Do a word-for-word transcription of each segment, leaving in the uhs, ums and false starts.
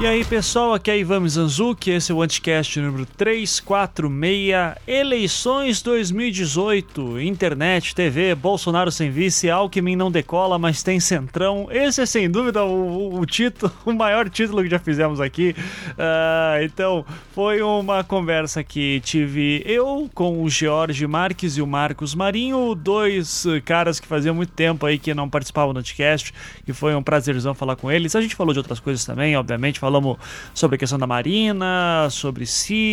E aí pessoal, aqui é Ivan Mizanzuki, esse é o Anticast número trezentos e quarenta e seis, eleições dois mil e dezoito, internet, T V, Bolsonaro sem vice, Alckmin não decola, mas tem centrão. Esse é sem dúvida o, o título, o maior título que já fizemos aqui. Uh, então, foi uma conversa que tive eu com o George Marques e o Marcos Marinho, dois caras que faziam muito tempo aí que não participavam do Anticast, e foi um prazerzão falar com eles. A gente falou de outras coisas também, obviamente, falamos sobre a questão da Marina, sobre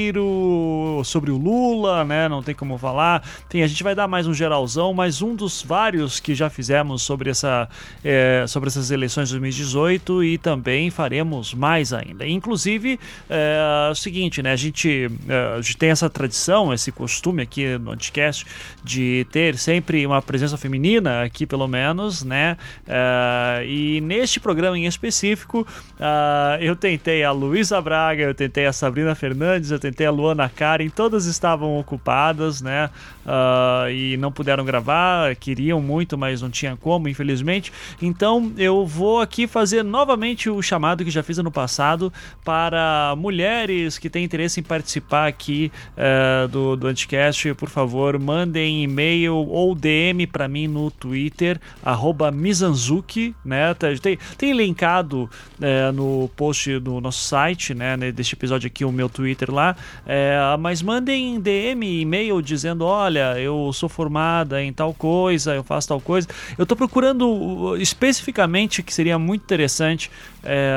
Ciro, sobre o Lula, né? Não tem como falar. Tem, a gente vai dar mais um geralzão, mas um dos vários que já fizemos sobre, essa, é, sobre essas eleições de dois mil e dezoito, e também faremos mais ainda. Inclusive, é, é o seguinte, né? A gente, é, a gente tem essa tradição, esse costume aqui no Anticast de ter sempre uma presença feminina aqui, pelo menos, né? É, e neste programa em específico, é, eu tentei a Luísa Braga, eu tentei a Sabrina Fernandes, eu tentei a Luana Karen, todas estavam ocupadas, né? Uh, e não puderam gravar, queriam muito, mas não tinha como, infelizmente. Então eu vou aqui fazer novamente o chamado que já fiz ano passado para mulheres que têm interesse em participar aqui uh, do, do Anticast. Por favor, mandem e-mail ou D M para mim no Twitter, arroba Mizanzuki, né? Tem, tem linkado uh, no post do nosso site, né, deste episódio aqui, o meu Twitter lá, é, mas mandem D M, e-mail dizendo, olha, eu sou formada em tal coisa, eu faço tal coisa. Eu tô procurando especificamente, que seria muito interessante, é,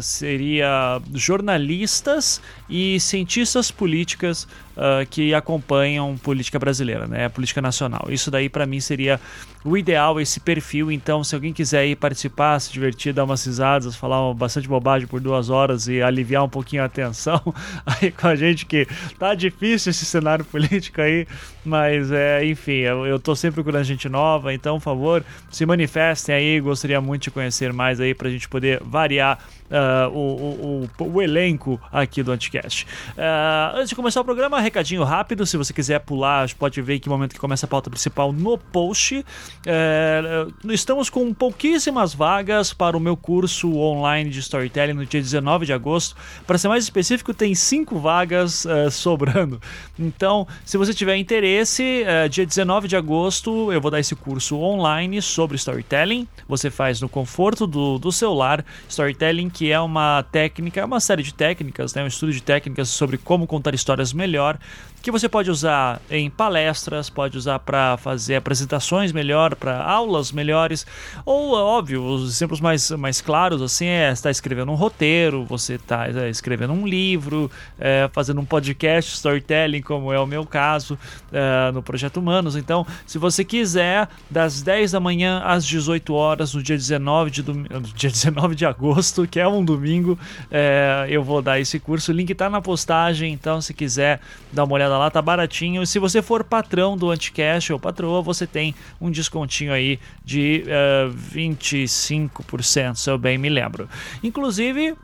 seria jornalistas e cientistas políticas uh, que acompanham política brasileira, né, política nacional. Isso daí para mim seria o ideal, esse perfil. Então, se alguém quiser ir participar, se divertir, dar umas risadas, falar bastante bobagem por duas horas e aliviar um pouquinho a tensão aí com a gente, que tá difícil esse cenário político aí, mas é, enfim, eu, eu tô sempre procurando gente nova, então, por favor, se manifestem aí, gostaria muito de conhecer mais aí pra gente poder variar Uh, o, o, o, o elenco aqui do Anticast. Uh, antes de começar o programa, recadinho rápido, se você quiser pular, pode ver em que momento que começa a pauta principal no post. Uh, estamos com pouquíssimas vagas para o meu curso online de Storytelling no dia dezenove de agosto. Para ser mais específico, tem cinco vagas uh, sobrando. Então, se você tiver interesse, uh, dia dezenove de agosto eu vou dar esse curso online sobre Storytelling. Você faz no conforto do, do celular. Storytelling, que é uma técnica, é uma série de técnicas, né, um estudo de técnicas sobre como contar histórias melhor, que você pode usar em palestras, pode usar para fazer apresentações melhor, para aulas melhores, ou, óbvio, os exemplos mais, mais claros, assim, é estar escrevendo um roteiro, você está é, escrevendo um livro, é, fazendo um podcast, storytelling, como é o meu caso, é, no Projeto Humanos. Então, se você quiser, das dez da manhã às dezoito horas, no dia dezenove de, dom... dia dezenove de agosto, que é um domingo, é, eu vou dar esse curso. O link tá na postagem, então se quiser dar uma olhada lá, tá baratinho. Se você for patrão do Anticast ou patroa, você tem um descontinho aí de uh, vinte e cinco por cento, se eu bem me lembro. Inclusive, uh,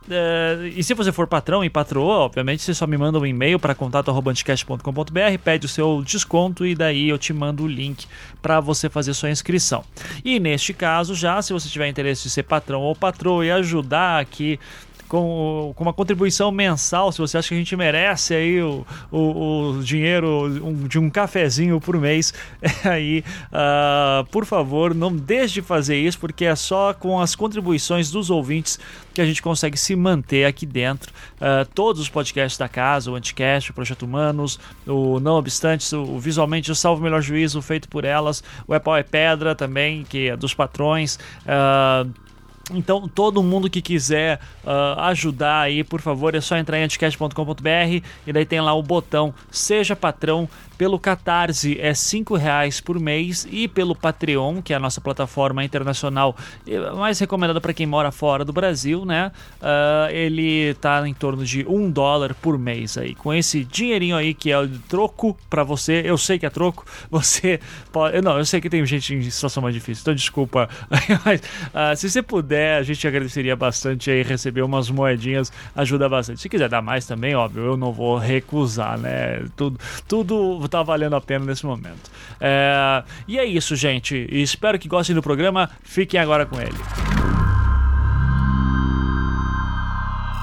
e se você for patrão e patroa, obviamente você só me manda um e-mail para contato arroba anticast ponto com ponto b r, pede o seu desconto e daí eu te mando o link para você fazer sua inscrição. E neste caso, já se você tiver interesse de ser patrão ou patroa e ajudar aqui com, com uma contribuição mensal, se você acha que a gente merece aí o, o, o dinheiro um, de um cafezinho por mês, aí, uh, por favor, não deixe de fazer isso, porque é só com as contribuições dos ouvintes que a gente consegue se manter aqui dentro. Uh, todos os podcasts da casa, o Anticast, o Projeto Humanos, o Não Obstante, o, o Visualmente, o Salvo Melhor Juízo, feito por elas, o É Pau é Pedra também, que é dos patrões. Uh, Então, todo mundo que quiser uh, ajudar aí, por favor, é só entrar em anticast ponto com ponto b r e daí tem lá o botão Seja Patrão. Pelo Catarse é cinco reais por mês e pelo Patreon, que é a nossa plataforma internacional mais recomendada para quem mora fora do Brasil, né? Uh, ele tá em torno de um dólar por mês aí. Com esse dinheirinho aí que é o troco para você, eu sei que é troco, você pode... Não, eu sei que tem gente em situação mais difícil, então desculpa. Mas uh, se você puder, a gente agradeceria bastante aí, receber umas moedinhas, ajuda bastante. Se quiser dar mais também, óbvio, eu não vou recusar, né? Tudo, tudo tá valendo a pena nesse momento. É, e é isso, gente. Espero que gostem do programa. Fiquem agora com ele.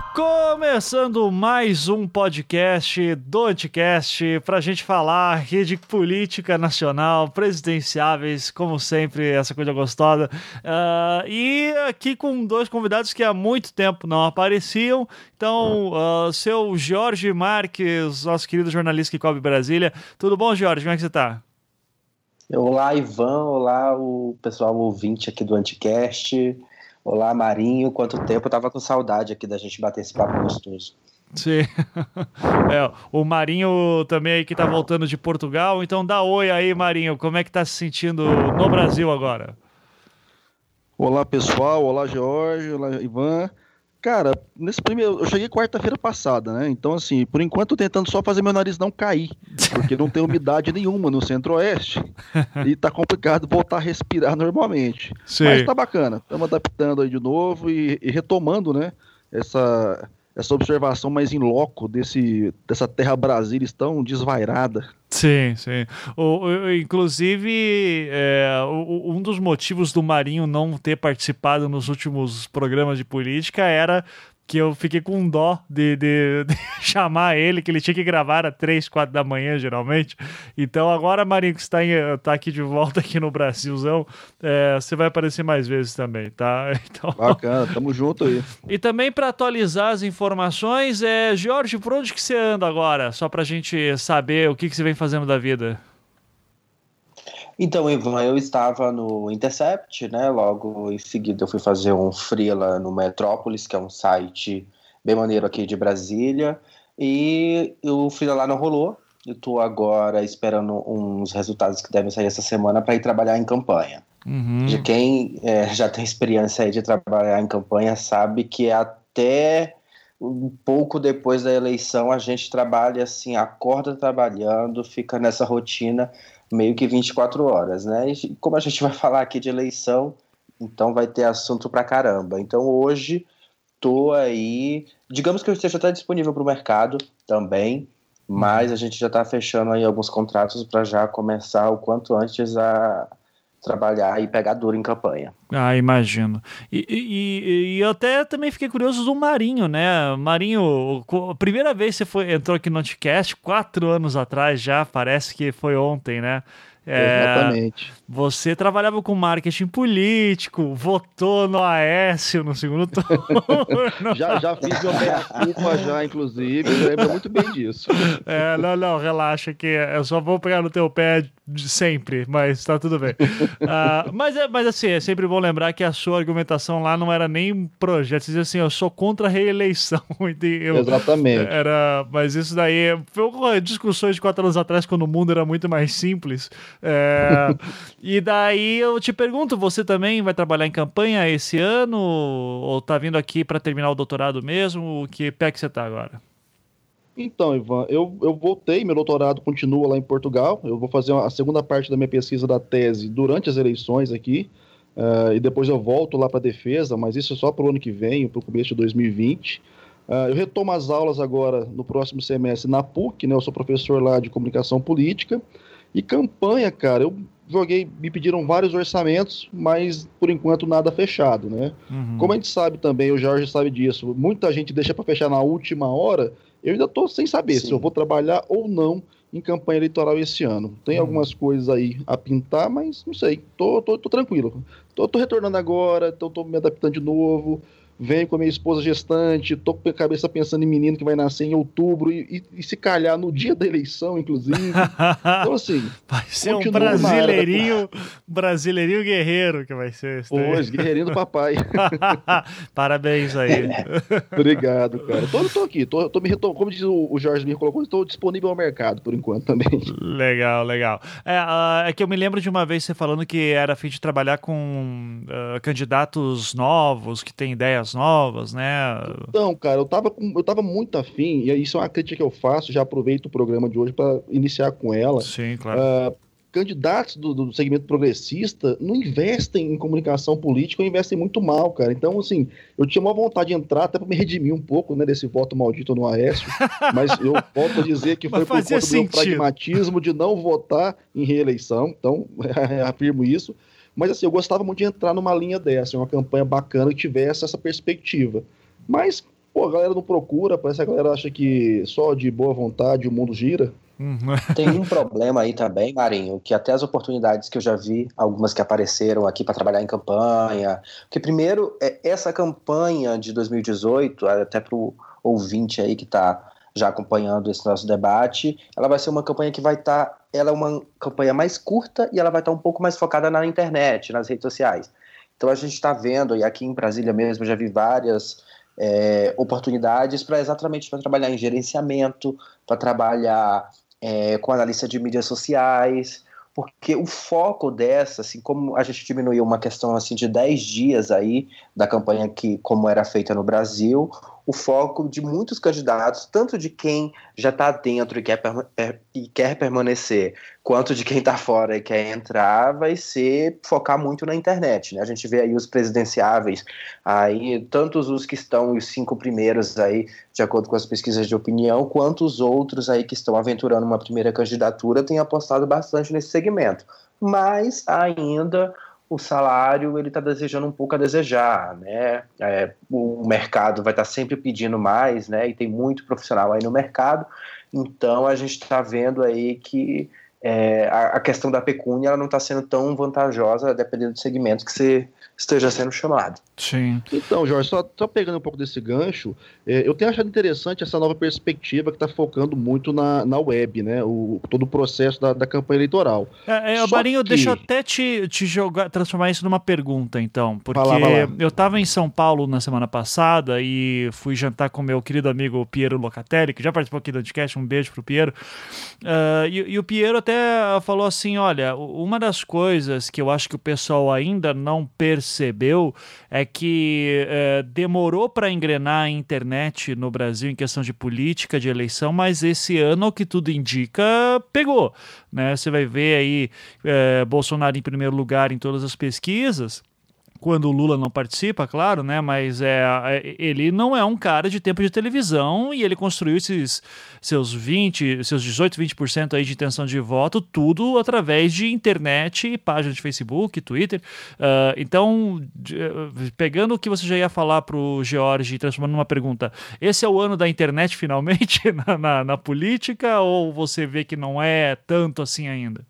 Começando mais um podcast do Anticast pra gente falar aqui de política nacional, presidenciáveis, como sempre, essa coisa gostosa. Uh, e aqui com dois convidados que há muito tempo não apareciam. Então, uh, seu Jorge Marques, nosso querido jornalista que cobre Brasília. Tudo bom, Jorge? Como é que você tá? Olá, Ivan. Olá, o pessoal ouvinte aqui do Anticast. Olá, Marinho. Quanto tempo? Eu tava com saudade aqui da gente bater esse papo gostoso. Sim. É, o Marinho também aí que tá voltando de Portugal. Então dá oi aí, Marinho. Como é que tá se sentindo no Brasil agora? Olá, pessoal. Olá, Jorge. Olá, Ivan. Cara, nesse primeiro, eu cheguei quarta-feira passada, né? Então, assim, por enquanto tô tentando só fazer meu nariz não cair, porque não tem umidade nenhuma no Centro-Oeste e tá complicado voltar a respirar normalmente. Sim. Mas tá bacana, estamos adaptando aí de novo e, e retomando, né? Essa, essa observação mais in loco desse, dessa terra Brasília tão desvairada. Sim, sim. O, o, inclusive, é, o, um dos motivos do Marinho não ter participado nos últimos programas de política era que eu fiquei com dó de, de, de chamar ele, que ele tinha que gravar às três, quatro da manhã, geralmente. Então agora, Marinho, que você está em, tá aqui de volta aqui no Brasilzão, é, você vai aparecer mais vezes também, tá? Então... Bacana, tamo junto aí. E também para atualizar as informações, é, Jorge, por onde que você anda agora? Só pra gente saber o que, que você vem fazendo da vida. Então, Ivan, eu estava no Intercept, né? Logo em seguida eu fui fazer um freela no Metrópolis, que é um site bem maneiro aqui de Brasília, e o freela lá não rolou. Eu estou agora esperando uns resultados que devem sair essa semana para ir trabalhar em campanha. Uhum. De quem é, já tem experiência aí de trabalhar em campanha sabe que até um pouco depois da eleição a gente trabalha assim, acorda trabalhando, fica nessa rotina meio que vinte e quatro horas, né? E como a gente vai falar aqui de eleição, então vai ter assunto pra caramba. Então hoje tô aí, digamos que eu esteja até disponível para o mercado também, mas a gente já tá fechando aí alguns contratos para já começar o quanto antes a trabalhar e pegar duro em campanha. Ah, imagino. E, e, e eu até também fiquei curioso do Marinho, né? Marinho, a primeira vez que você foi, entrou aqui no Anticast, quatro anos atrás já, parece que foi ontem, né? É, exatamente. Você trabalhava com marketing político, votou no Aécio no segundo turno. já, já fiz meu meia-culpa já, inclusive, eu lembro muito bem disso. É, não, não, relaxa que eu só vou pegar no teu pé sempre, mas tá tudo bem. uh, mas, mas assim, é sempre bom lembrar que a sua argumentação lá não era nem projeto, você dizia assim, eu sou contra a reeleição. Eu, exatamente. Era, mas isso daí foi discussões de quatro anos atrás, quando o mundo era muito mais simples. É, e daí eu te pergunto, você também vai trabalhar em campanha esse ano ou tá vindo aqui para terminar o doutorado mesmo? Que pé que você tá agora? Então, Ivan, eu, eu voltei, meu doutorado continua lá em Portugal, eu vou fazer a segunda parte da minha pesquisa da tese durante as eleições aqui, uh, e depois eu volto lá para a defesa, mas isso é só para o ano que vem, para o começo de dois mil e vinte. Uh, eu retomo as aulas agora no próximo semestre na P U C, né, eu sou professor lá de comunicação política. E campanha, cara, eu joguei, me pediram vários orçamentos, mas por enquanto nada fechado, né? Uhum. Como a gente sabe também, o Jorge sabe disso, muita gente deixa para fechar na última hora, eu ainda tô sem saber Sim. se eu vou trabalhar ou não em campanha eleitoral esse ano. Tem uhum. algumas coisas aí a pintar, mas não sei, tô, tô, tô tranquilo. Tô, tô retornando agora, então tô me adaptando de novo. Venho com a minha esposa gestante, tô com a cabeça pensando em menino que vai nascer em outubro e, e, e se calhar no dia da eleição, inclusive. Então, assim... Vai ser um brasileirinho, brasileirinho guerreiro que vai ser. Pois, guerreirinho do papai. Parabéns aí. Obrigado, cara. Tô, tô aqui, tô, tô me retom... como diz o, o Jorge me colocou, estou disponível ao mercado por enquanto também. Legal, legal. É, uh, é que eu me lembro de uma vez você falando que era a fim de trabalhar com uh, candidatos novos, que têm ideias novas, né? Então, cara, eu tava, com, eu tava muito afim, e isso é uma crítica que eu faço, já aproveito o programa de hoje para iniciar com ela. Sim, claro. Uh, candidatos do, do segmento progressista não investem em comunicação política ou investem muito mal, cara. Então, assim, eu tinha uma vontade de entrar até para me redimir um pouco, né, desse voto maldito no Aécio, mas eu volto a dizer que foi por conta do meu pragmatismo de não votar em reeleição, então, afirmo isso. Mas assim, eu gostava muito de entrar numa linha dessa, uma campanha bacana que tivesse essa perspectiva. Mas Pô, a galera não procura, parece que a galera acha que só de boa vontade o mundo gira. Tem um problema aí também, Marinho, que até as oportunidades que eu já vi, algumas que apareceram aqui para trabalhar em campanha, porque primeiro, essa campanha de dois mil e dezoito, até para o ouvinte aí que está já acompanhando esse nosso debate, ela vai ser uma campanha que vai estar, tá, ela é uma campanha mais curta e ela vai estar tá um pouco mais focada na internet, nas redes sociais. Então a gente está vendo, e aqui em Brasília mesmo, eu já vi várias é, oportunidades para exatamente para trabalhar em gerenciamento, para trabalhar É, com analista de mídias sociais, porque o foco dessa, assim, como a gente diminuiu uma questão assim, de dez dias aí da campanha que, como era feita no Brasil, o foco de muitos candidatos, tanto de quem já está dentro e quer, e quer permanecer, quanto de quem está fora e quer entrar, vai ser focar muito na internet, né? A gente vê aí os presidenciáveis, aí, tantos os que estão, os cinco primeiros aí, de acordo com as pesquisas de opinião, quanto os outros aí que estão aventurando uma primeira candidatura têm apostado bastante nesse segmento. Mas ainda o salário ele está desejando um pouco a desejar, né? É, o mercado vai estar tá sempre pedindo mais, né? E tem muito profissional aí no mercado, então a gente está vendo aí que é, a, a questão da pecúnia ela não está sendo tão vantajosa dependendo do segmento que você esteja sendo chamado. Sim. Então, Jorge, só, só pegando um pouco desse gancho, é, eu tenho achado interessante essa nova perspectiva que está focando muito na, na web, né? O, todo o processo da, da campanha eleitoral. É, é, Marinho, que... deixa eu até te, te jogar, transformar isso numa pergunta, então. Porque vai lá, vai lá. eu estava em São Paulo na semana passada e fui jantar com meu querido amigo Piero Locatelli, que já participou aqui do podcast, um beijo pro Piero. Uh, e, e o Piero até falou assim, olha, uma das coisas que eu acho que o pessoal ainda não percebeu percebeu é que é, demorou para engrenar a internet no Brasil em questão de política, de eleição, mas esse ano, o que tudo indica, pegou, né? Você vai ver aí é, Bolsonaro em primeiro lugar em todas as pesquisas, quando o Lula não participa, claro, né? Mas é, ele não é um cara de tempo de televisão e ele construiu esses seus vinte, seus dezoito, vinte por cento aí de intenção de voto, tudo através de internet, página de Facebook, Twitter. Uh, então, de, pegando o que você já ia falar pro George e transformando numa pergunta, esse é o ano da internet finalmente na, na, na política ou você vê que não é tanto assim ainda?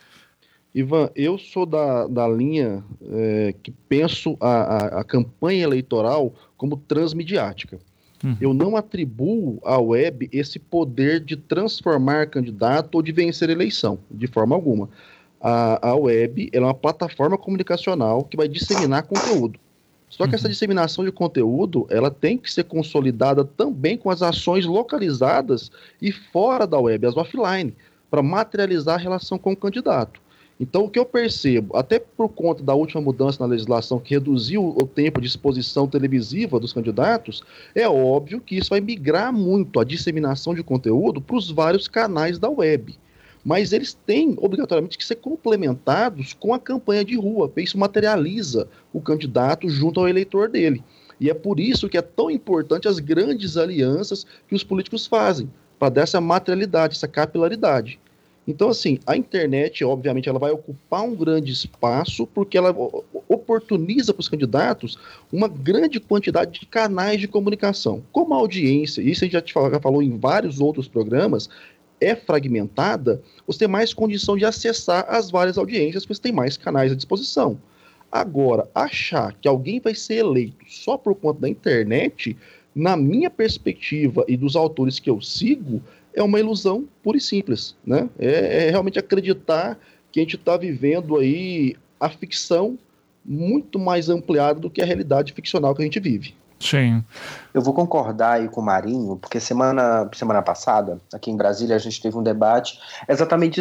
Ivan, eu sou da, da linha é, que penso a, a, a campanha eleitoral como transmediática. Uhum. Eu não atribuo à web esse poder de transformar candidato ou de vencer eleição, de forma alguma. A, a web ela é uma plataforma comunicacional que vai disseminar conteúdo. Só que uhum. essa disseminação de conteúdo ela tem que ser consolidada também com as ações localizadas e fora da web, as offline, para materializar a relação com o candidato. Então, o que eu percebo, até por conta da última mudança na legislação que reduziu o tempo de exposição televisiva dos candidatos, é óbvio que isso vai migrar muito a disseminação de conteúdo para os vários canais da web. Mas eles têm, obrigatoriamente, que ser complementados com a campanha de rua, porque isso materializa o candidato junto ao eleitor dele. E é por isso que é tão importante as grandes alianças que os políticos fazem, para dar essa materialidade, essa capilaridade. Então, assim, a internet, obviamente, ela vai ocupar um grande espaço porque ela oportuniza para os candidatos uma grande quantidade de canais de comunicação. Como a audiência, isso a gente já falou em vários outros programas, é fragmentada, você tem mais condição de acessar as várias audiências, porque você tem mais canais à disposição. Agora, achar que alguém vai ser eleito só por conta da internet, na minha perspectiva e dos autores que eu sigo, é uma ilusão pura e simples, né? É, é realmente acreditar que a gente está vivendo aí a ficção muito mais ampliada do que a realidade ficcional que a gente vive. Sim. Eu vou concordar aí com o Marinho, porque semana, semana passada, aqui em Brasília, a gente teve um debate exatamente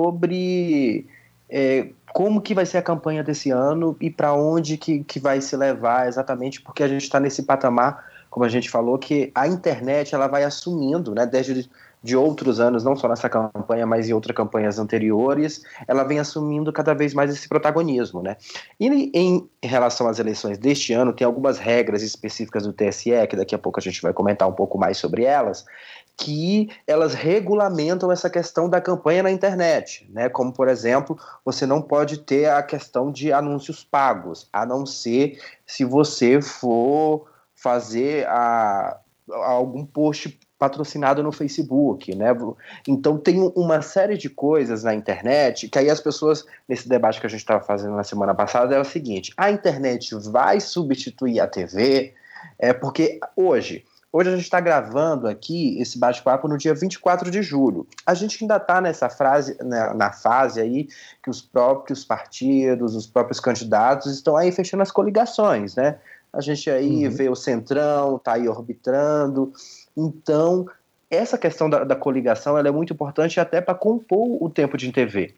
sobre é, como que vai ser a campanha desse ano e para onde que, que vai se levar, exatamente porque a gente está nesse patamar, como a gente falou, que a internet ela vai assumindo, né, desde de outros anos, não só nessa campanha, mas em outras campanhas anteriores, ela vem assumindo cada vez mais esse protagonismo, né? E em relação às eleições deste ano, tem algumas regras específicas do T S E, que daqui a pouco a gente vai comentar um pouco mais sobre elas, que elas regulamentam essa questão da campanha na internet, né? Como, por exemplo, você não pode ter a questão de anúncios pagos, a não ser se você for fazer a... algum post patrocinado no Facebook, né? Então tem uma série de coisas na internet que aí as pessoas, nesse debate que a gente estava fazendo na semana passada, é o seguinte: a internet vai substituir a T V? É porque hoje, hoje a gente está gravando aqui esse bate-papo no dia vinte e quatro de julho. A gente ainda está nessa frase, na, na fase aí que os próprios partidos, os próprios candidatos estão aí fechando as coligações, né? A gente aí uhum. vê o Centrão, tá aí orbitando. Então, essa questão da, da coligação ela é muito importante até para compor o tempo de T V.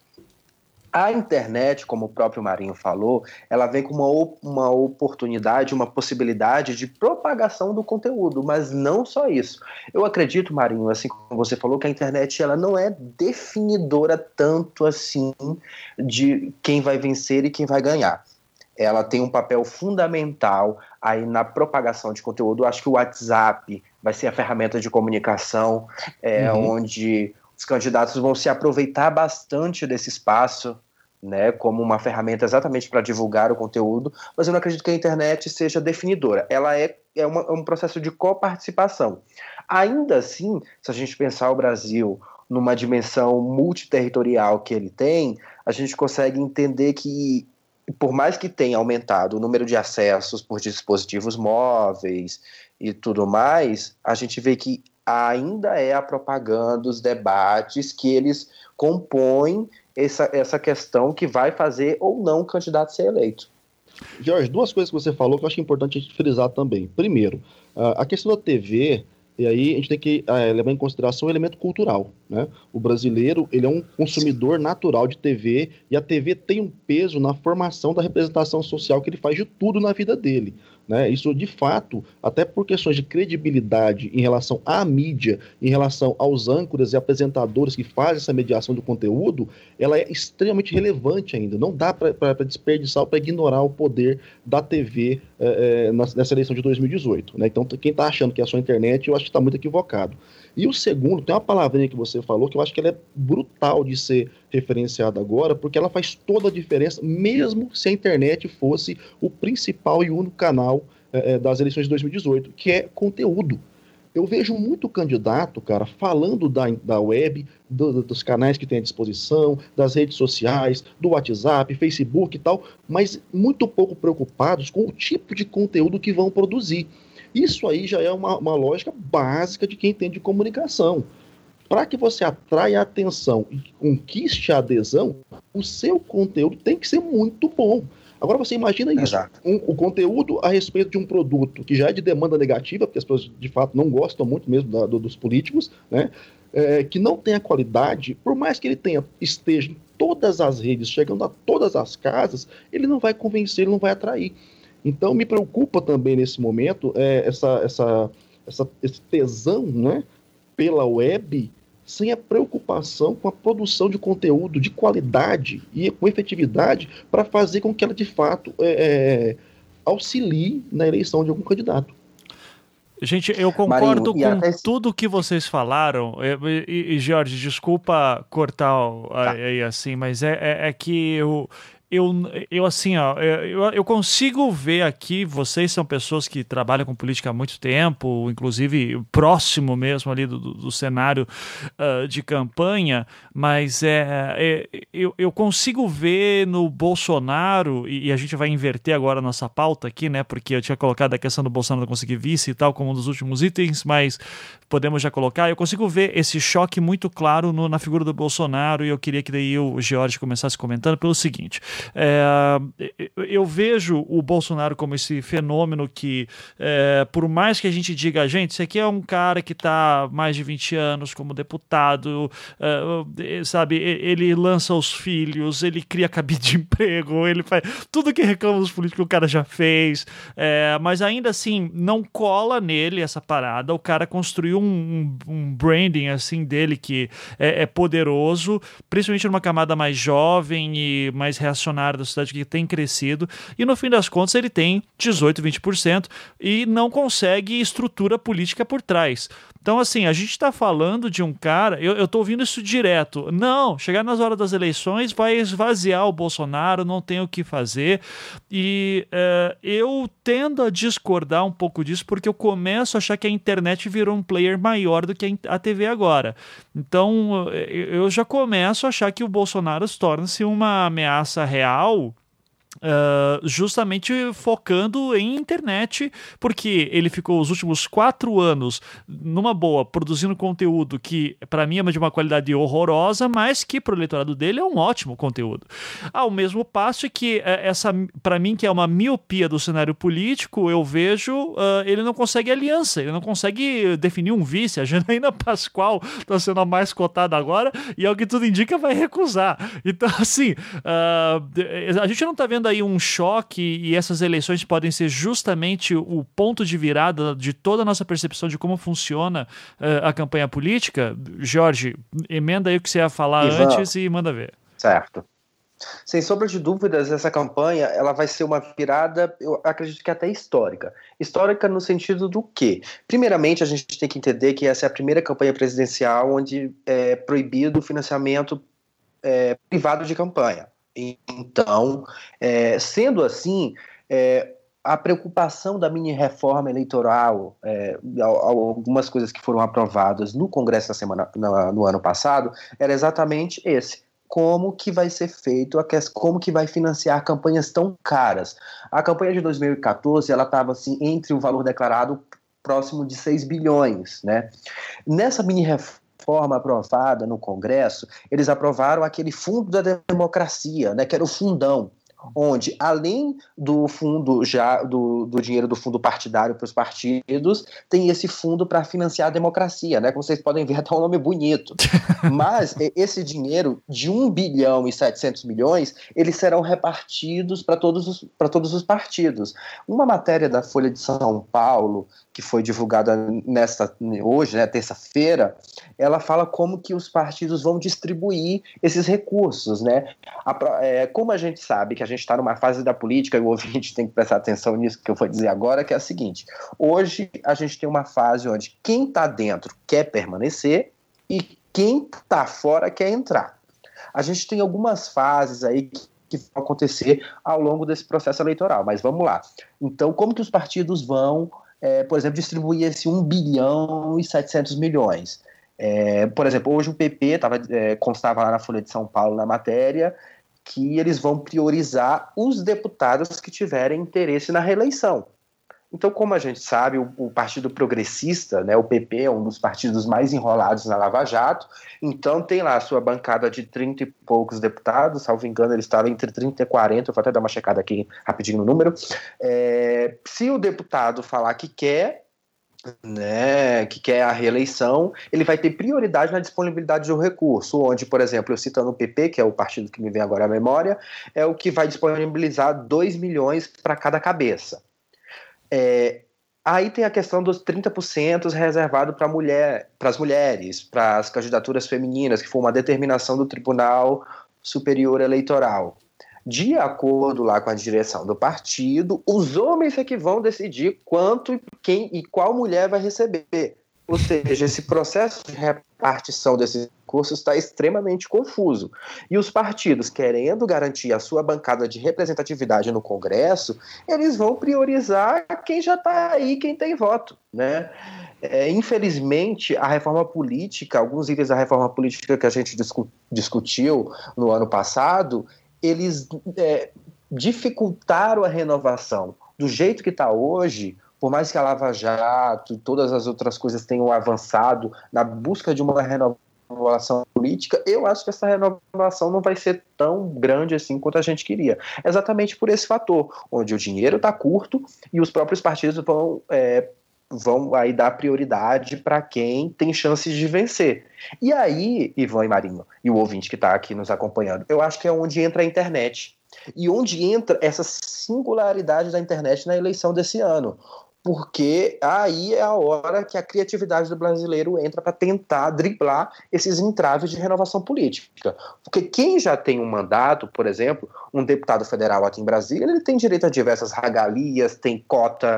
A internet, como o próprio Marinho falou, ela vem com uma, uma oportunidade, uma possibilidade de propagação do conteúdo, mas não só isso. Eu acredito, Marinho, assim como você falou, que a internet ela não é definidora tanto assim de quem vai vencer e quem vai ganhar. Ela tem um papel fundamental aí na propagação de conteúdo. Eu acho que o WhatsApp vai ser a ferramenta de comunicação é, uhum. onde os candidatos vão se aproveitar bastante desse espaço, né, como uma ferramenta exatamente para divulgar o conteúdo, mas eu não acredito que a internet seja definidora. Ela é, é, uma, é um processo de coparticipação. Ainda assim, se a gente pensar o Brasil numa dimensão multiterritorial que ele tem, a gente consegue entender que por mais que tenha aumentado o número de acessos por dispositivos móveis e tudo mais, a gente vê que ainda é a propaganda, os debates que eles compõem essa, essa questão que vai fazer ou não o candidato ser eleito. Jorge, duas coisas que você falou que eu acho importante a gente frisar também. Primeiro, a questão da T V, e aí a gente tem que é, levar em consideração o elemento cultural, né? O brasileiro, ele é um consumidor natural de T V e a T V tem um peso na formação da representação social que ele faz de tudo na vida dele, né? Isso, de fato, até por questões de credibilidade em relação à mídia, em relação aos âncoras e apresentadores que fazem essa mediação do conteúdo, ela é extremamente relevante ainda. Não dá para desperdiçar, para ignorar o poder da T V é, é, nessa eleição de dois mil e dezoito, né? Então, quem está achando que é só a internet, eu acho que está muito equivocado. E o segundo, tem uma palavrinha que você falou que eu acho que ela é brutal de ser referenciada agora, porque ela faz toda a diferença, mesmo se a internet fosse o principal e único canal é, das eleições de dois mil e dezoito, que é conteúdo. Eu vejo muito candidato, cara, falando da, da web, do, dos canais que tem à disposição, das redes sociais, do WhatsApp, Facebook e tal, mas muito pouco preocupados com o tipo de conteúdo que vão produzir. Isso aí já é uma, uma lógica básica de quem entende de comunicação. Para que você atraia a atenção e conquiste a adesão, o seu conteúdo tem que ser muito bom. Agora você imagina isso, um, o conteúdo a respeito de um produto que já é de demanda negativa, porque as pessoas de fato não gostam muito mesmo da, do, dos políticos, né? É, que não tenha qualidade, por mais que ele tenha, esteja em todas as redes, chegando a todas as casas, ele não vai convencer, ele não vai atrair. Então, me preocupa também nesse momento é, essa, essa, essa, esse tesão, né, pela web, sem a preocupação com a produção de conteúdo de qualidade e com efetividade para fazer com que ela, de fato, é, é, auxilie na eleição de algum candidato. Gente, eu concordo Marinho, com até... tudo que vocês falaram. E, e, e Jorge, desculpa cortar tá. aí assim, mas é, é, é que eu... Eu, eu, assim, ó, eu, eu consigo ver aqui, vocês são pessoas que trabalham com política há muito tempo, inclusive próximo mesmo ali do, do, do cenário uh, de campanha, mas é, é, eu, eu consigo ver no Bolsonaro, e, e a gente vai inverter agora a nossa pauta aqui, né, porque eu tinha colocado a questão do Bolsonaro não conseguir vice e tal como um dos últimos itens, mas podemos já colocar, eu consigo ver esse choque muito claro no, na figura do Bolsonaro, e eu queria que daí o George começasse comentando pelo seguinte... É, eu vejo o Bolsonaro como esse fenômeno que, é, por mais que a gente diga, gente, esse aqui é um cara que está há mais de vinte anos como deputado, é, sabe, ele lança os filhos, ele cria cabide de emprego, ele faz tudo que reclama dos políticos, o cara já fez, é, mas ainda assim não cola nele essa parada. O cara construiu um, um branding assim dele que é, é poderoso, principalmente numa camada mais jovem e mais reacionária da sociedade que tem crescido, e no fim das contas ele tem dezoito, vinte por cento e não consegue estrutura política por trás. Então, assim, a gente está falando de um cara, eu, eu tô ouvindo isso direto, não, chegar nas horas das eleições vai esvaziar o Bolsonaro, não tem o que fazer, e uh, eu tendo a discordar um pouco disso, porque eu começo a achar que a internet virou um player maior do que a T V agora. Então, eu já começo a achar que o Bolsonaro torna-se uma ameaça real, Uh, justamente focando em internet, porque ele ficou os últimos quatro anos numa boa, produzindo conteúdo que para mim é de uma qualidade horrorosa, mas que pro eleitorado dele é um ótimo conteúdo. Ao mesmo passo que uh, essa, para mim, que é uma miopia do cenário político, eu vejo uh, ele não consegue aliança, ele não consegue definir um vice. A Janaína Pascoal está sendo a mais cotada agora e, ao que tudo indica, vai recusar. Então, assim, uh, a gente não tá vendo aí um choque, e essas eleições podem ser justamente o ponto de virada de toda a nossa percepção de como funciona uh, a campanha política. Jorge, emenda aí o que você ia falar Ivan, antes e manda ver. Certo. Sem sombra de dúvidas, essa campanha ela vai ser uma virada, eu acredito que até histórica. Histórica no sentido do quê? Primeiramente, a gente tem que entender que essa é a primeira campanha presidencial onde é proibido o financiamento é, privado de campanha. Então, é, sendo assim, é, a preocupação da mini-reforma eleitoral, é, algumas coisas que foram aprovadas no Congresso na semana, no, no ano passado, era exatamente esse. Como que vai ser feito, como que vai financiar campanhas tão caras. A campanha de dois mil e quatorze, ela estava assim, entre o valor declarado próximo de seis bilhões, né? Nessa mini-reforma, forma aprovada no Congresso, eles aprovaram aquele fundo da democracia, né, que era o fundão, onde, além do fundo já do, do dinheiro do fundo partidário para os partidos, tem esse fundo para financiar a democracia, né? Como vocês podem ver, até um nome bonito. Mas esse dinheiro de um bilhão e setecentos milhões, eles serão repartidos para todos os, para todos os partidos. Uma matéria da Folha de São Paulo, que foi divulgada nesta, hoje, né, terça-feira, ela fala como que os partidos vão distribuir esses recursos, né? A, é, como a gente sabe que a gente está numa fase da política, e o ouvinte tem que prestar atenção nisso que eu vou dizer agora, que é a seguinte: hoje a gente tem uma fase onde quem está dentro quer permanecer e quem está fora quer entrar. A gente tem algumas fases aí que que vão acontecer ao longo desse processo eleitoral, mas vamos lá. Então, como que os partidos vão, é, por exemplo, distribuir esse um bilhão e setecentos milhões? É, por exemplo, hoje o P P tava, é, constava lá na Folha de São Paulo, na matéria, que eles vão priorizar os deputados que tiverem interesse na reeleição. Então, como a gente sabe, o, o Partido Progressista, né, o P P, é um dos partidos mais enrolados na Lava Jato, então tem lá a sua bancada de trinta e poucos deputados, salvo engano, ele estava entre trinta e quarenta, eu vou até dar uma checada aqui rapidinho no número. É, se o deputado falar que quer, né, que quer a reeleição, ele vai ter prioridade na disponibilidade do recurso, onde, por exemplo, eu citando o P P, que é o partido que me vem agora à memória, é o que vai disponibilizar dois milhões para cada cabeça. É, aí tem a questão dos trinta por cento reservado para mulher, as mulheres, para as candidaturas femininas, que foi uma determinação do Tribunal Superior Eleitoral. De acordo lá com a direção do partido, os homens é que vão decidir quanto, quem e qual mulher vai receber. Ou seja, esse processo de repartição desses recursos está extremamente confuso. E os partidos, querendo garantir a sua bancada de representatividade no Congresso, eles vão priorizar quem já está aí, quem tem voto, né? É, infelizmente, a reforma política, alguns itens da reforma política que a gente discu- discutiu no ano passado, eles é, dificultaram a renovação. Do jeito que está hoje, por mais que a Lava Jato e todas as outras coisas tenham avançado na busca de uma renovação política, eu acho que essa renovação não vai ser tão grande assim quanto a gente queria. Exatamente por esse fator, onde o dinheiro está curto e os próprios partidos vão, é, vão aí dar prioridade para quem tem chances de vencer. E aí, Ivan e Marinho, e o ouvinte que está aqui nos acompanhando, eu acho que é onde entra a internet. E onde entra essa singularidade da internet na eleição desse ano. Porque aí é a hora que a criatividade do brasileiro entra para tentar driblar esses entraves de renovação política. Porque quem já tem um mandato, por exemplo, um deputado federal aqui em Brasília, ele tem direito a diversas regalias, tem cota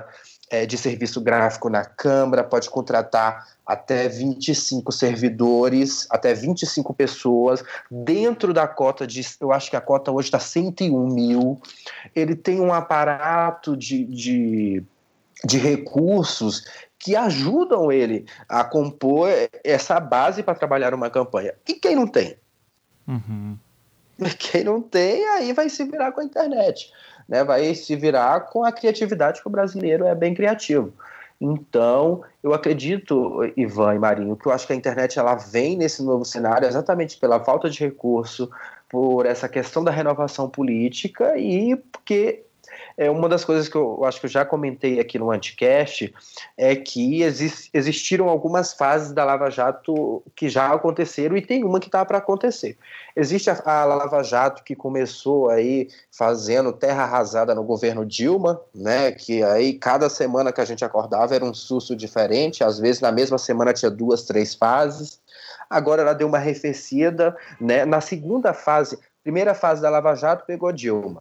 é, de serviço gráfico na Câmara, pode contratar até vinte e cinco servidores, até vinte e cinco pessoas, dentro da cota de, eu acho que a cota hoje está cento e um mil, ele tem um aparato de, de, de recursos que ajudam ele a compor essa base para trabalhar uma campanha. E quem não tem? Uhum. Quem não tem, aí vai se virar com a internet, né? Vai se virar com a criatividade, que o brasileiro é bem criativo. Então, eu acredito, Ivan e Marinho, que eu acho que a internet ela vem nesse novo cenário exatamente pela falta de recurso, por essa questão da renovação política e porque é uma das coisas que eu acho que eu já comentei aqui no Anticast é que exist, existiram algumas fases da Lava Jato que já aconteceram e tem uma que está para acontecer. Existe a, a Lava Jato que começou aí fazendo terra arrasada no governo Dilma, né, que aí cada semana que a gente acordava era um susto diferente, às vezes na mesma semana tinha duas, três fases. Agora ela deu uma arrefecida, né, na segunda fase, primeira fase da Lava Jato pegou Dilma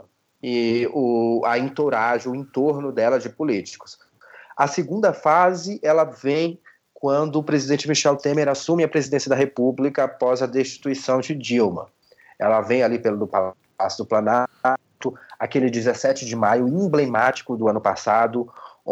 e o, a entourage, o entorno dela de políticos. A segunda fase, ela vem quando o presidente Michel Temer assume a presidência da República após a destituição de Dilma. Ela vem ali pelo Palácio do Planalto, aquele dezessete de maio emblemático do ano passado,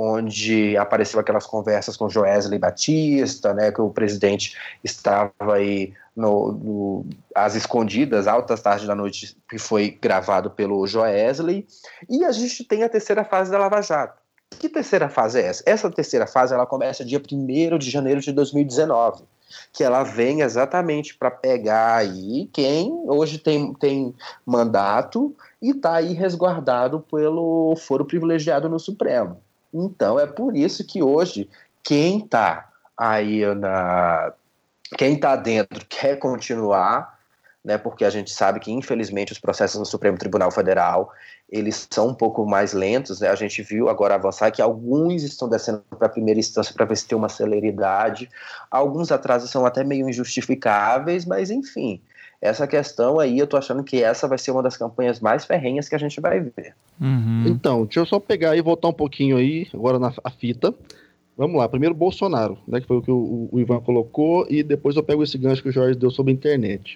onde apareceu aquelas conversas com Joesley Batista, né, que o presidente estava aí no, no, às escondidas, altas tardes da noite, que foi gravado pelo Joesley, e a gente tem a terceira fase da Lava Jato. Que terceira fase é essa? Essa terceira fase ela começa dia primeiro de janeiro de dois mil e dezenove, que ela vem exatamente para pegar aí quem hoje tem, tem mandato e está aí resguardado pelo foro privilegiado no Supremo. Então é por isso que hoje quem está aí na... quem está dentro quer continuar, né, porque a gente sabe que infelizmente os processos no Supremo Tribunal Federal eles são um pouco mais lentos, né? A gente viu agora avançar que alguns estão descendo para a primeira instância para ver se tem uma celeridade, alguns atrasos são até meio injustificáveis, mas enfim, essa questão aí eu tô achando que essa vai ser uma das campanhas mais ferrenhas que a gente vai ver. Uhum. Então, deixa eu só pegar e voltar um pouquinho aí, agora na a fita. Vamos lá, primeiro Bolsonaro, né, que foi o que o, o Ivan colocou, e depois eu pego esse gancho que o Jorge deu sobre a internet.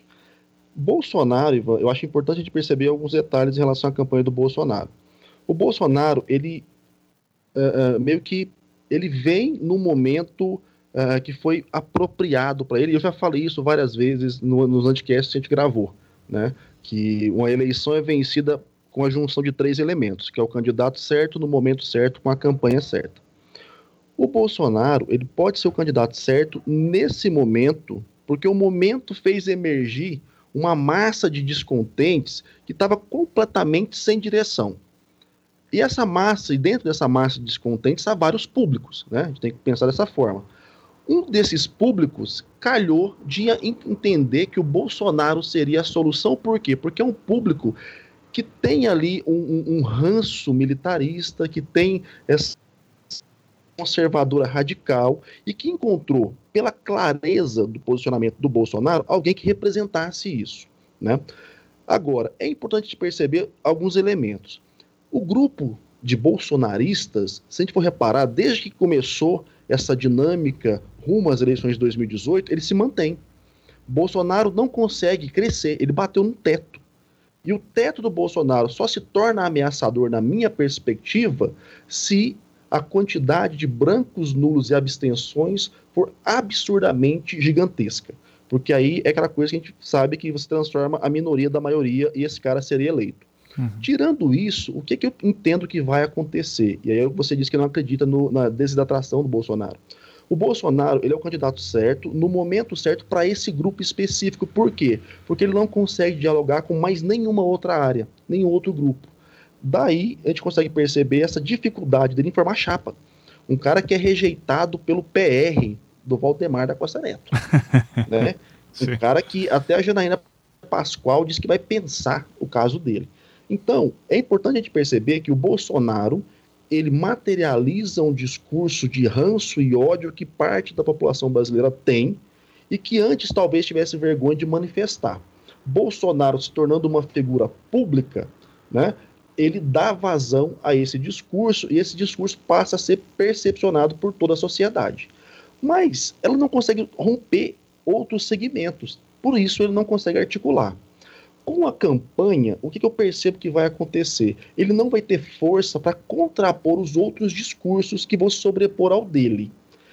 Bolsonaro, Ivan, eu acho importante a gente perceber alguns detalhes em relação à campanha do Bolsonaro. O Bolsonaro, ele uh, uh, meio que, ele vem num momento uh, que foi apropriado para ele, eu já falei isso várias vezes no, nos anticasts que a gente gravou, né, que uma eleição é vencida com a junção de três elementos, que é o candidato certo, no momento certo, com a campanha certa. O Bolsonaro, ele pode ser o candidato certo nesse momento, porque o momento fez emergir uma massa de descontentes que estava completamente sem direção. E essa massa, e dentro dessa massa de descontentes, há vários públicos, né? A gente tem que pensar dessa forma. Um desses públicos calhou de entender que o Bolsonaro seria a solução. Por quê? Porque é um público que tem ali um, um, um ranço militarista, que tem essa conservadora radical e que encontrou, pela clareza do posicionamento do Bolsonaro, alguém que representasse isso, né? Agora, é importante perceber alguns elementos. O grupo de bolsonaristas, se a gente for reparar, desde que começou essa dinâmica rumo às eleições de dois mil e dezoito, ele se mantém. Bolsonaro não consegue crescer, ele bateu no teto. E o teto do Bolsonaro só se torna ameaçador, na minha perspectiva, se a quantidade de brancos, nulos e abstenções for absurdamente gigantesca. Porque aí é aquela coisa que a gente sabe que você transforma a minoria da maioria e esse cara seria eleito. Uhum. Tirando isso, o que, que eu entendo que vai acontecer? E aí você disse que não acredita no, na desidratação do Bolsonaro. O Bolsonaro, ele é o candidato certo, no momento certo, para esse grupo específico. Por quê? Porque ele não consegue dialogar com mais nenhuma outra área, nenhum outro grupo. Daí, a gente consegue perceber essa dificuldade dele em formar chapa. Um cara que é rejeitado pelo P R do Valdemar da Costa Neto. Né? Um cara que até a Janaína Pascoal disse que vai pensar o caso dele. Então, é importante a gente perceber que o Bolsonaro, ele materializa um discurso de ranço e ódio que parte da população brasileira tem e que antes talvez tivesse vergonha de manifestar. Bolsonaro se tornando uma figura pública, né, ele dá vazão a esse discurso e esse discurso passa a ser percepcionado por toda a sociedade. Mas ela não consegue romper outros segmentos, por isso ele não consegue articular. Com a campanha, o que, que eu percebo que vai acontecer? Ele não vai ter força para contrapor os outros discursos que vão se sobrepor ao dele.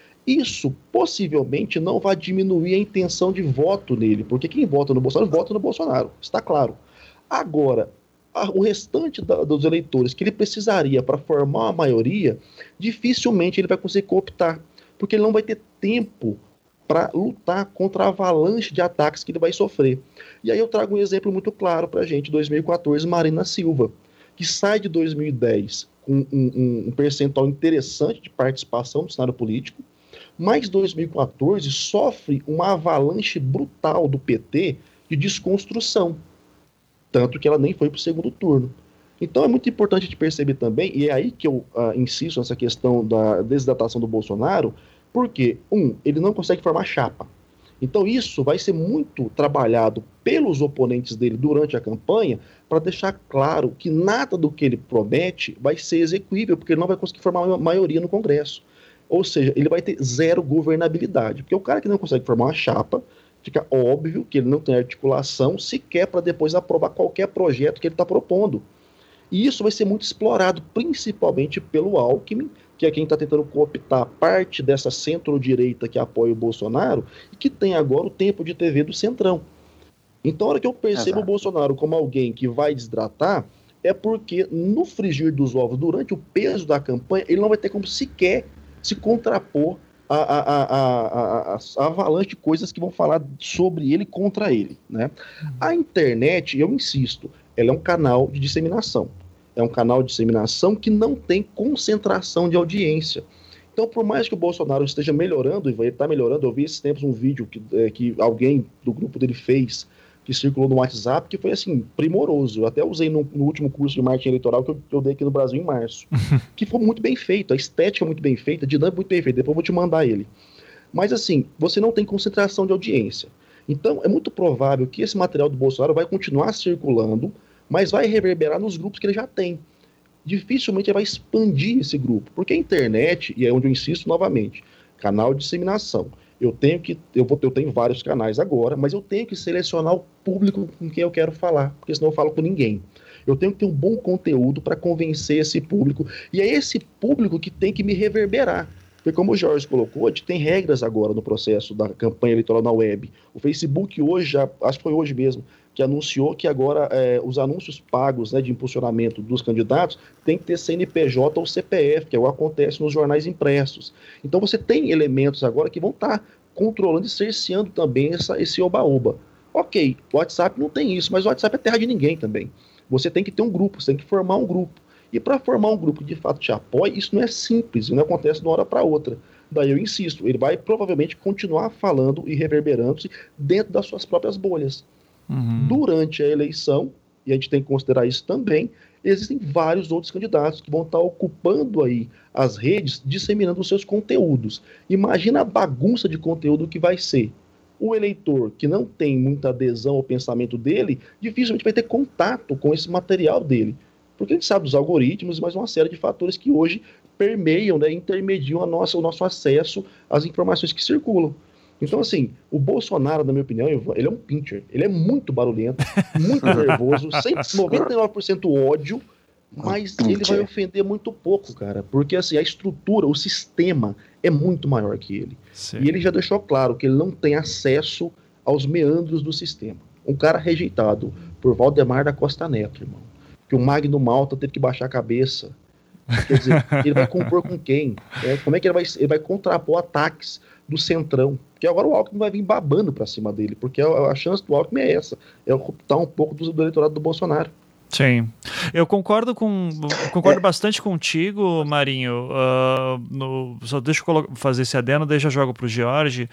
Isso possivelmente não vai diminuir a intenção de voto nele, porque quem vota no Bolsonaro, vota no Bolsonaro, está claro. Agora, a, o restante da, dos eleitores que ele precisaria para formar uma maioria, dificilmente ele vai conseguir cooptar, porque ele não vai ter tempo para lutar contra a avalanche de ataques que ele vai sofrer. E aí eu trago um exemplo muito claro para a gente, dois mil e quatorze, Marina Silva, que sai de dois mil e dez com um, um, um percentual interessante de participação no cenário político, mas dois mil e quatorze sofre uma avalanche brutal do P T de desconstrução, tanto que ela nem foi para o segundo turno. Então é muito importante de perceber também, e é aí que eu uh, insisto nessa questão da desidratação do Bolsonaro, porque, um, ele não consegue formar chapa. Então isso vai ser muito trabalhado pelos oponentes dele durante a campanha para deixar claro que nada do que ele promete vai ser execuível, porque ele não vai conseguir formar uma maioria no Congresso. Ou seja, ele vai ter zero governabilidade, porque o cara que não consegue formar uma chapa, fica óbvio que ele não tem articulação sequer para depois aprovar qualquer projeto que ele está propondo. E isso vai ser muito explorado, principalmente pelo Alckmin, que é quem está tentando cooptar parte dessa centro-direita que apoia o Bolsonaro e que tem agora o tempo de T V do Centrão. Então, a hora que eu percebo Exato. o Bolsonaro como alguém que vai desidratar, é porque no frigir dos ovos, durante o peso da campanha, ele não vai ter como sequer se contrapor a, a, a, a, a, a avalanche de coisas que vão falar sobre ele contra ele, né? A internet, eu insisto, ela é um canal de disseminação. É um canal de disseminação que não tem concentração de audiência. Então, por mais que o Bolsonaro esteja melhorando, e ele está melhorando, eu vi esses tempos um vídeo que, é, que alguém do grupo dele fez, que circulou no WhatsApp, que foi, assim, primoroso. Eu até usei no, no último curso de marketing eleitoral que eu, que eu dei aqui no Brasil em março. Que foi muito bem feito, a estética muito bem feita, a dinâmica muito bem feita. Depois eu vou te mandar ele. Mas, assim, você não tem concentração de audiência. Então, é muito provável que esse material do Bolsonaro vai continuar circulando, mas vai reverberar nos grupos que ele já tem. Dificilmente ele vai expandir esse grupo, porque a internet, e é onde eu insisto novamente, canal de disseminação. Eu tenho que, eu, vou, eu tenho vários canais agora, mas eu tenho que selecionar o público com quem eu quero falar, porque senão eu falo com ninguém. Eu tenho que ter um bom conteúdo para convencer esse público, e é esse público que tem que me reverberar. Porque como o Jorge colocou, a gente tem regras agora no processo da campanha eleitoral na web. O Facebook hoje, já, acho que foi hoje mesmo, que anunciou que agora é, os anúncios pagos, né, de impulsionamento dos candidatos tem que ter C N P J ou C P F, que é o que acontece nos jornais impressos. Então você tem elementos agora que vão estar controlando e cerceando também essa, esse oba-oba. Ok, o WhatsApp não tem isso, mas o WhatsApp é terra de ninguém também. Você tem que ter um grupo, você tem que formar um grupo. E para formar um grupo que de fato te apoie, isso não é simples, não acontece de uma hora para outra. Daí eu insisto, ele vai provavelmente continuar falando e reverberando-se dentro das suas próprias bolhas. Uhum. Durante a eleição, e a gente tem que considerar isso também, existem vários outros candidatos que vão estar ocupando aí as redes, disseminando os seus conteúdos. Imagina a bagunça de conteúdo que vai ser. O eleitor que não tem muita adesão ao pensamento dele, dificilmente vai ter contato com esse material dele. Porque a gente sabe dos algoritmos e mais uma série de fatores que hoje permeiam, né, intermediam a nossa, o nosso acesso às informações que circulam. Então, assim, o Bolsonaro, na minha opinião, ele é um pincher. Ele é muito barulhento, muito nervoso, noventa e nove por cento ódio, mas ele vai ofender muito pouco, cara. Porque, assim, a estrutura, o sistema é muito maior que ele. Sim. E ele já deixou claro que ele não tem acesso aos meandros do sistema. Um cara rejeitado por Valdemar da Costa Neto, irmão. Que o Magno Malta teve que baixar a cabeça. Quer dizer, ele vai compor com quem? É, como é que ele vai, ele vai contrapor ataques do Centrão? Porque agora o Alckmin vai vir babando pra cima dele, porque a, a chance do Alckmin é essa, é optar um pouco do, do eleitorado do Bolsonaro. Sim, eu concordo com concordo é. bastante contigo, Marinho. Uh, no, só deixa eu fazer esse adendo, daí já jogo pro Jorge,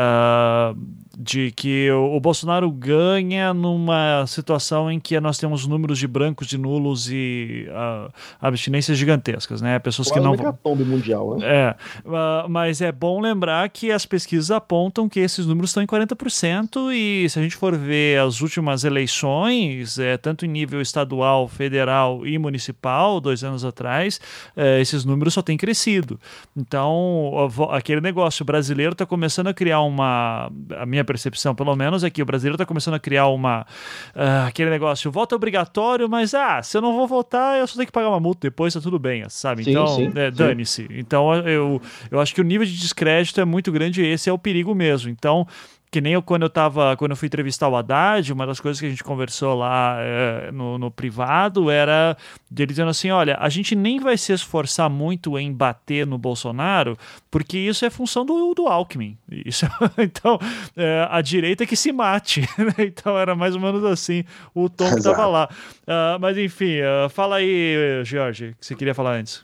uh, de que o, o Bolsonaro ganha numa situação em que nós temos números de brancos, de nulos e uh, abstinências gigantescas, né? Pessoas Quase que não vão. Hecatombe mundial, né? É, uh, mas é bom lembrar que as pesquisas apontam que esses números estão em quarenta por cento e se a gente for ver as últimas eleições, é, tanto em nível estadual estadual, federal e municipal, dois anos atrás, é, esses números só têm crescido. Então, aquele negócio, o brasileiro está começando a criar uma, a minha percepção pelo menos é que o brasileiro está começando a criar uma, uh, aquele negócio, voto obrigatório, mas ah, se eu não vou votar, eu só tenho que pagar uma multa depois, tá tudo bem, sabe? Sim, então, sim, é, dane-se. Então, eu, eu acho que o nível de descrédito é muito grande, esse é o perigo mesmo. Então, que nem eu quando eu tava, quando eu fui entrevistar o Haddad, uma das coisas que a gente conversou lá é, no, no privado era dele dizendo assim, olha, a gente nem vai se esforçar muito em bater no Bolsonaro, porque isso é função do, do Alckmin. Isso, então, é, a direita que se mate. Né? Então era mais ou menos assim o tom que tava lá. Uh, mas enfim, uh, fala aí, Jorge, o que você queria falar antes.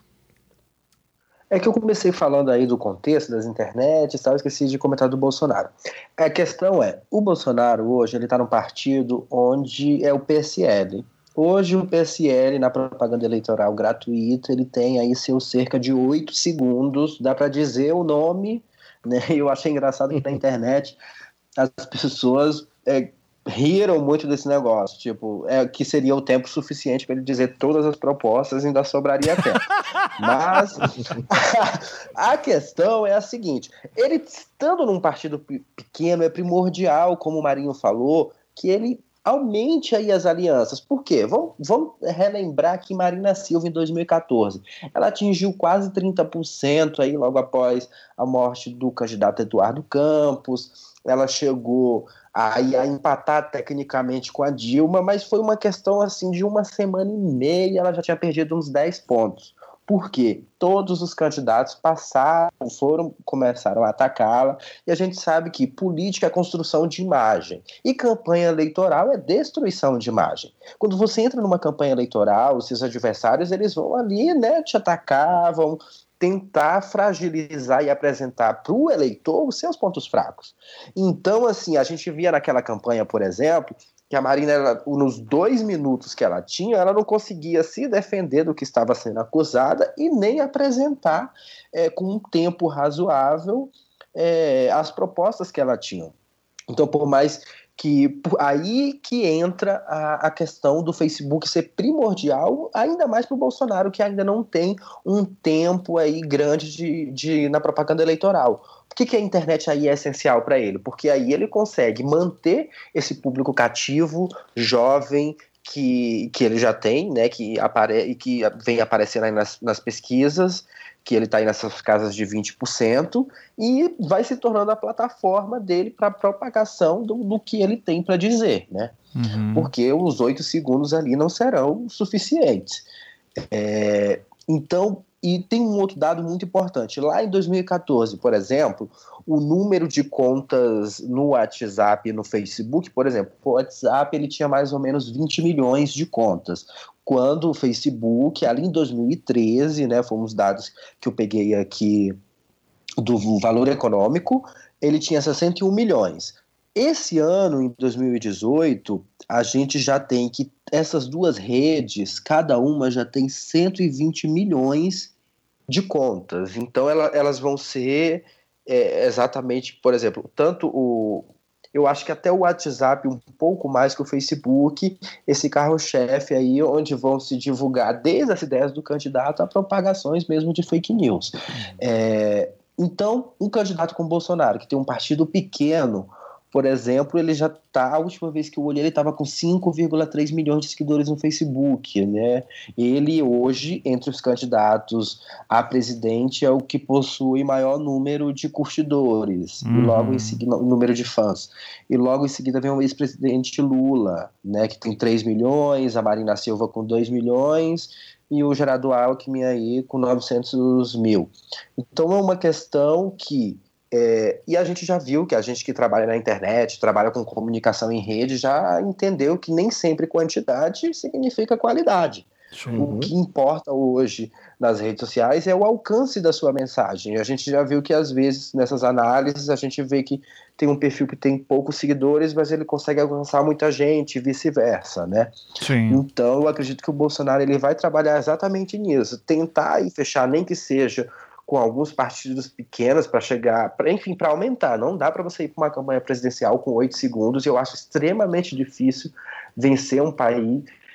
É que eu comecei falando aí do contexto das internets e tal, esqueci de comentar do Bolsonaro. A questão é, o Bolsonaro hoje, ele tá num partido onde é o P S L. Hoje o P S L, na propaganda eleitoral gratuita, ele tem aí seus cerca de oito segundos, dá para dizer o nome, né? Eu achei engraçado que na internet as pessoas... É, riram muito desse negócio, tipo, é, que seria o tempo suficiente para ele dizer todas as propostas e ainda sobraria tempo. Mas a, a questão é a seguinte, ele estando num partido pequeno é primordial, como o Marinho falou, que ele aumente aí as alianças. Por quê? Vamos, vamos relembrar que Marina Silva, em dois mil e catorze, ela atingiu quase trinta por cento aí logo após a morte do candidato Eduardo Campos, ela chegou a, a empatar tecnicamente com a Dilma, mas foi uma questão assim de uma semana e meia, ela já tinha perdido uns dez pontos. Por quê? Todos os candidatos passaram, foram, começaram a atacá-la, e a gente sabe que política é construção de imagem, e campanha eleitoral é destruição de imagem. Quando você entra numa campanha eleitoral, os seus adversários, eles vão ali, né, te atacar, vão tentar fragilizar e apresentar para o eleitor os seus pontos fracos. Então, assim, a gente via naquela campanha, por exemplo, que a Marina, ela, nos dois minutos que ela tinha, ela não conseguia se defender do que estava sendo acusada e nem apresentar é, com um tempo razoável é, as propostas que ela tinha. Então, por mais que aí que entra a, a questão do Facebook ser primordial, ainda mais para o Bolsonaro, que ainda não tem um tempo aí grande de, de, na propaganda eleitoral. Por que, que a internet aí é essencial para ele? Porque aí ele consegue manter esse público cativo, jovem, que, que ele já tem, né, que, apare, que vem aparecendo aí nas, nas pesquisas, que ele está aí nessas casas de vinte por cento, e vai se tornando a plataforma dele para propagação do, do que ele tem para dizer, né? Uhum. Porque os oito segundos ali não serão suficientes. É, então, e tem um outro dado muito importante. Lá em dois mil e catorze, por exemplo, o número de contas no WhatsApp e no Facebook, por exemplo, o WhatsApp ele tinha mais ou menos vinte milhões de contas, quando o Facebook, ali em dois mil e treze, né, foram os dados que eu peguei aqui do Valor Econômico, ele tinha sessenta e um milhões. Esse ano, em dois mil e dezoito, a gente já tem que essas duas redes, cada uma já tem cento e vinte milhões de contas. Então, ela, elas vão ser é, exatamente, por exemplo, tanto o... Eu acho que até o WhatsApp, um pouco mais que o Facebook, esse carro-chefe aí, onde vão se divulgar desde as ideias do candidato a propagações mesmo de fake news. É, então, um candidato como Bolsonaro, que tem um partido pequeno, por exemplo, ele já está, a última vez que eu olhei, ele estava com cinco vírgula três milhões de seguidores no Facebook, né? Ele hoje, entre os candidatos a presidente, é o que possui maior número de curtidores, uhum. e logo em seguida, número de fãs. E logo em seguida vem o ex-presidente Lula, né? Que tem três milhões, a Marina Silva com dois milhões, e o Gerardo Alckmin aí com novecentos mil. Então é uma questão que É, e a gente já viu que a gente que trabalha na internet, trabalha com comunicação em rede, já entendeu que nem sempre quantidade significa qualidade. Uhum. O que importa hoje nas redes sociais é o alcance da sua mensagem. A gente já viu que às vezes nessas análises a gente vê que tem um perfil que tem poucos seguidores, mas ele consegue alcançar muita gente e vice-versa, né? Sim. Então eu acredito que o Bolsonaro ele vai trabalhar exatamente nisso, tentar e fechar, nem que seja com alguns partidos pequenos para chegar, pra, enfim, para aumentar. Não dá para você ir para uma campanha presidencial com oito segundos, e eu acho extremamente difícil vencer um país,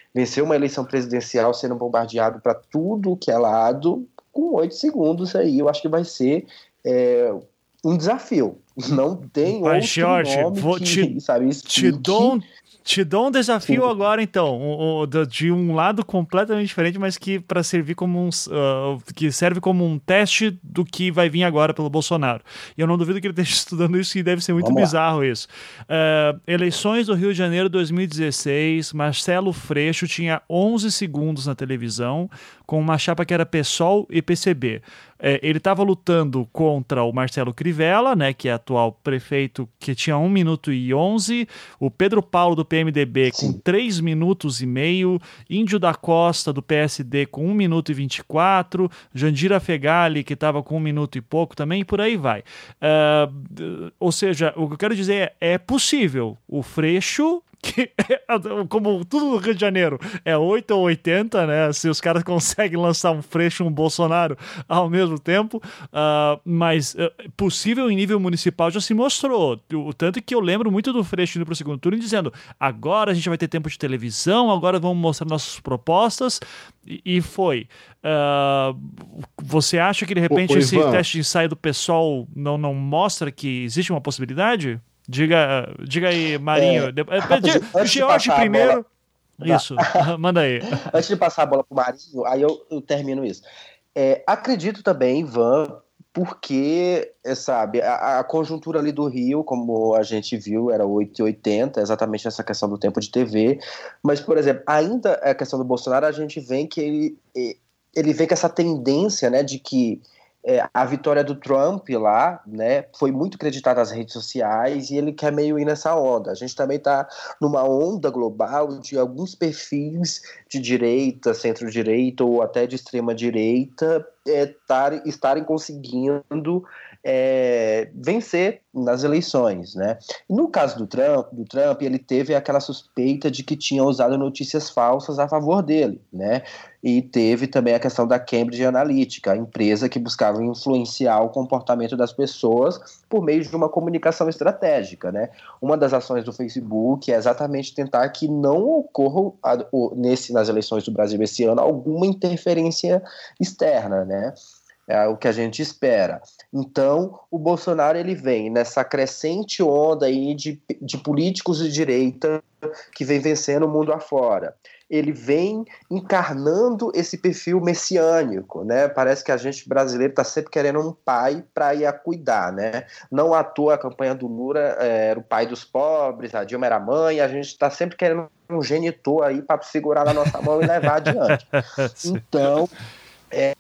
venceu uma eleição presidencial sendo bombardeado para tudo que é lado, com oito segundos aí, eu acho que vai ser é, um desafio. Não tem Mas, outro Jorge, nome vou que, te, sabe, te dou um Te dou um desafio Sim. agora, então, um, um, de um lado completamente diferente, mas que para servir como um, uh, que serve como um teste do que vai vir agora pelo Bolsonaro. E eu não duvido que ele esteja estudando isso, e deve ser muito Vamos bizarro lá. Isso. Uh, eleições do Rio de Janeiro dois mil e dezesseis, Marcelo Freixo tinha onze segundos na televisão, com uma chapa que era PSOL e P C B. É, ele estava lutando contra o Marcelo Crivella, né, que é atual prefeito, que tinha um minuto e onze, o Pedro Paulo do P M D B com três minutos e meio, Índio da Costa do P S D com um minuto e vinte e quatro, Jandira Fegali, que estava com um minuto e pouco também, e por aí vai. Uh, ou seja, o que eu quero dizer é, é possível o Freixo, que, como tudo no Rio de Janeiro é oito ou oitenta, né? Se os caras conseguem lançar um Freixo e um Bolsonaro ao mesmo tempo, uh, mas uh, possível em nível municipal já se mostrou. O tanto que eu lembro muito do Freixo indo para o segundo turno dizendo: agora a gente vai ter tempo de televisão, agora vamos mostrar nossas propostas, e, e foi. Uh, você acha que de repente ô, ô, esse Ivan, teste de ensaio do PSOL não, não mostra que existe uma possibilidade? Diga, diga aí, Marinho. É, De... rapidinho, antes de George passar a primeiro. bola- Isso, manda aí. Antes de passar a bola pro Marinho, aí eu, eu termino isso. É, acredito também, Ivan, porque, é, sabe, a, a conjuntura ali do Rio, como a gente viu, era oito e oitenta, exatamente essa questão do tempo de T V. Mas, por exemplo, ainda a questão do Bolsonaro, a gente vê que ele, ele vem com essa tendência, né, de que É, a vitória do Trump lá, né, foi muito creditada nas redes sociais e ele quer meio ir nessa onda. A gente também está numa onda global de alguns perfis de direita, centro-direita ou até de extrema-direita é, tar, estarem conseguindo é, vencer nas eleições, né? E no caso do Trump, do Trump, ele teve aquela suspeita de que tinha usado notícias falsas a favor dele, né? E teve também a questão da Cambridge Analytica, a empresa que buscava influenciar o comportamento das pessoas por meio de uma comunicação estratégica, né? Uma das ações do Facebook é exatamente tentar que não ocorra nesse, nas eleições do Brasil esse ano alguma interferência externa, né? É o que a gente espera. Então, o Bolsonaro ele vem nessa crescente onda aí de, de políticos de direita que vem vencendo o mundo afora. Ele vem encarnando esse perfil messiânico, né? Parece que a gente brasileiro está sempre querendo um pai para ir a cuidar, né? Não à toa a campanha do Lula é, era o pai dos pobres, a Dilma era a mãe, a gente está sempre querendo um genitor aí para segurar na nossa mão e levar adiante. Então, é,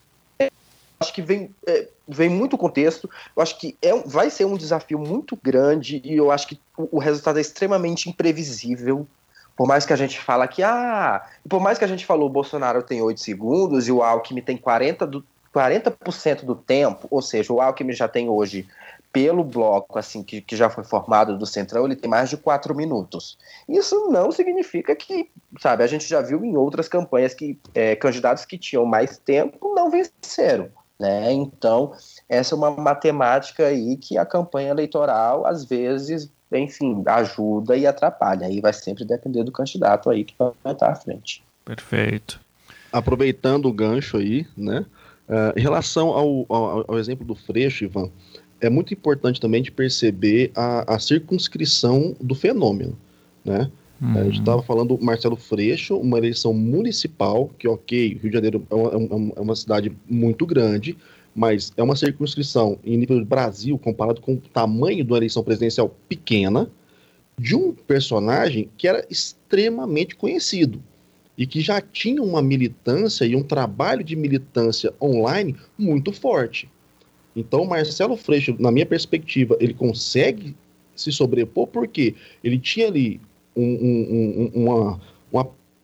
acho que vem, é, vem muito contexto, eu acho que é, vai ser um desafio muito grande e eu acho que o, o resultado é extremamente imprevisível. Por mais que a gente fala que, ah, por mais que a gente falou o Bolsonaro tem oito segundos e o Alckmin tem quarenta por cento do tempo, ou seja, o Alckmin já tem hoje, pelo bloco assim que, que já foi formado do Centrão, ele tem mais de quatro minutos. Isso não significa que, sabe, a gente já viu em outras campanhas que é, candidatos que tinham mais tempo não venceram, né? Então, essa é uma matemática aí que a campanha eleitoral, às vezes, enfim, ajuda e atrapalha. Aí vai sempre depender do candidato aí que vai estar à frente. Perfeito. Aproveitando o gancho aí, né? Uh, em relação ao, ao, ao exemplo do Freixo, Ivan, é muito importante também de perceber a, a circunscrição do fenômeno, né? Uhum. A gente estava falando do Marcelo Freixo, uma eleição municipal, que ok, Rio de Janeiro é uma, é uma cidade muito grande, mas é uma circunscrição em nível de Brasil, comparado com o tamanho de uma eleição presidencial pequena, de um personagem que era extremamente conhecido e que já tinha uma militância e um trabalho de militância online muito forte. Então, Marcelo Freixo, na minha perspectiva, ele consegue se sobrepor porque ele tinha ali um, um, um, uma, uma,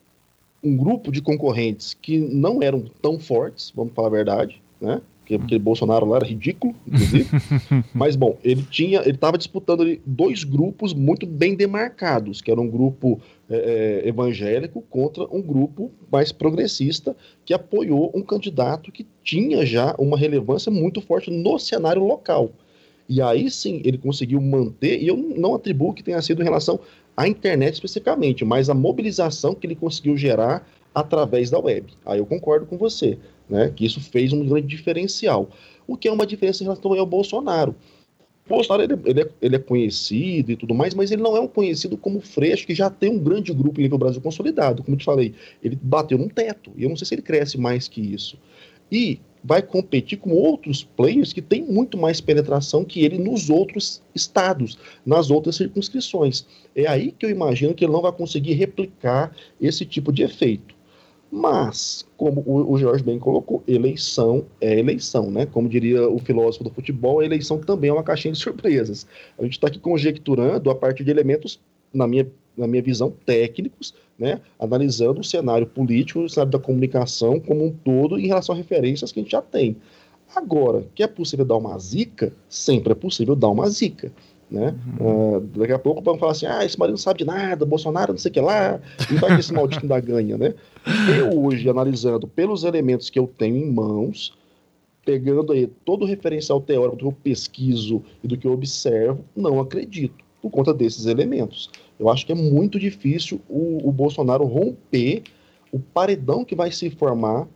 um grupo de concorrentes que não eram tão fortes, vamos falar a verdade, né? Porque, porque Bolsonaro lá era ridículo, inclusive. Mas, bom, ele tinha, ele estava disputando ali dois grupos muito bem demarcados, que era um grupo é, evangélico contra um grupo mais progressista, que apoiou um candidato que tinha já uma relevância muito forte no cenário local. E aí sim ele conseguiu manter, e eu não atribuo que tenha sido em relação a internet especificamente, mas a mobilização que ele conseguiu gerar através da web. Aí eu concordo com você, né, que isso fez um grande diferencial. O que é uma diferença em relação ao Bolsonaro. O Bolsonaro ele, ele, é, ele é conhecido e tudo mais, mas ele não é um conhecido como Freixo, que já tem um grande grupo em nível Brasil consolidado. Como eu te falei, ele bateu num teto, e eu não sei se ele cresce mais que isso. E vai competir com outros players que têm muito mais penetração que ele nos outros estados, nas outras circunscrições. É aí que eu imagino que ele não vai conseguir replicar esse tipo de efeito. Mas, como o, o Jorge bem colocou, eleição é eleição, né? Como diria o filósofo do futebol, a eleição também é uma caixinha de surpresas. A gente está aqui conjecturando a partir de elementos, na minha, na minha visão, técnicos, né? Analisando o cenário político, o cenário da comunicação como um todo em relação a referências que a gente já tem. Agora, que é possível dar uma zica, sempre é possível dar uma zica. Né? Uhum. Uh, daqui a pouco vamos falar assim, ah, esse marido não sabe de nada, Bolsonaro não sei o que lá, e vai que esse maldito ainda ganha, né? Eu hoje, analisando pelos elementos que eu tenho em mãos, pegando aí todo o referencial teórico do que eu pesquiso e do que eu observo, não acredito, por conta desses elementos. Eu acho que é muito difícil o, o Bolsonaro romper o paredão que vai se formar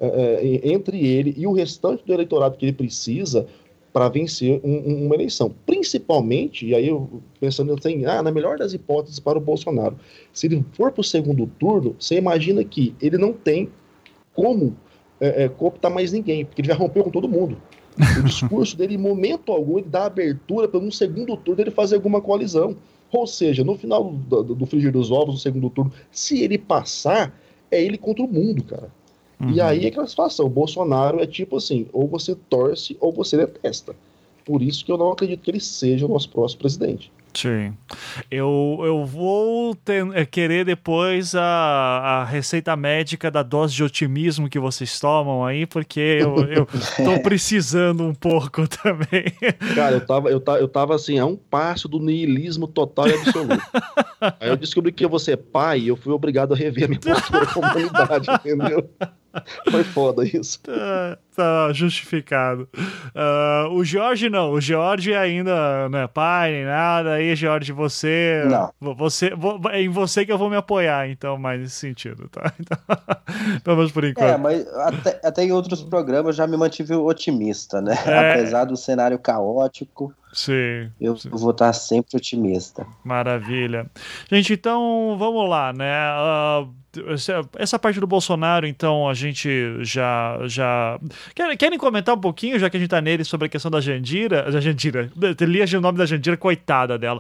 é, entre ele e o restante do eleitorado que ele precisa para vencer um, um, uma eleição. Principalmente, e aí eu pensando assim, ah, na melhor das hipóteses para o Bolsonaro, se ele for para o segundo turno, você imagina que ele não tem como é, é, cooptar mais ninguém, porque ele já rompeu com todo mundo. O discurso dele, em momento algum, ele dá abertura para um segundo turno ele fazer alguma coalizão. Ou seja, no final do, do, do frigir dos ovos, no segundo turno, se ele passar, é ele contra o mundo, cara. Uhum. E aí é aquela situação, o Bolsonaro é tipo assim, ou você torce ou você detesta. Por isso que eu não acredito que ele seja o nosso próximo presidente. Sim. Eu, eu vou ter, querer depois a, a receita médica da dose de otimismo que vocês tomam aí, porque eu, eu tô precisando um pouco também. Cara, eu tava, eu, tava, eu tava assim, a um passo do niilismo total e absoluto. Aí eu descobri que eu vou ser pai e eu fui obrigado a rever a minha postura como humanidade, entendeu? Foi foda isso. Tá, tá justificado. Uh, o Jorge não, o Jorge ainda não é pai nem nada. Aí, Jorge, você. Não. você é em você que eu vou me apoiar, então, mais nesse sentido, tá? Então, pelo menos por enquanto. É, mas até, até em outros programas já me mantive otimista, né? É... Apesar do cenário caótico. Sim, eu sim. vou estar sempre otimista. Maravilha. Gente, então vamos lá, né? Uh, essa parte do Bolsonaro, então, a gente já... já... Querem, querem comentar um pouquinho, já que a gente tá nele, sobre a questão da Jandira? Da Jandira. Li o nome da Jandira, coitada dela.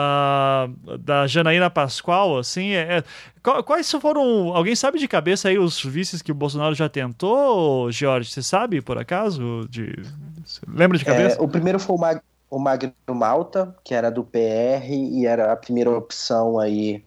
Uh, da Janaína Pascoal, assim, é... é quais foram... Alguém sabe de cabeça aí os vices que o Bolsonaro já tentou, Jorge? Você sabe, por acaso? De... Lembra de cabeça? É, o primeiro foi o Mag... o Magno Malta, que era do P R e era a primeira opção aí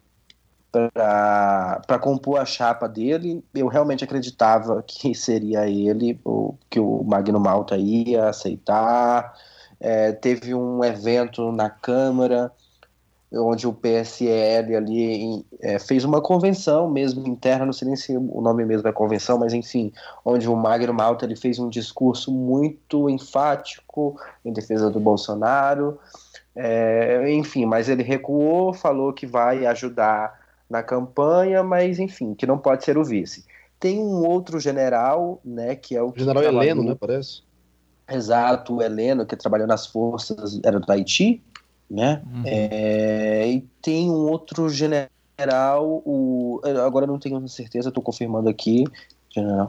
para compor a chapa dele. Eu realmente acreditava que seria ele, o, que o Magno Malta ia aceitar. É, teve um evento na Câmara, onde o P S L ali é, fez uma convenção mesmo interna, não sei nem se o nome mesmo é convenção, mas enfim, onde o Magno Malta ele fez um discurso muito enfático em defesa do Bolsonaro, é, enfim, mas ele recuou, falou que vai ajudar na campanha, mas enfim, que não pode ser o vice. Tem um outro general, né, que é o... General Heleno, né, parece? Exato, o Heleno, que trabalhou nas forças, era do Haiti, né? Uhum. É, e tem um outro general, o, agora eu não tenho certeza, estou confirmando aqui, general,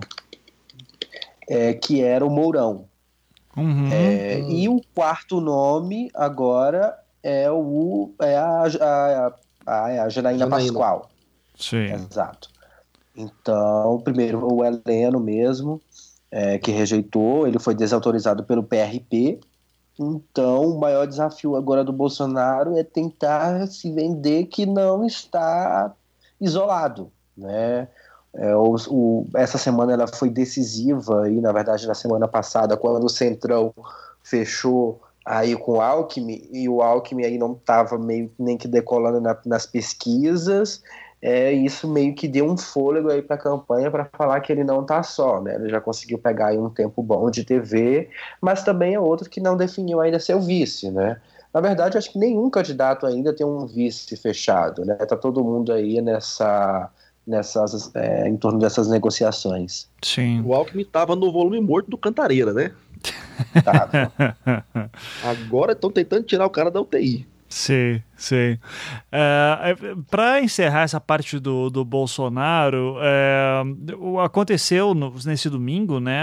é, que era o Mourão. Uhum. É, uhum. E o quarto nome agora é, o, é a, a, a, a Janaína, Janaína Pascoal. Sim. Exato. Então, primeiro o Heleno mesmo, é, que rejeitou, ele foi desautorizado pelo P R P. Então, o maior desafio agora do Bolsonaro é tentar se vender que não está isolado, né? É, o, o, essa semana ela foi decisiva, e na verdade na semana passada, quando o Centrão fechou aí com o Alckmin, e o Alckmin aí não estava meio nem que decolando na, nas pesquisas, é, isso meio que deu um fôlego aí para a campanha para falar que ele não está só, né? Ele já conseguiu pegar aí um tempo bom de T V, mas também é outro que não definiu ainda seu vice, né? Na verdade, acho que nenhum candidato ainda tem um vice fechado, né? Tá todo mundo aí nessa, nessas, é, em torno dessas negociações. Sim. O Alckmin estava no volume morto do Cantareira, né? Tava. Agora estão tentando tirar o cara da U T I. Sim, sim. É, para encerrar essa parte do, do Bolsonaro, é, aconteceu no, nesse domingo, né,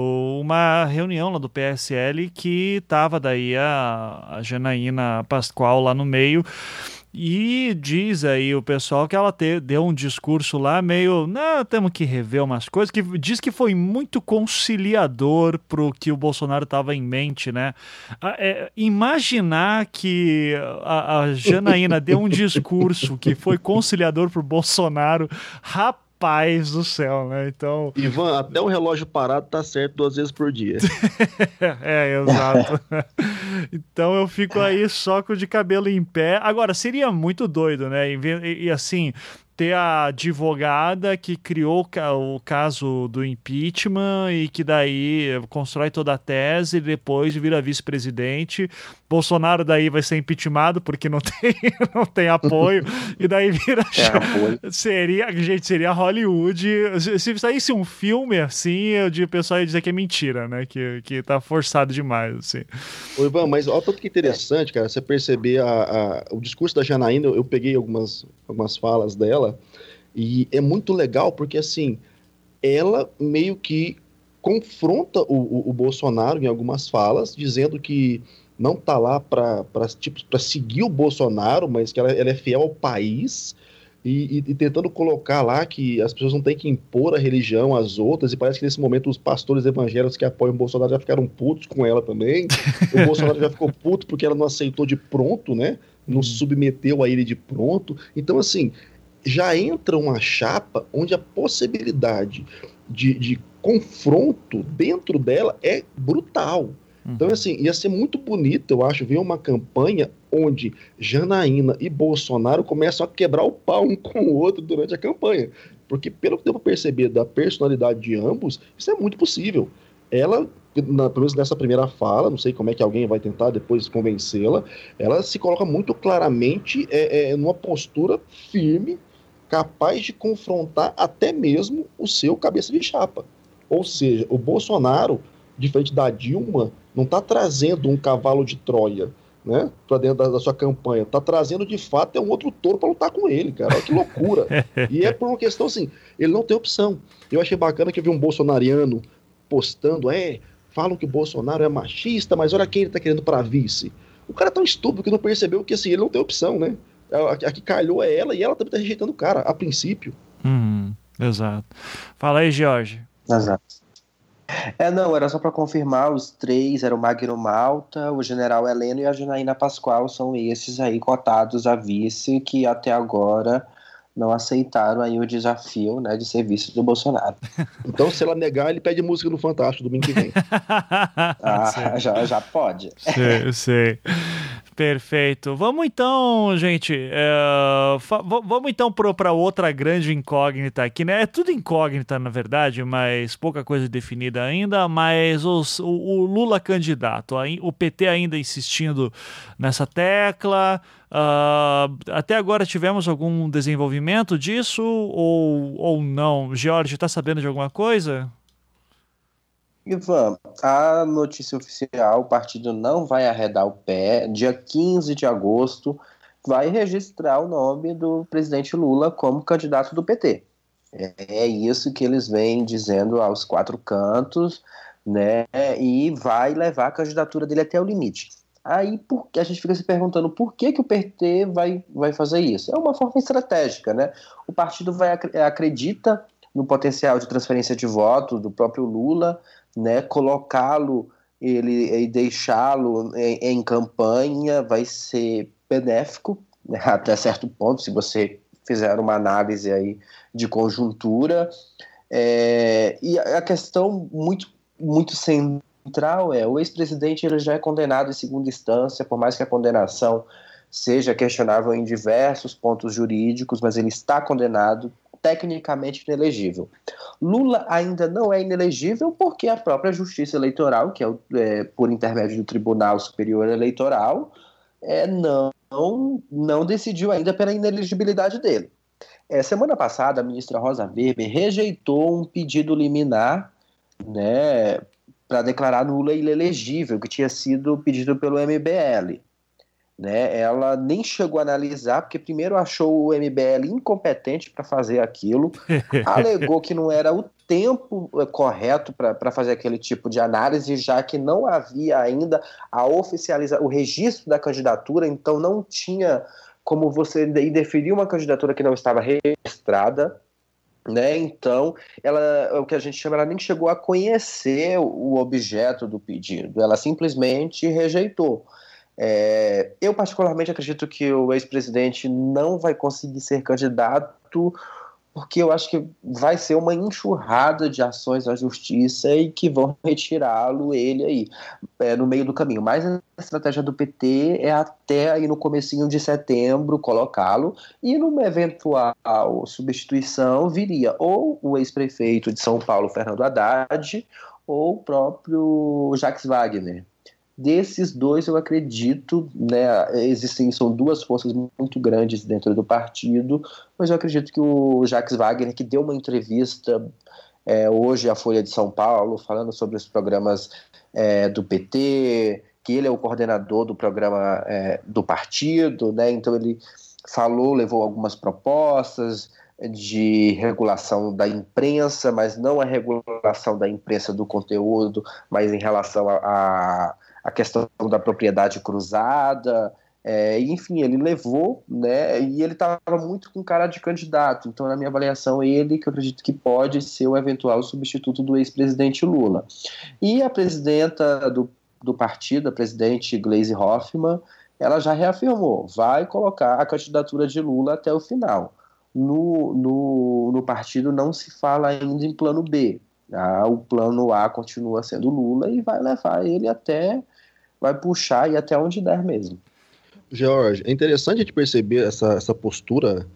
uma reunião lá do P S L que estava daí a, a Janaína Pascoal lá no meio. E diz aí o pessoal que ela te, deu um discurso lá meio, não, temos que rever umas coisas, que diz que foi muito conciliador pro que o Bolsonaro estava em mente, né? É, imaginar que a, a Janaína deu um discurso que foi conciliador pro Bolsonaro, rapaz, Paz do céu, né? Então... Ivan, até o relógio parado tá certo duas vezes por dia. É, exato. Então eu fico aí só com o de cabelo em pé. Agora, seria muito doido, né? E, e, e assim, ter a advogada que criou o caso do impeachment e que daí constrói toda a tese e depois vira vice-presidente. Bolsonaro daí vai ser impeachmentado porque não tem, não tem apoio e daí vira... É, seria, gente, seria Hollywood. Se, se saísse um filme assim, o pessoal ia dizer que é mentira, né? Que, que tá forçado demais, assim. Ô, Ivan, mas olha tanto que interessante, cara, você perceber a, a, o discurso da Janaína, eu peguei algumas, algumas falas dela, e é muito legal porque, assim, ela meio que confronta o, o, o Bolsonaro em algumas falas, dizendo que não tá lá para tipo, para seguir o Bolsonaro, mas que ela, ela é fiel ao país, e, e, e tentando colocar lá que as pessoas não têm que impor a religião às outras, e parece que nesse momento os pastores evangélicos que apoiam o Bolsonaro já ficaram putos com ela também. O Bolsonaro já ficou puto porque ela não aceitou de pronto, né? Não submeteu a ele de pronto. Então, assim, já entra uma chapa onde a possibilidade de, de confronto dentro dela é brutal. Então, assim, ia ser muito bonito, eu acho, ver uma campanha onde Janaína e Bolsonaro começam a quebrar o pau um com o outro durante a campanha. Porque, pelo que deu para perceber da personalidade de ambos, isso é muito possível. Ela, na, pelo menos nessa primeira fala, não sei como é que alguém vai tentar depois convencê-la, ela se coloca muito claramente é, é, numa postura firme, capaz de confrontar até mesmo o seu cabeça de chapa. Ou seja, o Bolsonaro, diferente da Dilma, não está trazendo um cavalo de Troia, né, para dentro da, da sua campanha. Está trazendo, de fato, é um outro touro para lutar com ele, cara. Olha que loucura. E é por uma questão assim, ele não tem opção. Eu achei bacana que eu vi um bolsonariano postando, é, falam que o Bolsonaro é machista, mas olha quem ele está querendo para vice. O cara é tão estúpido que não percebeu que assim, ele não tem opção, né? A, a que calhou é ela e ela também está rejeitando o cara, a princípio. Hum, exato. Fala aí, Jorge. Exato. É, não, era só para confirmar, os três, era o Magno Malta, o General Heleno e a Janaína Pascoal, são esses aí cotados a vice, que até agora não aceitaram aí o desafio, né, de ser vice do Bolsonaro. Então, se ela negar, ele pede música no Fantástico domingo que vem. Ah, já, já pode. Sei, sei. Perfeito. Vamos então, gente, é, fa- vamos então para outra grande incógnita aqui, né? É tudo incógnita, na verdade, mas pouca coisa definida ainda, mas os, o, o Lula candidato, o P T ainda insistindo nessa tecla. Uh, até agora tivemos algum desenvolvimento disso ou, ou não? Jorge, tá sabendo de alguma coisa? Ivan, a notícia oficial, o partido não vai arredar o pé. Dia quinze de agosto vai registrar o nome do presidente Lula como candidato do P T. É isso que eles vêm dizendo aos quatro cantos, né? E vai levar a candidatura dele até o limite. Aí por, a gente fica se perguntando por que, que o P T vai, vai fazer isso. É uma forma estratégica, né? O partido vai, acredita no potencial de transferência de voto do próprio Lula, né, colocá-lo ele, e deixá-lo em, em campanha vai ser benéfico, né, até certo ponto, se você fizer uma análise aí de conjuntura. É, e a questão muito, muito central é, o ex-presidente ele já é condenado em segunda instância, por mais que a condenação seja questionável em diversos pontos jurídicos, mas ele está condenado, tecnicamente inelegível. Lula ainda não é inelegível porque a própria Justiça Eleitoral, que é, o, é por intermédio do Tribunal Superior Eleitoral, é, não, não decidiu ainda pela inelegibilidade dele. É, semana passada, a ministra Rosa Weber rejeitou um pedido liminar, né, para declarar Lula inelegível, que tinha sido pedido pelo M B L. Né? Ela nem chegou a analisar, porque primeiro achou o M B L incompetente para fazer aquilo, alegou que não era o tempo correto para fazer aquele tipo de análise, já que não havia ainda a oficializa, o registro da candidatura, então não tinha como você definir uma candidatura que não estava registrada. Né? Então, ela, o que a gente chama, ela nem chegou a conhecer o objeto do pedido, ela simplesmente rejeitou. É, eu particularmente acredito que o ex-presidente não vai conseguir ser candidato, porque eu acho que vai ser uma enxurrada de ações na justiça e que vão retirá-lo ele aí, é, no meio do caminho. Mas a estratégia do P T é até aí no comecinho de setembro colocá-lo, e numa eventual substituição viria ou o ex-prefeito de São Paulo, Fernando Haddad, ou o próprio Jacques Wagner. Desses dois, eu acredito, né, existem, são duas forças muito grandes dentro do partido, mas eu acredito que o Jacques Wagner, que deu uma entrevista é, hoje à Folha de São Paulo, falando sobre os programas é, do P T, que ele é o coordenador do programa é, do partido, né, então ele falou, levou algumas propostas de regulação da imprensa, mas não a regulação da imprensa do conteúdo, mas em relação a, a a questão da propriedade cruzada, é, enfim, ele levou, né, e ele estava muito com cara de candidato, então na minha avaliação ele que eu acredito que pode ser o eventual substituto do ex-presidente Lula. E a presidenta do, do partido, a presidente Gleisi Hoffmann, ela já reafirmou, vai colocar a candidatura de Lula até o final. No, no, no partido não se fala ainda em plano B, ah, o plano A continua sendo Lula e vai levar ele até... vai puxar e até onde der mesmo. George, é interessante a gente perceber essa, essa postura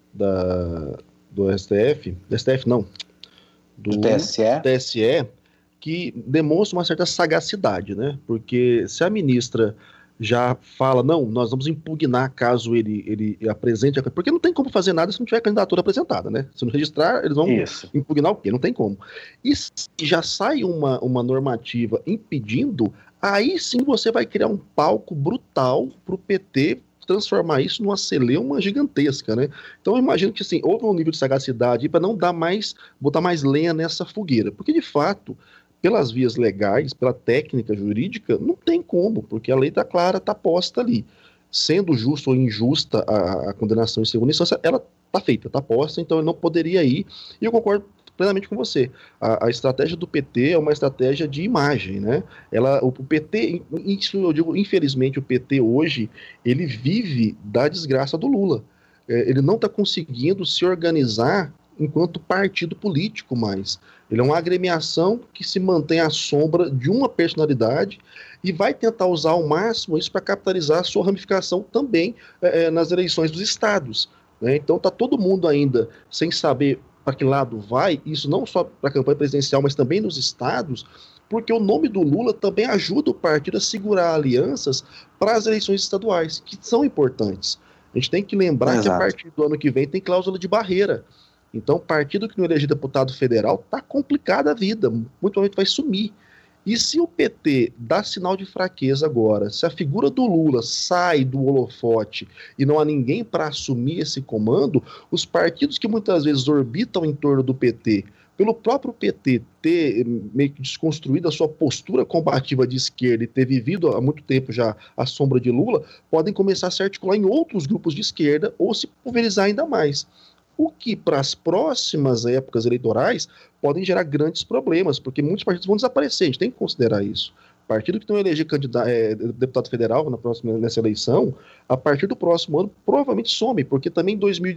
da, do S T F, do S T F não, do, do T S E, T S E, que demonstra uma certa sagacidade, né? Porque se a ministra já fala, não, nós vamos impugnar caso ele, ele apresente, a... porque não tem como fazer nada se não tiver candidatura apresentada, né? Se não registrar, eles vão Isso. impugnar o quê? Não tem como. E se já sai uma, uma normativa impedindo, aí sim você vai criar um palco brutal para o P T transformar isso numa celeuma gigantesca, né? Então eu imagino que assim, houve um nível de sagacidade para não dar mais, botar mais lenha nessa fogueira, porque de fato, pelas vias legais, pela técnica jurídica, não tem como, porque a lei está clara, está posta ali. Sendo justa ou injusta a, a condenação em segunda instância, ela está feita, está posta, então ele não poderia ir, e eu concordo plenamente com você. A, a estratégia do P T é uma estratégia de imagem, né? Ela, o, o P T, isso eu digo, infelizmente, o P T hoje, ele vive da desgraça do Lula. É, ele não está conseguindo se organizar enquanto partido político mais. Ele é uma agremiação que se mantém à sombra de uma personalidade e vai tentar usar ao máximo isso para capitalizar a sua ramificação também é, nas eleições dos estados, né? Então está todo mundo ainda sem saber para que lado vai, isso não só para a campanha presidencial, mas também nos estados, porque o nome do Lula também ajuda o partido a segurar alianças para as eleições estaduais, que são importantes. A gente tem que lembrar Exato. que a partir do ano que vem tem cláusula de barreira. Então, partido que não eleger deputado federal, está complicada a vida, muito provavelmente vai sumir. E se o P T dá sinal de fraqueza agora, se a figura do Lula sai do holofote e não há ninguém para assumir esse comando, os partidos que muitas vezes orbitam em torno do P T, pelo próprio P T ter meio que desconstruído a sua postura combativa de esquerda e ter vivido há muito tempo já à sombra de Lula, podem começar a se articular em outros grupos de esquerda ou se pulverizar ainda mais. O que, para as próximas épocas eleitorais, podem gerar grandes problemas, porque muitos partidos vão desaparecer, a gente tem que considerar isso. Partido que não eleger candidato, é, deputado federal na próxima, nessa eleição, a partir do próximo ano, provavelmente some, porque também em dois mil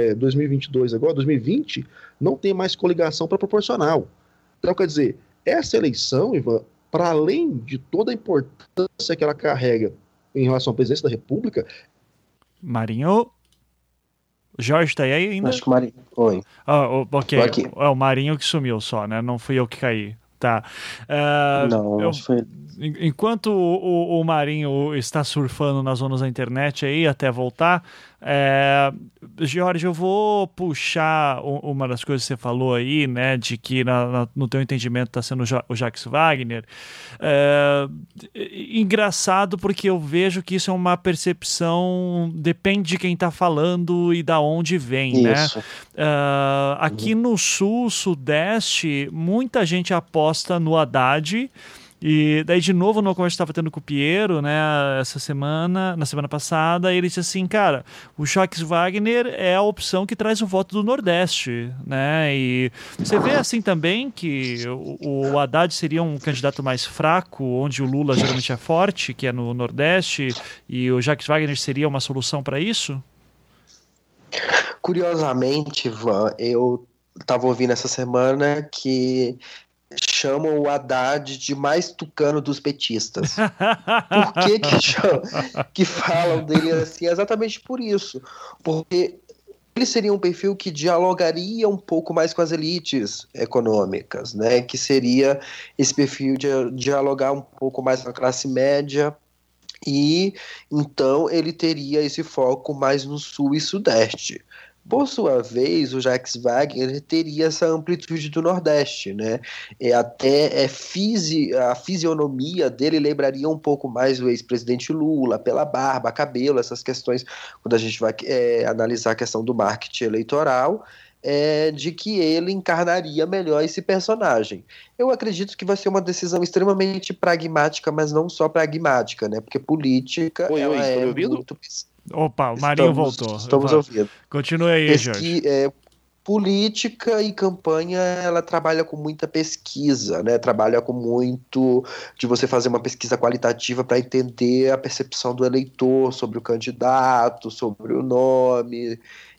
e vinte e dois, agora, dois mil e vinte, não tem mais coligação para proporcional. Então, quer dizer, essa eleição, Ivan, para além de toda a importância que ela carrega em relação à presidência da República... Marinho... O Jorge tá aí ainda? Acho que o Marinho... Oi. Ah, ok. É o Marinho que sumiu só, né? Não fui eu que caí. Tá. Uh, não, eu, foi... Enquanto o, o, o Marinho está surfando nas zonas da internet aí, até voltar, é, Jorge, eu vou puxar uma das coisas que você falou aí, né, de que na, na, no teu entendimento está sendo o Jacques Wagner. É, engraçado porque eu vejo que isso é uma percepção, depende de quem está falando e da onde vem, isso. né? É, aqui uhum. no sul, sudeste, muita gente aposta no Haddad. E daí, de novo, numa conversa que estava tendo com o Piero, né, essa semana, na semana passada, ele disse assim, cara, o Jacques Wagner é a opção que traz o voto do Nordeste, né, e você vê assim também que o, o Haddad seria um candidato mais fraco, onde o Lula geralmente é forte, que é no Nordeste, e o Jacques Wagner seria uma solução para isso? Curiosamente, Ivan, eu estava ouvindo essa semana que chamam o Haddad de mais tucano dos petistas. Por que que, chamam, que falam dele assim? É exatamente por isso. Porque ele seria um perfil que dialogaria um pouco mais com as elites econômicas, né? Que seria esse perfil de dialogar um pouco mais com a classe média, e então ele teria esse foco mais no sul e sudeste. Por sua vez, o Jacques Wagner teria essa amplitude do Nordeste, né? E até é, fisi, a fisionomia dele lembraria um pouco mais do ex-presidente Lula, pela barba, cabelo, essas questões, quando a gente vai é, analisar a questão do marketing eleitoral, é, de que ele encarnaria melhor esse personagem. Eu acredito que vai ser uma decisão extremamente pragmática, mas não só pragmática, né? Porque política oi, ela oi, é muito... Opa, o Marinho estamos, voltou. Estamos ouvindo. Continue aí, Pesqui, Jorge. É, política e campanha, ela trabalha com muita pesquisa, né? Trabalha com muito de você fazer uma pesquisa qualitativa para entender a percepção do eleitor sobre o candidato, sobre o nome.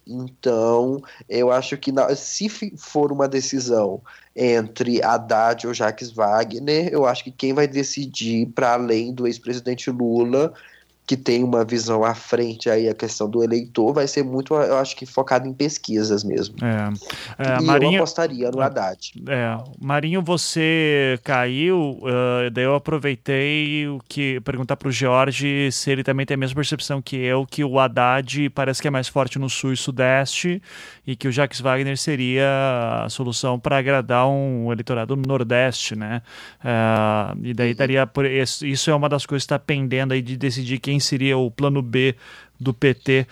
Então, eu acho que na, se for uma decisão entre Haddad ou Jacques Wagner, eu acho que quem vai decidir, para além do ex-presidente Lula, que tem uma visão à frente aí, a questão do eleitor, vai ser muito, eu acho que focado em pesquisas mesmo. É. É, e Marinho, eu apostaria no Haddad. É, Marinho, você caiu, uh, daí eu aproveitei o que perguntar para o Jorge se ele também tem a mesma percepção que eu, que o Haddad parece que é mais forte no sul e sudeste, e que o Jacques Wagner seria a solução para agradar um eleitorado no nordeste, né? Uh, e daí daria por isso, isso é uma das coisas que está pendendo aí de decidir quem seria o plano B do P T.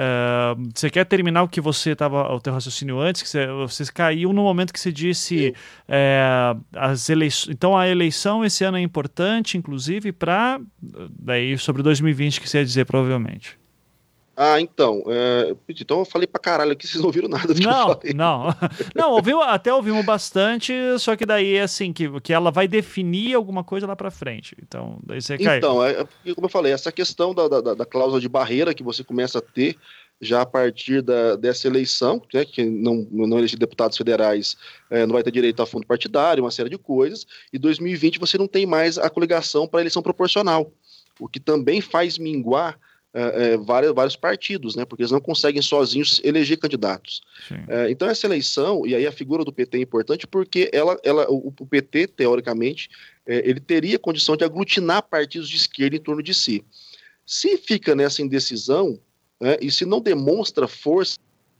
Uh, você quer terminar o que você estava, o teu raciocínio antes, que você, você caiu no momento que você disse é, as eleições. Então a eleição esse ano é importante, inclusive, para daí sobre dois mil e vinte que você ia dizer, provavelmente. Ah, então, é, então eu falei pra caralho aqui, vocês não ouviram nada do que não, eu falei. Não, não, ouviu, até ouvimos bastante, só que daí é assim, que, que ela vai definir alguma coisa lá pra frente, então daí você cai. Então, é, como eu falei, essa questão da, da, da cláusula de barreira que você começa a ter já a partir da, dessa eleição, né, que não, não eleger deputados federais é, não vai ter direito a fundo partidário, uma série de coisas, e dois mil e vinte você não tem mais a coligação para eleição proporcional, o que também faz minguar É, é, vários, vários partidos, né, porque eles não conseguem sozinhos eleger candidatos. É, então essa eleição, e aí a figura do P T é importante porque ela, ela, o, o P T, teoricamente, é, ele teria condição de aglutinar partidos de esquerda em torno de si. Se fica nessa indecisão, né, e se não demonstra força,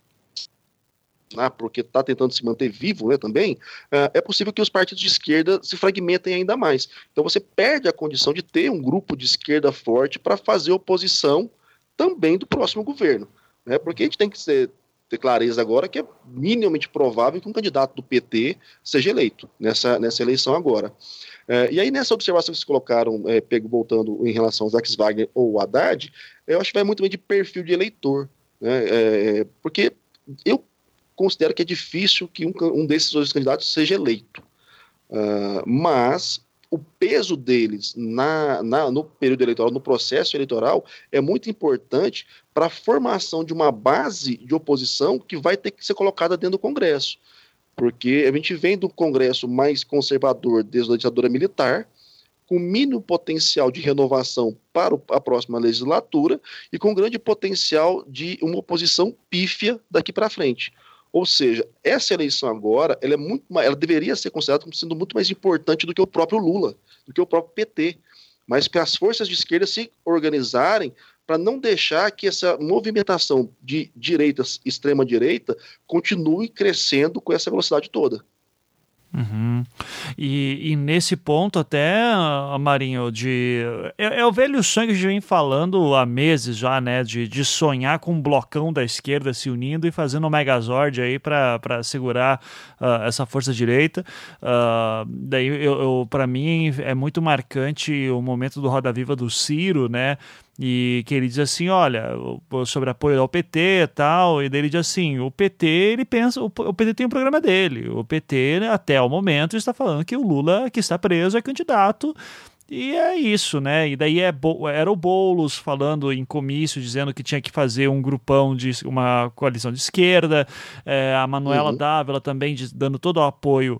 né, porque está tentando se manter vivo, né, também, é possível que os partidos de esquerda se fragmentem ainda mais. Então você perde a condição de ter um grupo de esquerda forte para fazer oposição também do próximo governo, né, porque a gente tem que ser, ter clareza agora que é minimamente provável que um candidato do P T seja eleito nessa, nessa eleição agora. É, e aí nessa observação que vocês colocaram, é, pego, voltando em relação ao Jacques Wagner ou Haddad, eu acho que vai muito bem de perfil de eleitor, né, é, porque eu considero que é difícil que um, um desses dois candidatos seja eleito. Uh, mas o peso deles na, na, no período eleitoral, no processo eleitoral, é muito importante para a formação de uma base de oposição que vai ter que ser colocada dentro do Congresso. Porque a gente vem do Congresso mais conservador desde a ditadura militar, com mínimo potencial de renovação para a próxima legislatura e com grande potencial de uma oposição pífia daqui para frente. Ou seja, essa eleição agora, ela, é muito, ela deveria ser considerada como sendo muito mais importante do que o próprio Lula, do que o próprio P T. Mas para as forças de esquerda se organizarem para não deixar que essa movimentação de direita, extrema-direita, continue crescendo com essa velocidade toda. Uhum. E, e nesse ponto até, Marinho, de, é, é o velho sonho que a gente vem falando há meses já, né, de, de sonhar com um blocão da esquerda se unindo e fazendo um Megazord aí para segurar uh, essa força direita. Uh, daí, eu, eu, para mim, é muito marcante o momento do Roda Viva do Ciro, né, e que ele diz assim, olha, sobre apoio ao P T e tal, e daí ele diz assim, o P T, ele pensa, o P T tem um programa dele, o P T, até o momento, está falando que o Lula, que está preso, é candidato, e é isso, né, e daí é, era o Boulos falando em comício, dizendo que tinha que fazer um grupão, de uma coalição de esquerda, é, a Manuela uhum. Dávila também de, dando todo o apoio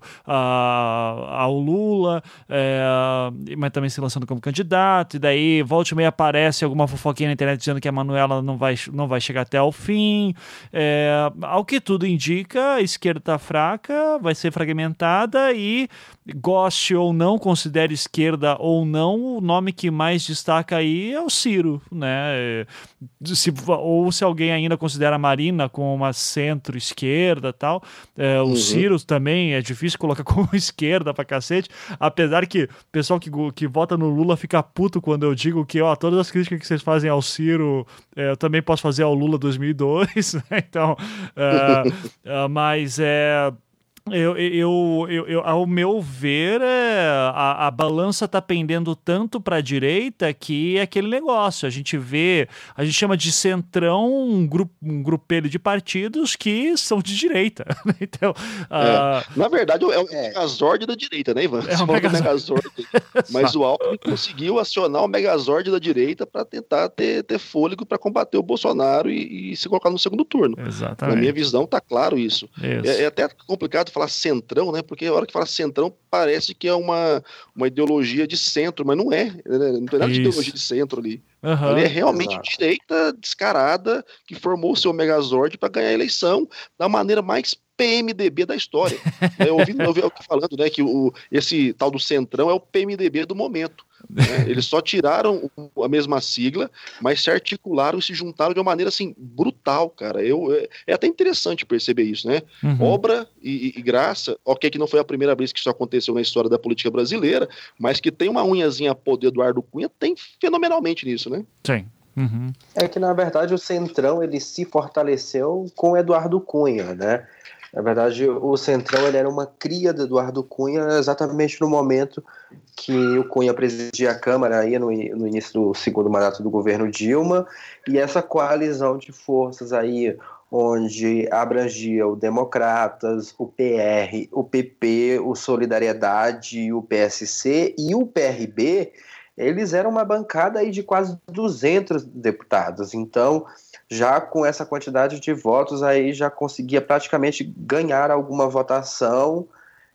a, ao Lula, é, mas também se lançando como candidato, e daí volta e meia aparece alguma fofoquinha na internet dizendo que a Manuela não vai, não vai chegar até o fim, é, ao que tudo indica, a esquerda está fraca, vai ser fragmentada e goste ou não, considere esquerda ou não, o nome que mais destaca aí é o Ciro, né? Se, ou se alguém ainda considera a Marina como uma centro-esquerda e tal, é, o uhum. Ciro também é difícil colocar como esquerda pra cacete, apesar que o pessoal que, que vota no Lula fica puto quando eu digo que ó, todas as críticas que vocês fazem ao Ciro, é, eu também posso fazer ao Lula dois mil e dois, né? Então, é, é, mas é... Eu, eu, eu, eu, ao meu ver, é, a, a balança está pendendo tanto para a direita que é aquele negócio. A gente vê, a gente chama de centrão um, grupo, um grupelho de partidos que são de direita. Então, é. uh... Na verdade, é o Megazord da direita, né, Ivan? É o Megazord. Megazord. Mas o Alckmin conseguiu acionar o Megazord da direita para tentar ter, ter fôlego para combater o Bolsonaro e, e se colocar no segundo turno. Exatamente. Na minha visão, está claro isso. isso. É, é até complicado falar centrão, né? Porque a hora que fala centrão parece que é uma, uma ideologia de centro, mas não é. Né? Não tem nada de ideologia de centro ali. Uhum, ali é realmente exato. Direita descarada que formou o seu Megazord para ganhar a eleição da maneira mais P M D B da história. Eu ouvi, eu ouvi falando, né, que o, esse tal do centrão é o P M D B do momento. Né? Eles só tiraram a mesma sigla, mas se articularam e se juntaram de uma maneira assim brutal, cara. Eu, é, é até interessante perceber isso, né? Uhum. Obra e, e graça, ok, que não foi a primeira vez que isso aconteceu na história da política brasileira, mas que tem uma unhazinha a pôr do Eduardo Cunha, tem fenomenalmente nisso, né? Sim. Uhum. É que na verdade o Centrão ele se fortaleceu com o Eduardo Cunha, né? Na verdade, o Centrão ele era uma cria do Eduardo Cunha exatamente no momento que o Cunha presidia a Câmara aí no, no início do segundo mandato do governo Dilma, e essa coalizão de forças aí onde abrangia o Democratas, o P R, o P P, o Solidariedade, o P S C e o P R B, eles eram uma bancada aí de quase duzentos deputados. Então, já com essa quantidade de votos aí já conseguia praticamente ganhar alguma votação,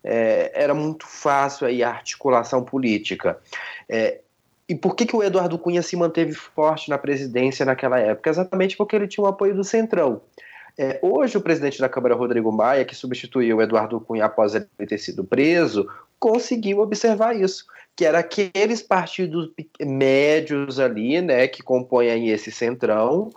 é, era muito fácil aí a articulação política. É, e por que, que o Eduardo Cunha se manteve forte na presidência naquela época? Exatamente porque ele tinha o apoio do Centrão. É, hoje o presidente da Câmara, Rodrigo Maia, que substituiu o Eduardo Cunha após ele ter sido preso, conseguiu observar isso, que era aqueles partidos médios ali, né, que compõem aí esse Centrão,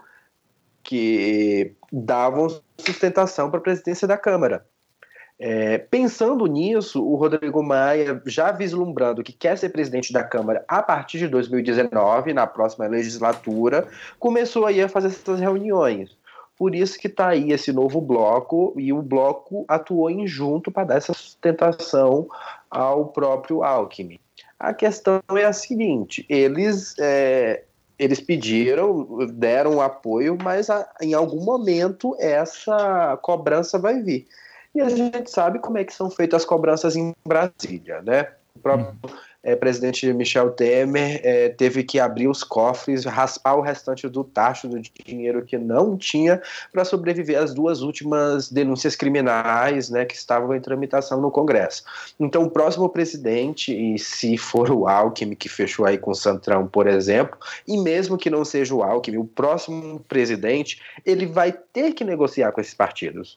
que davam sustentação para a presidência da Câmara. É, pensando nisso, o Rodrigo Maia, já vislumbrando que quer ser presidente da Câmara a partir de dois mil e dezenove, na próxima legislatura, começou aí a fazer essas reuniões. Por isso que está aí esse novo bloco, e o bloco atuou em junto para dar essa sustentação ao próprio Alckmin. A questão é a seguinte, eles... É, Eles pediram, deram apoio, mas a, em algum momento essa cobrança vai vir. E a gente sabe como é que são feitas as cobranças em Brasília, né? O próprio uhum. é, presidente Michel Temer é, teve que abrir os cofres, raspar o restante do tacho do dinheiro que não tinha para sobreviver às duas últimas denúncias criminais, né, que estavam em tramitação no Congresso. Então, o próximo presidente, e se for o Alckmin, que fechou aí com o Centrão, por exemplo, e mesmo que não seja o Alckmin, o próximo presidente, ele vai ter que negociar com esses partidos.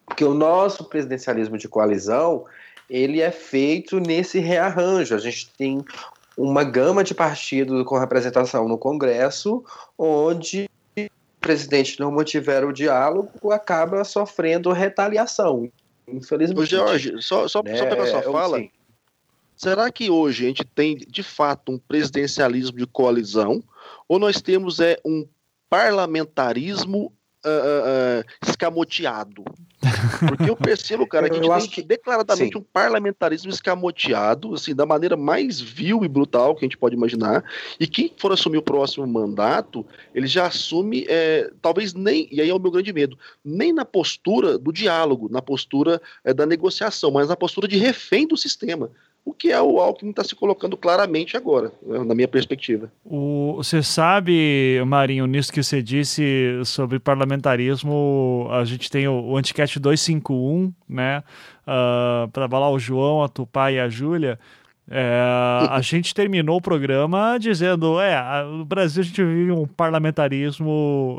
Porque o nosso presidencialismo de coalizão, ele é feito nesse rearranjo. A gente tem uma gama de partidos com representação no Congresso, onde o presidente não mantiver o diálogo, acaba sofrendo retaliação, infelizmente. Ô Jorge, só, só, é, só pegar sua fala, sim. Será que hoje a gente tem, de fato, um presidencialismo de coalizão, ou nós temos é, um parlamentarismo uh, uh, escamoteado? Porque eu percebo, cara, que a gente eu tem que, declaradamente sim. um parlamentarismo escamoteado, assim, da maneira mais vil e brutal que a gente pode imaginar, e quem for assumir o próximo mandato, ele já assume, é, talvez nem, e aí é o meu grande medo, nem na postura do diálogo, na postura é, da negociação, mas na postura de refém do sistema. O que é o Alckmin está se colocando claramente agora, na minha perspectiva. O, você sabe, Marinho, nisso que você disse sobre parlamentarismo, a gente tem o, o Anticast duzentos e cinquenta e um, né? Uh, para falar o João, a Tupá e a Júlia. É, a gente terminou o programa dizendo, é, no Brasil a gente vive um parlamentarismo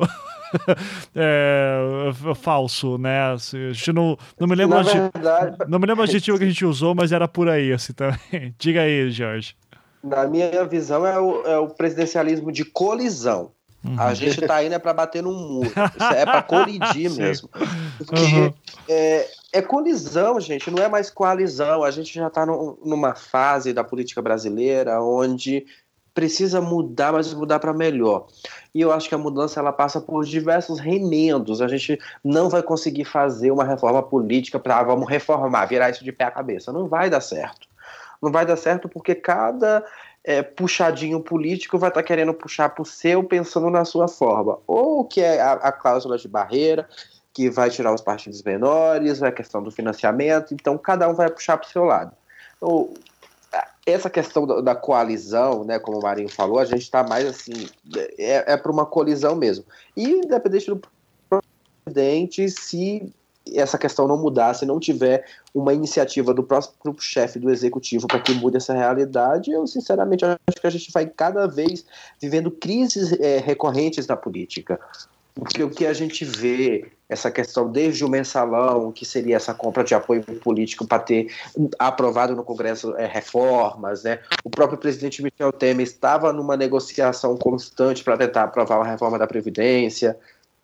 é, falso, né? Assim, a gente não, não me lembro verdade, não me lembro o adjetivo que a gente usou, mas era por aí, assim, também. Diga aí, Jorge. Na minha visão é o, é o presidencialismo de colisão. Uhum. A gente tá indo é para bater num muro. Isso é para colidir mesmo. Porque uhum. é, é colisão, gente, não é mais coalizão. A gente já tá no, numa fase da política brasileira onde precisa mudar, mas mudar para melhor. E eu acho que a mudança ela passa por diversos remendos. A gente não vai conseguir fazer uma reforma política para ah, vamos reformar, virar isso de pé à cabeça. Não vai dar certo. Não vai dar certo porque cada é, puxadinho político vai estar tá querendo puxar para o seu pensando na sua forma. Ou que é a, a cláusula de barreira, que vai tirar os partidos menores, a questão do financiamento. Então, cada um vai puxar para o seu lado. Ou, essa questão da, da coalizão, né, como o Marinho falou, a gente está mais assim, é, é para uma colisão mesmo. E independente do presidente, se essa questão não mudar, se não tiver uma iniciativa do próximo grupo-chefe do executivo para que mude essa realidade, eu sinceramente acho que a gente vai cada vez vivendo crises é, recorrentes na política. Porque o que a gente vê, essa questão desde o mensalão, que seria essa compra de apoio político para ter aprovado no Congresso é, reformas, né? O próprio presidente Michel Temer estava numa negociação constante para tentar aprovar uma reforma da Previdência.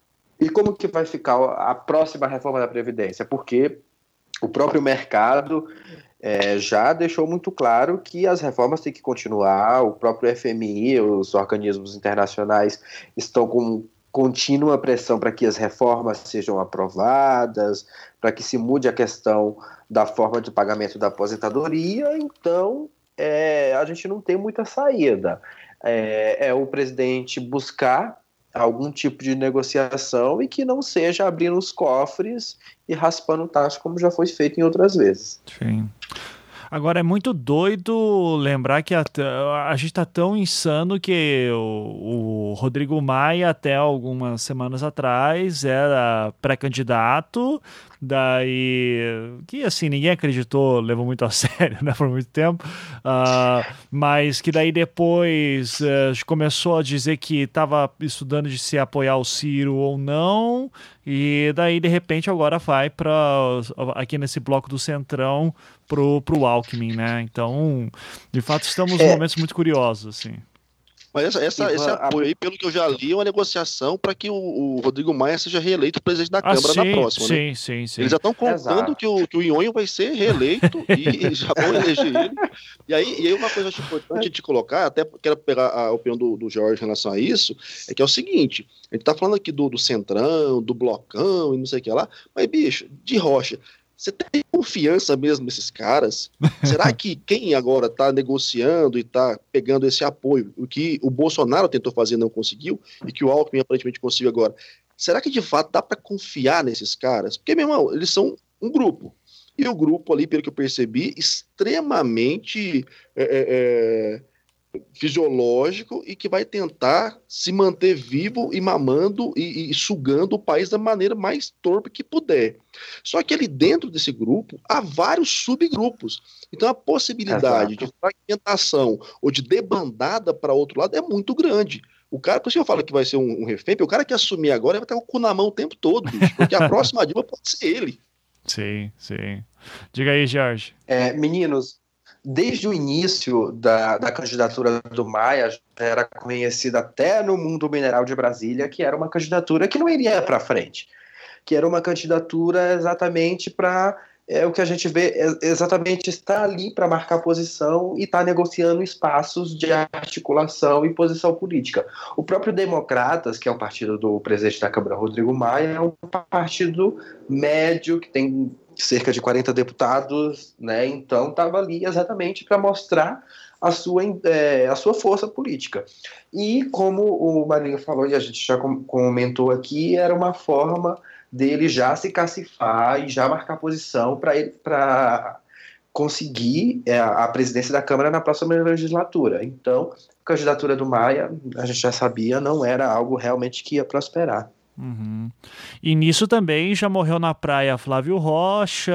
E como que vai ficar a próxima reforma da Previdência? Porque o próprio mercado é, já deixou muito claro que as reformas têm que continuar, o próprio F M I, os organismos internacionais estão com contínua pressão para que as reformas sejam aprovadas, para que se mude a questão da forma de pagamento da aposentadoria, então é, a gente não tem muita saída. É, é o presidente buscar algum tipo de negociação e que não seja abrindo os cofres e raspando taxa como já foi feito em outras vezes. Sim. Agora, é muito doido lembrar que a, a gente tá tão insano que o, o Rodrigo Maia, até algumas semanas atrás, era pré-candidato, daí que assim, ninguém acreditou, levou muito a sério, né, por muito tempo, uh, mas que daí depois uh, começou a dizer que estava estudando de se apoiar o Ciro ou não, e daí de repente agora vai para aqui nesse bloco do Centrão pro, pro Alckmin, né? Então, de fato, estamos em é. momentos muito curiosos, assim. Mas essa, essa, esse apoio aí, pelo que eu já li, é uma negociação para que o, o Rodrigo Maia seja reeleito presidente da ah, Câmara sim, na próxima, sim, né? Sim, sim. Eles já estão contando que o, que o Nhonho vai ser reeleito e já vão eleger ele. E aí, e aí uma coisa importante de colocar, até quero pegar a opinião do, do Jorge em relação a isso, é que é o seguinte, a gente tá falando aqui do, do Centrão, do Blocão e não sei o que lá, mas, bicho, de Rocha, você tem confiança mesmo nesses caras? Será que quem agora está negociando e está pegando esse apoio, o que o Bolsonaro tentou fazer e não conseguiu, e que o Alckmin aparentemente conseguiu agora, será que de fato dá para confiar nesses caras? Porque, meu irmão, eles são um grupo. E o grupo ali, pelo que eu percebi, extremamente é, é, fisiológico e que vai tentar se manter vivo e mamando e, e sugando o país da maneira mais torpe que puder. Só que ali dentro desse grupo há vários subgrupos. Então a possibilidade Exato. de fragmentação ou de debandada para outro lado é muito grande. O cara, por isso eu falo que vai ser um, um refém, porque o cara que assumir agora vai estar com o cu na mão o tempo todo, bicho, porque a próxima diva pode ser ele. Sim, sim. Diga aí, Jorge. É, meninos, desde o início da, da candidatura do Maia, já era conhecida até no mundo mineral de Brasília que era uma candidatura que não iria para frente, que era uma candidatura exatamente para é, o que a gente vê, é, exatamente está ali para marcar posição e está negociando espaços de articulação e posição política. O próprio Democratas, que é o partido do presidente da Câmara, Rodrigo Maia, é um partido médio que tem cerca de quarenta deputados, né? Então estava ali exatamente para mostrar a sua, é, a sua força política. E como o Marinho falou, e a gente já comentou aqui, era uma forma dele já se cacifar e já marcar posição para ele para conseguir é, a presidência da Câmara na próxima legislatura. Então, a candidatura do Maia, a gente já sabia, não era algo realmente que ia prosperar. Uhum. E nisso também já morreu na praia Flávio Rocha,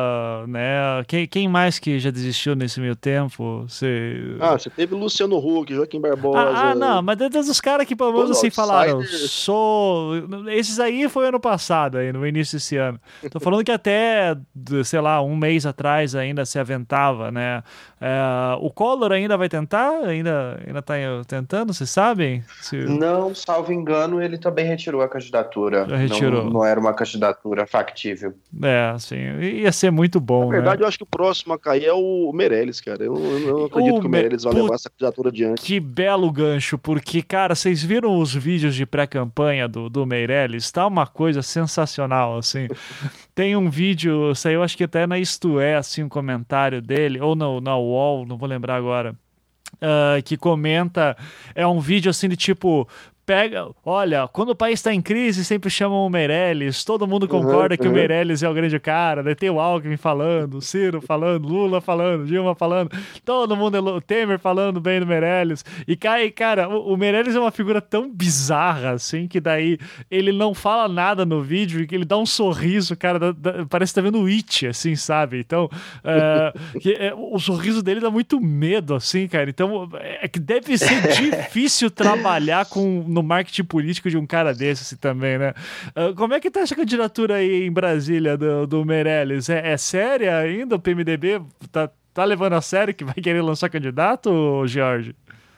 né? Quem, quem mais que já desistiu nesse meio tempo? Você... Ah, você teve Luciano Huck, Joaquim Barbosa. Ah, ah não, mas dentro dos caras que pelo menos assim falaram, sou... Esses aí foi ano passado, aí, no início desse ano. Tô falando que até, sei lá, um mês atrás ainda se aventava, né? É, o Collor ainda vai tentar? Ainda, ainda tá tentando, vocês sabem? Se... Não, salvo engano, ele também retirou a candidatura. Já retirou. Não, não era uma candidatura factível. É, assim, ia ser muito bom, Na verdade, né? eu acho que o próximo a cair é o Meirelles, cara. Eu, eu não acredito o que o Meirelles vai Me... levar essa candidatura adiante. Que belo gancho, porque, cara, vocês viram os vídeos de pré-campanha do, do Meirelles? Tá uma coisa sensacional, assim. Tem um vídeo, saiu acho que até na Isto É, assim, um comentário dele, ou no, na U O L, não vou lembrar agora, uh, que comenta, é um vídeo assim de tipo... Pega, olha, quando o país está em crise, sempre chamam o Meirelles, todo mundo concorda uhum, que uhum. o Meirelles é o grande cara, daí tem o Alckmin falando, o Ciro falando, Lula falando, Dilma falando, todo mundo, o Temer falando bem do Meirelles, e cai, cara, o, o Meirelles é uma figura tão bizarra, assim, que daí ele não fala nada no vídeo, e que ele dá um sorriso, cara, da, da, parece que tá vendo o It, assim, sabe, então, uh, que, é, o sorriso dele dá muito medo, assim, cara, então, é que deve ser difícil trabalhar com... no marketing político de um cara desse assim, também, né? Uh, como é que tá essa candidatura aí em Brasília do, do Meirelles? É, é séria ainda? O P M D B tá, tá levando a sério que vai querer lançar candidato, Jorge?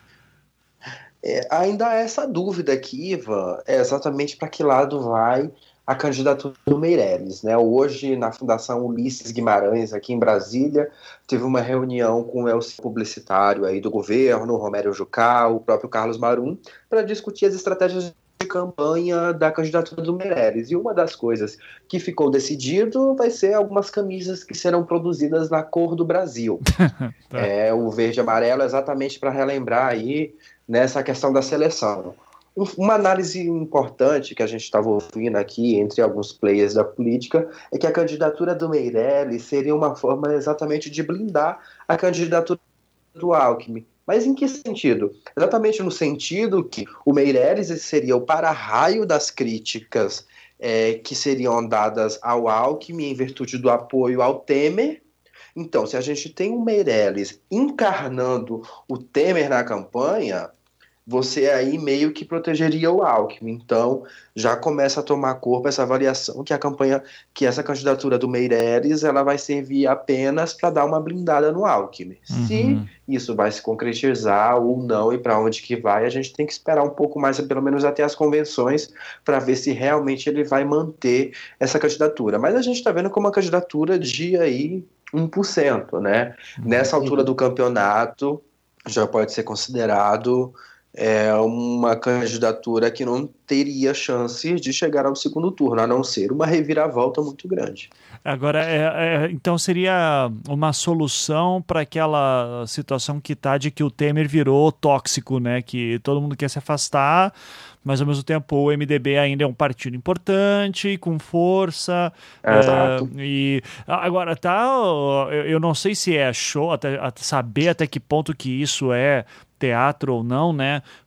É, ainda há essa dúvida aqui, Ivan, é exatamente para que lado vai a candidatura do Meirelles, né? Hoje, na Fundação Ulisses Guimarães, aqui em Brasília, teve uma reunião com o Elcio publicitário aí do governo, Romério Jucá, o próprio Carlos Marum, para discutir as estratégias de campanha da candidatura do Meirelles. E uma das coisas que ficou decidido vai ser algumas camisas que serão produzidas na cor do Brasil. Tá. É, o verde e amarelo exatamente para relembrar aí nessa questão da seleção. Uma análise importante que a gente estava ouvindo aqui entre alguns players da política é que a candidatura do Meirelles seria uma forma exatamente de blindar a candidatura do Alckmin. Mas em que sentido? Exatamente no sentido que o Meirelles seria o para-raio das críticas é, que seriam dadas ao Alckmin em virtude do apoio ao Temer. Então, se a gente tem o Meirelles encarnando o Temer na campanha, você aí meio que protegeria o Alckmin. Então, já começa a tomar corpo essa avaliação que a campanha, que essa candidatura do Meirelles, ela vai servir apenas para dar uma blindada no Alckmin. Uhum. Se isso vai se concretizar ou não e para onde que vai, a gente tem que esperar um pouco mais, pelo menos até as convenções, para ver se realmente ele vai manter essa candidatura. Mas a gente está vendo como uma candidatura de aí um por cento, né? Uhum. Nessa altura do campeonato, já pode ser considerado é uma candidatura que não teria chance de chegar ao segundo turno, a não ser uma reviravolta muito grande. Agora, é, é, então seria uma solução para aquela situação que está de que o Temer virou tóxico, né? Que todo mundo quer se afastar, mas ao mesmo tempo o M D B ainda é um partido importante, com força. Exato. É, e agora, tá, eu, eu não sei se é show, até, até saber até que ponto que isso é teatro ou não, né?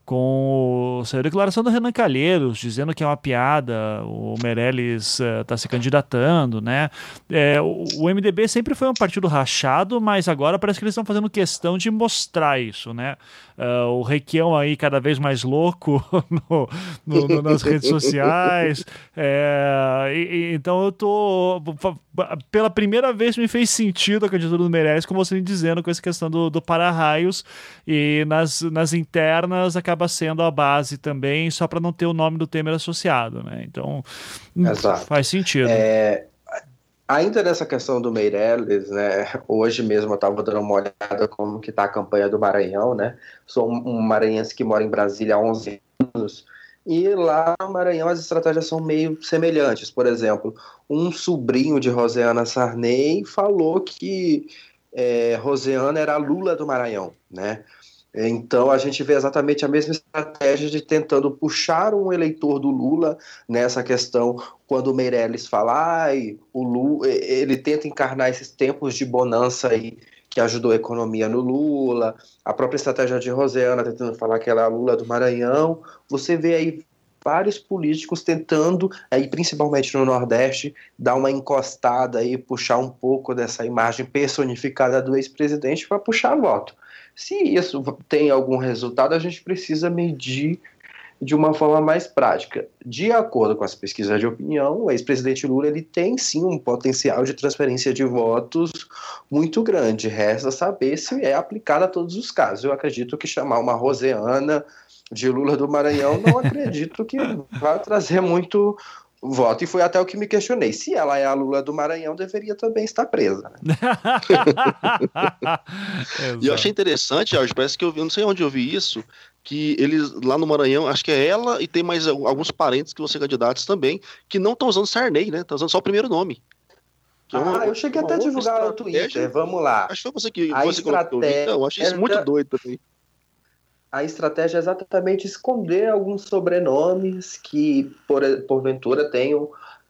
com saiu a declaração do Renan Calheiros dizendo que é uma piada, o Meirelles está uh, se candidatando, né? É, o, o M D B sempre foi um partido rachado, mas agora parece que eles estão fazendo questão de mostrar isso, né? Uh, o Requião aí cada vez mais louco no, no, no, nas redes sociais. É, e, e, então eu tô... Pela primeira vez me fez sentido a candidatura do Meirelles, como você dizendo, com essa questão do, do para-raios, e nas, nas internas acaba sendo a base também, só para não ter o nome do Temer associado, né? Então, Exato. Faz sentido. É... Ainda nessa questão do Meirelles, né, hoje mesmo eu estava dando uma olhada como que está a campanha do Maranhão, né, sou um, um maranhense que mora em Brasília há onze anos, e lá no Maranhão as estratégias são meio semelhantes. Por exemplo, um sobrinho de Rosiana Sarney falou que é, Rosiana era a Lula do Maranhão, né. Então a gente vê exatamente a mesma estratégia de tentando puxar um eleitor do Lula nessa questão, quando o Meirelles fala, ai, o Lula, ele tenta encarnar esses tempos de bonança aí que ajudou a economia no Lula, a própria estratégia de Rosiana tentando falar que ela é a Lula do Maranhão. Você vê aí vários políticos tentando, aí, principalmente no Nordeste, dar uma encostada e puxar um pouco dessa imagem personificada do ex-presidente para puxar voto. Se isso tem algum resultado, a gente precisa medir de uma forma mais prática. De acordo com as pesquisas de opinião, o ex-presidente Lula ele tem sim um potencial de transferência de votos muito grande. Resta saber se é aplicado a todos os casos. Eu acredito que chamar uma Rosiana de Lula do Maranhão, não acredito que vai trazer muito voto. E foi até o que me questionei. Se ela é a Lula do Maranhão, deveria também estar presa. Né? E eu achei interessante, Jorge, parece que eu vi, eu não sei onde eu vi isso, que eles lá no Maranhão, acho que é ela e tem mais alguns parentes que vão ser candidatos também, que não estão usando Sarney, né? Estão usando só o primeiro nome. Ah, uma, eu cheguei até a divulgar no Twitter. Vamos lá. Acho que foi você que a você colocou. Então, eu achei isso muito doido também. A estratégia é exatamente esconder alguns sobrenomes que, por, porventura, tenham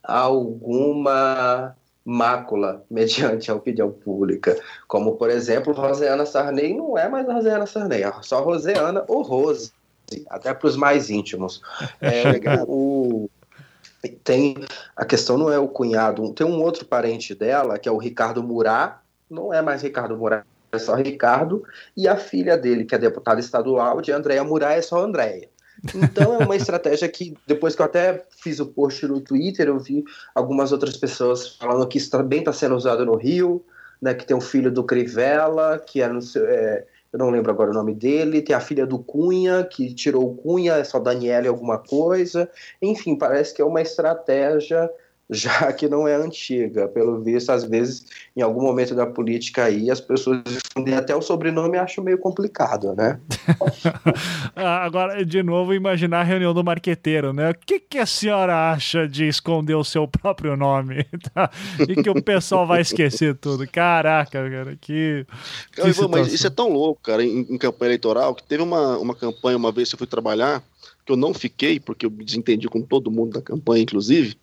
alguma mácula mediante a opinião pública. Como, por exemplo, Rosiana Sarney não é mais Rosiana Sarney, é só Rosiana ou Rose, até para os mais íntimos. É, o, tem, a questão não é o cunhado, tem um outro parente dela, que é o Ricardo Murat, não é mais Ricardo Murat, é só Ricardo, e a filha dele, que é deputada estadual, de Andréa Murat, é só Andréia. Então é uma estratégia que, depois que eu até fiz o post no Twitter, eu vi algumas outras pessoas falando que isso também está sendo usado no Rio, né, que tem um filho do Crivella, que é, no seu, é, eu não lembro agora o nome dele, tem a filha do Cunha, que tirou o Cunha, é só Daniela alguma coisa. Enfim, parece que é uma estratégia já que não é antiga. Pelo visto, às vezes, em algum momento da política aí, as pessoas difundem até o sobrenome e acham meio complicado, né? Agora, de novo, imaginar a reunião do marqueteiro, né? O que, que a senhora acha de esconder o seu próprio nome? Tá? E que o pessoal vai esquecer tudo. Caraca, cara, que... que Não, Ivan, mas isso é tão louco, cara, em, em campanha eleitoral, que teve uma, uma campanha, uma vez que eu fui trabalhar, que eu não fiquei, porque eu me desentendi com todo mundo da campanha, inclusive,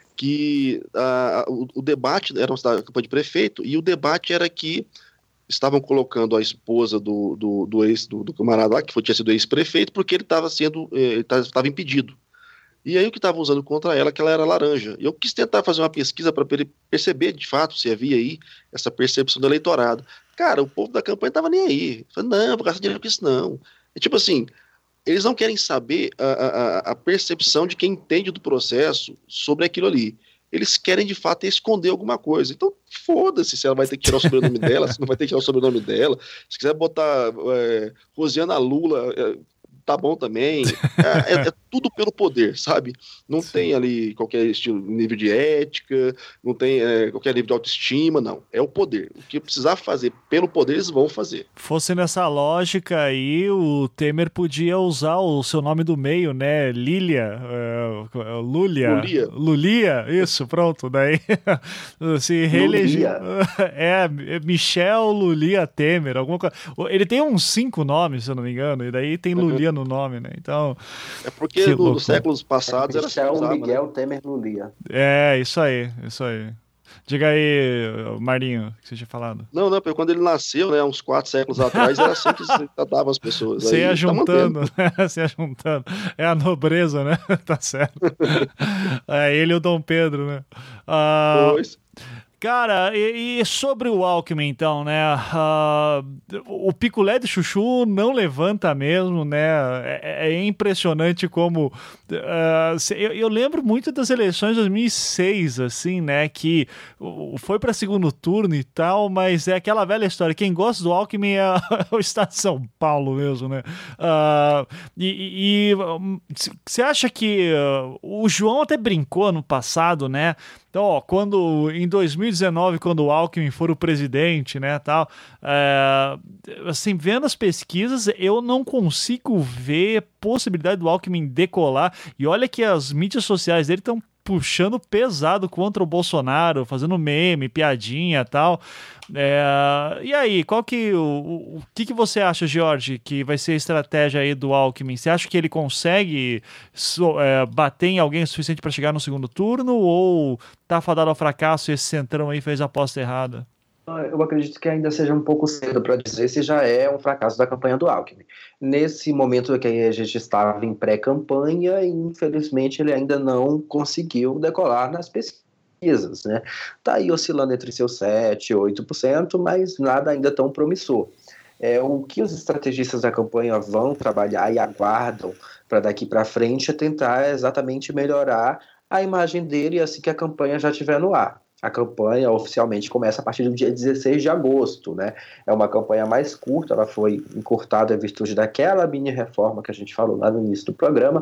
que uh, o, o debate era uma campanha de prefeito, e o debate era que estavam colocando a esposa do, do, do ex, do, do camarada lá, que foi, tinha sido ex-prefeito, porque ele estava sendo, ele estava impedido. E aí o que estavam usando contra ela, que ela era laranja. E eu quis tentar fazer uma pesquisa para perceber, de fato, se havia aí essa percepção do eleitorado. Cara, o povo da campanha estava nem aí. Falei, não, vou gastar dinheiro com isso não. É tipo assim, eles não querem saber a, a, a percepção de quem entende do processo sobre aquilo ali. Eles querem, de fato, esconder alguma coisa. Então, foda-se se ela vai ter que tirar o sobrenome dela, se não vai ter que tirar o sobrenome dela. Se quiser botar é, Rosiana Lula, é, tá bom também. É, é, é tudo pelo poder, sabe? Não Sim. tem ali qualquer estilo, nível de ética, não tem é, qualquer nível de autoestima, não. É o poder. O que precisar fazer pelo poder, eles vão fazer. Fosse nessa lógica aí, o Temer podia usar o seu nome do meio, né? Lília, uh, Lúlia. Lulia. Lulia, isso, pronto. Daí se reeleger. É, Michel Lulia Temer, alguma coisa. Ele tem uns cinco nomes, se eu não me engano, e daí tem uhum. Lulia no nome, né? Então. É porque nos séculos passados é era Michel, assim, Miguel, né? Temer Lulia. É, isso aí, isso aí. Diga aí, Marinho, o que você tinha falado. Não, não, porque quando ele nasceu, né, uns quatro séculos atrás, era assim que se tratava as pessoas. Você ia Aí, juntando, tá né? Você ia juntando. É a nobreza, né? Tá certo. É ele e o Dom Pedro, né? Ah, pois. Cara, e, e sobre o Alckmin, então, né? Uh, o picolé de chuchu não levanta mesmo, né? É, é impressionante como... Uh, eu, eu lembro muito das eleições de dois mil e seis, assim, né? Que foi para segundo turno e tal, mas é aquela velha história. Quem gosta do Alckmin é o estado de São Paulo mesmo, né? Uh, e você acha que... Uh, o João até brincou no passado, né? Então, ó, quando em dois mil e dezenove, quando o Alckmin for o presidente, né, tal, é, assim, vendo as pesquisas, eu não consigo ver possibilidade do Alckmin decolar. E olha que as mídias sociais dele estão puxando pesado contra o Bolsonaro, fazendo meme, piadinha e tal. É, e aí, qual que o, o, o que, que você acha, Jorge, que vai ser a estratégia aí do Alckmin? Você acha que ele consegue so, é, bater em alguém o suficiente para chegar no segundo turno ou tá fadado ao fracasso e esse centrão aí fez a aposta errada? Eu acredito que ainda seja um pouco cedo para dizer se já é um fracasso da campanha do Alckmin. Nesse momento que a gente estava em pré-campanha, infelizmente ele ainda não conseguiu decolar nas pesquisas, né? Está aí oscilando entre seus sete por cento, oito por cento, mas nada ainda tão promissor. É, o que os estrategistas da campanha vão trabalhar e aguardam para daqui para frente é tentar exatamente melhorar a imagem dele assim que a campanha já estiver no ar. A campanha oficialmente começa a partir do dia dezesseis de agosto, né? É uma campanha mais curta, ela foi encurtada em virtude daquela mini reforma que a gente falou lá no início do programa.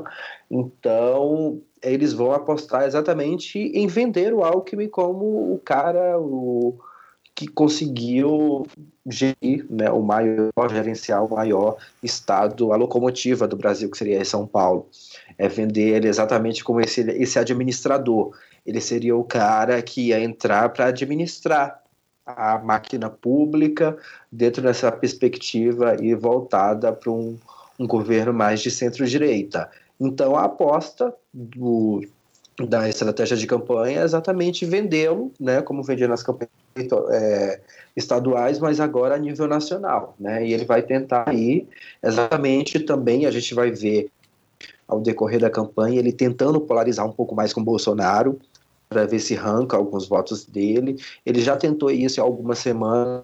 Então, eles vão apostar exatamente em vender o Alckmin como o cara o, que conseguiu gerir, né, o maior, gerenciar o maior estado, a locomotiva do Brasil, que seria São Paulo. É vender ele exatamente como esse, esse administrador. Ele seria o cara que ia entrar para administrar a máquina pública dentro dessa perspectiva e voltada para um, um governo mais de centro-direita. Então, a aposta do, da estratégia de campanha é exatamente vendê-lo, né, como vendia nas campanhas é, estaduais, mas agora a nível nacional, né, e ele vai tentar ir exatamente também, a gente vai ver ao decorrer da campanha, ele tentando polarizar um pouco mais com o Bolsonaro, para ver se arranca alguns votos dele. Ele já tentou isso há algumas semanas,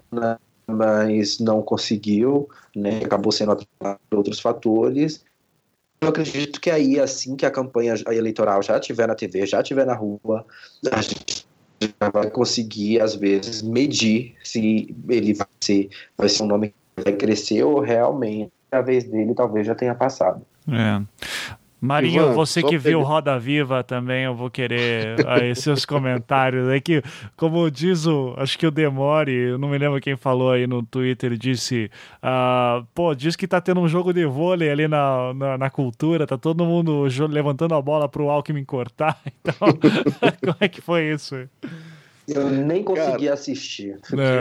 mas não conseguiu, né? Acabou sendo atrapalhado por outros fatores. Eu acredito que aí, assim que a campanha eleitoral já estiver na T V, já estiver na rua, a gente já vai conseguir, às vezes, medir se ele vai ser, vai ser um nome que vai crescer ou realmente a vez dele talvez já tenha passado. É. Marinho, Ivan, você que viu pegar... Roda Viva também, eu vou querer aí seus comentários. É que, como diz o, acho que o Demore, eu não me lembro quem falou aí no Twitter, disse, uh, pô, diz que tá tendo um jogo de vôlei ali na, na, na cultura, tá todo mundo levantando a bola pro Alckmin cortar, então, como é que foi isso? Eu nem consegui Cara, assistir.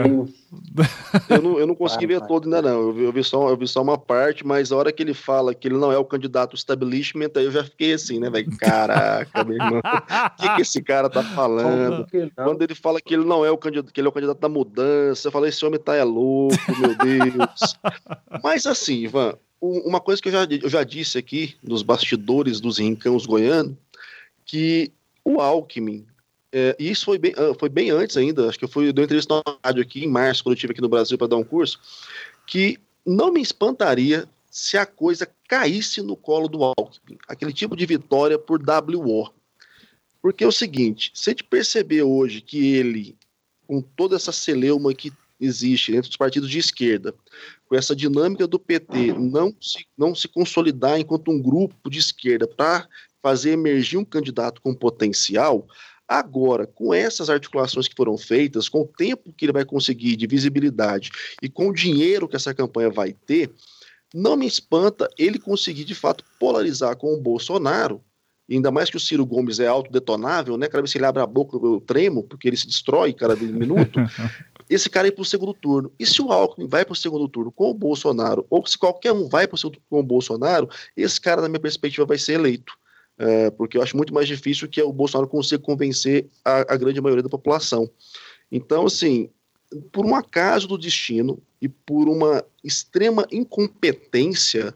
É. Eu, não, eu não consegui ver todo ainda não. Eu vi, eu, vi só, eu vi só uma parte, mas a hora que ele fala que ele não é o candidato establishment, aí eu já fiquei assim, né, velho? Caraca, meu irmão. O que, que esse cara tá falando? Quando ele fala que ele não é o candidato, que ele é o candidato da mudança, eu falei, esse homem tá é louco, meu Deus. Mas assim, Ivan, uma coisa que eu já, eu já disse aqui nos bastidores dos rincões goianos, que o Alckmin, É, e isso foi bem, foi bem antes ainda, acho que eu fui, eu dei uma entrevista na rádio aqui em março, quando eu estive aqui no Brasil para dar um curso, que não me espantaria se a coisa caísse no colo do Alckmin, aquele tipo de vitória por W O. Porque é o seguinte, se a gente perceber hoje que ele, com toda essa celeuma que existe entre os partidos de esquerda, com essa dinâmica do P T não se, não se consolidar enquanto um grupo de esquerda para fazer emergir um candidato com potencial, agora, com essas articulações que foram feitas, com o tempo que ele vai conseguir de visibilidade e com o dinheiro que essa campanha vai ter, não me espanta ele conseguir, de fato, polarizar com o Bolsonaro, e ainda mais que o Ciro Gomes é autodetonável, né? Cada vez que ele abre a boca eu tremo, porque ele se destrói cada minuto, esse cara ir para o segundo turno. E se o Alckmin vai para o segundo turno com o Bolsonaro, ou se qualquer um vai para o segundo turno com o Bolsonaro, esse cara, na minha perspectiva, vai ser eleito. é, porque eu acho muito mais difícil que o Bolsonaro consiga convencer a, a grande maioria da população. Então, assim, por um acaso do destino e por uma extrema incompetência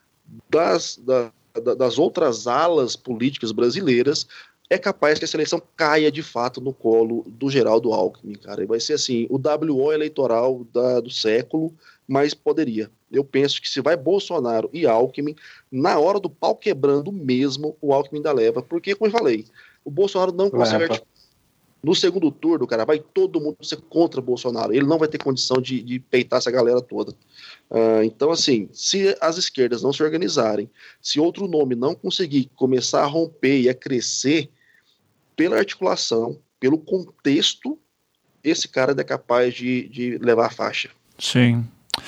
das, da, das outras alas políticas brasileiras, é capaz que essa eleição caia de fato no colo do Geraldo Alckmin, cara. E vai ser assim, o W O eleitoral da, do século, mas poderia. Eu penso que se vai Bolsonaro e Alckmin, na hora do pau quebrando mesmo, o Alckmin ainda leva. Porque, como eu falei, o Bolsonaro não consegue articular. No segundo turno, cara, vai todo mundo ser contra o Bolsonaro. Ele não vai ter condição de, de peitar essa galera toda. Uh, então, assim, se as esquerdas não se organizarem, se outro nome não conseguir começar a romper e a crescer, pela articulação, pelo contexto, esse cara é capaz de, de levar a faixa. Sim.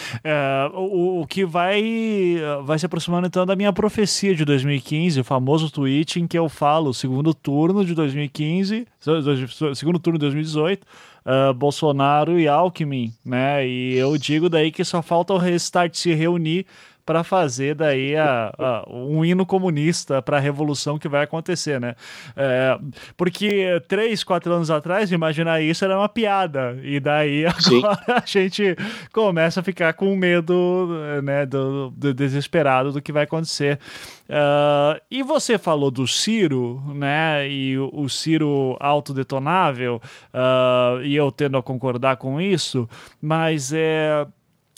É, o, o que vai, vai se aproximando então da minha profecia de dois mil e quinze, o famoso tweet em que eu falo segundo turno de dois mil e quinze, segundo turno de dois mil e dezoito, uh, Bolsonaro e Alckmin, né? E eu digo daí que só falta o Restart se reunir para fazer daí a, a, um hino comunista para a revolução que vai acontecer, né? É, porque três, quatro anos atrás, imaginar isso era uma piada, e daí agora Sim. a gente começa a ficar com medo, né, do, do desesperado do que vai acontecer. Uh, e você falou do Ciro, né, e o, o Ciro autodetonável, uh, e eu tendo a concordar com isso, mas é...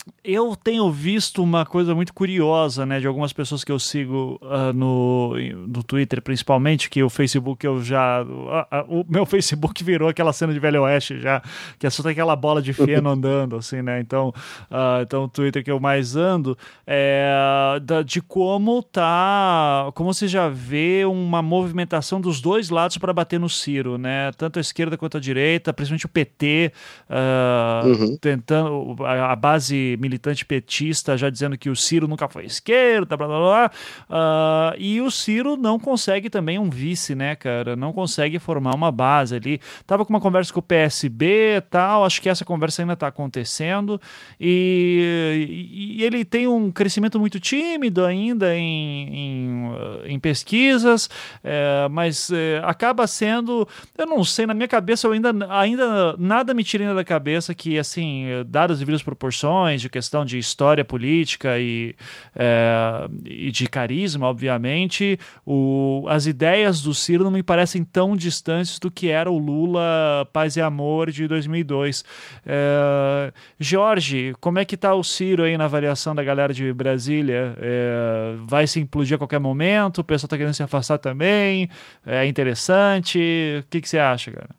eu tenho visto uma coisa muito curiosa, né, de algumas pessoas que eu sigo uh, no, no Twitter, principalmente, que o Facebook eu já... Uh, uh, o meu Facebook virou aquela cena de Velho Oeste já, que é só tem aquela bola de feno andando, assim, né, então, uh, então o Twitter que eu mais ando é da, de como tá... como você já vê uma movimentação dos dois lados para bater no Ciro, né, tanto a esquerda quanto a direita, principalmente o P T, uh, uhum. tentando... a, a base militante petista já dizendo que o Ciro nunca foi esquerda, blá blá blá, uh, e o Ciro não consegue também um vice, né, cara, não consegue formar uma base ali. Tava com uma conversa com o P S B e tal, acho que essa conversa ainda tá acontecendo, e, e ele tem um crescimento muito tímido ainda em, em, em pesquisas, é, mas é, acaba sendo, eu não sei, na minha cabeça eu ainda, ainda nada me tira ainda da cabeça que, assim, dadas as devidas proporções, de questão de história política e, é, e de carisma, obviamente, o, as ideias do Ciro não me parecem tão distantes do que era o Lula Paz e Amor de dois mil e dois. É, Jorge, como é que tá o Ciro aí na avaliação da galera de Brasília? É, vai se implodir a qualquer momento? O pessoal tá querendo se afastar também? É interessante? O que, que você acha, cara?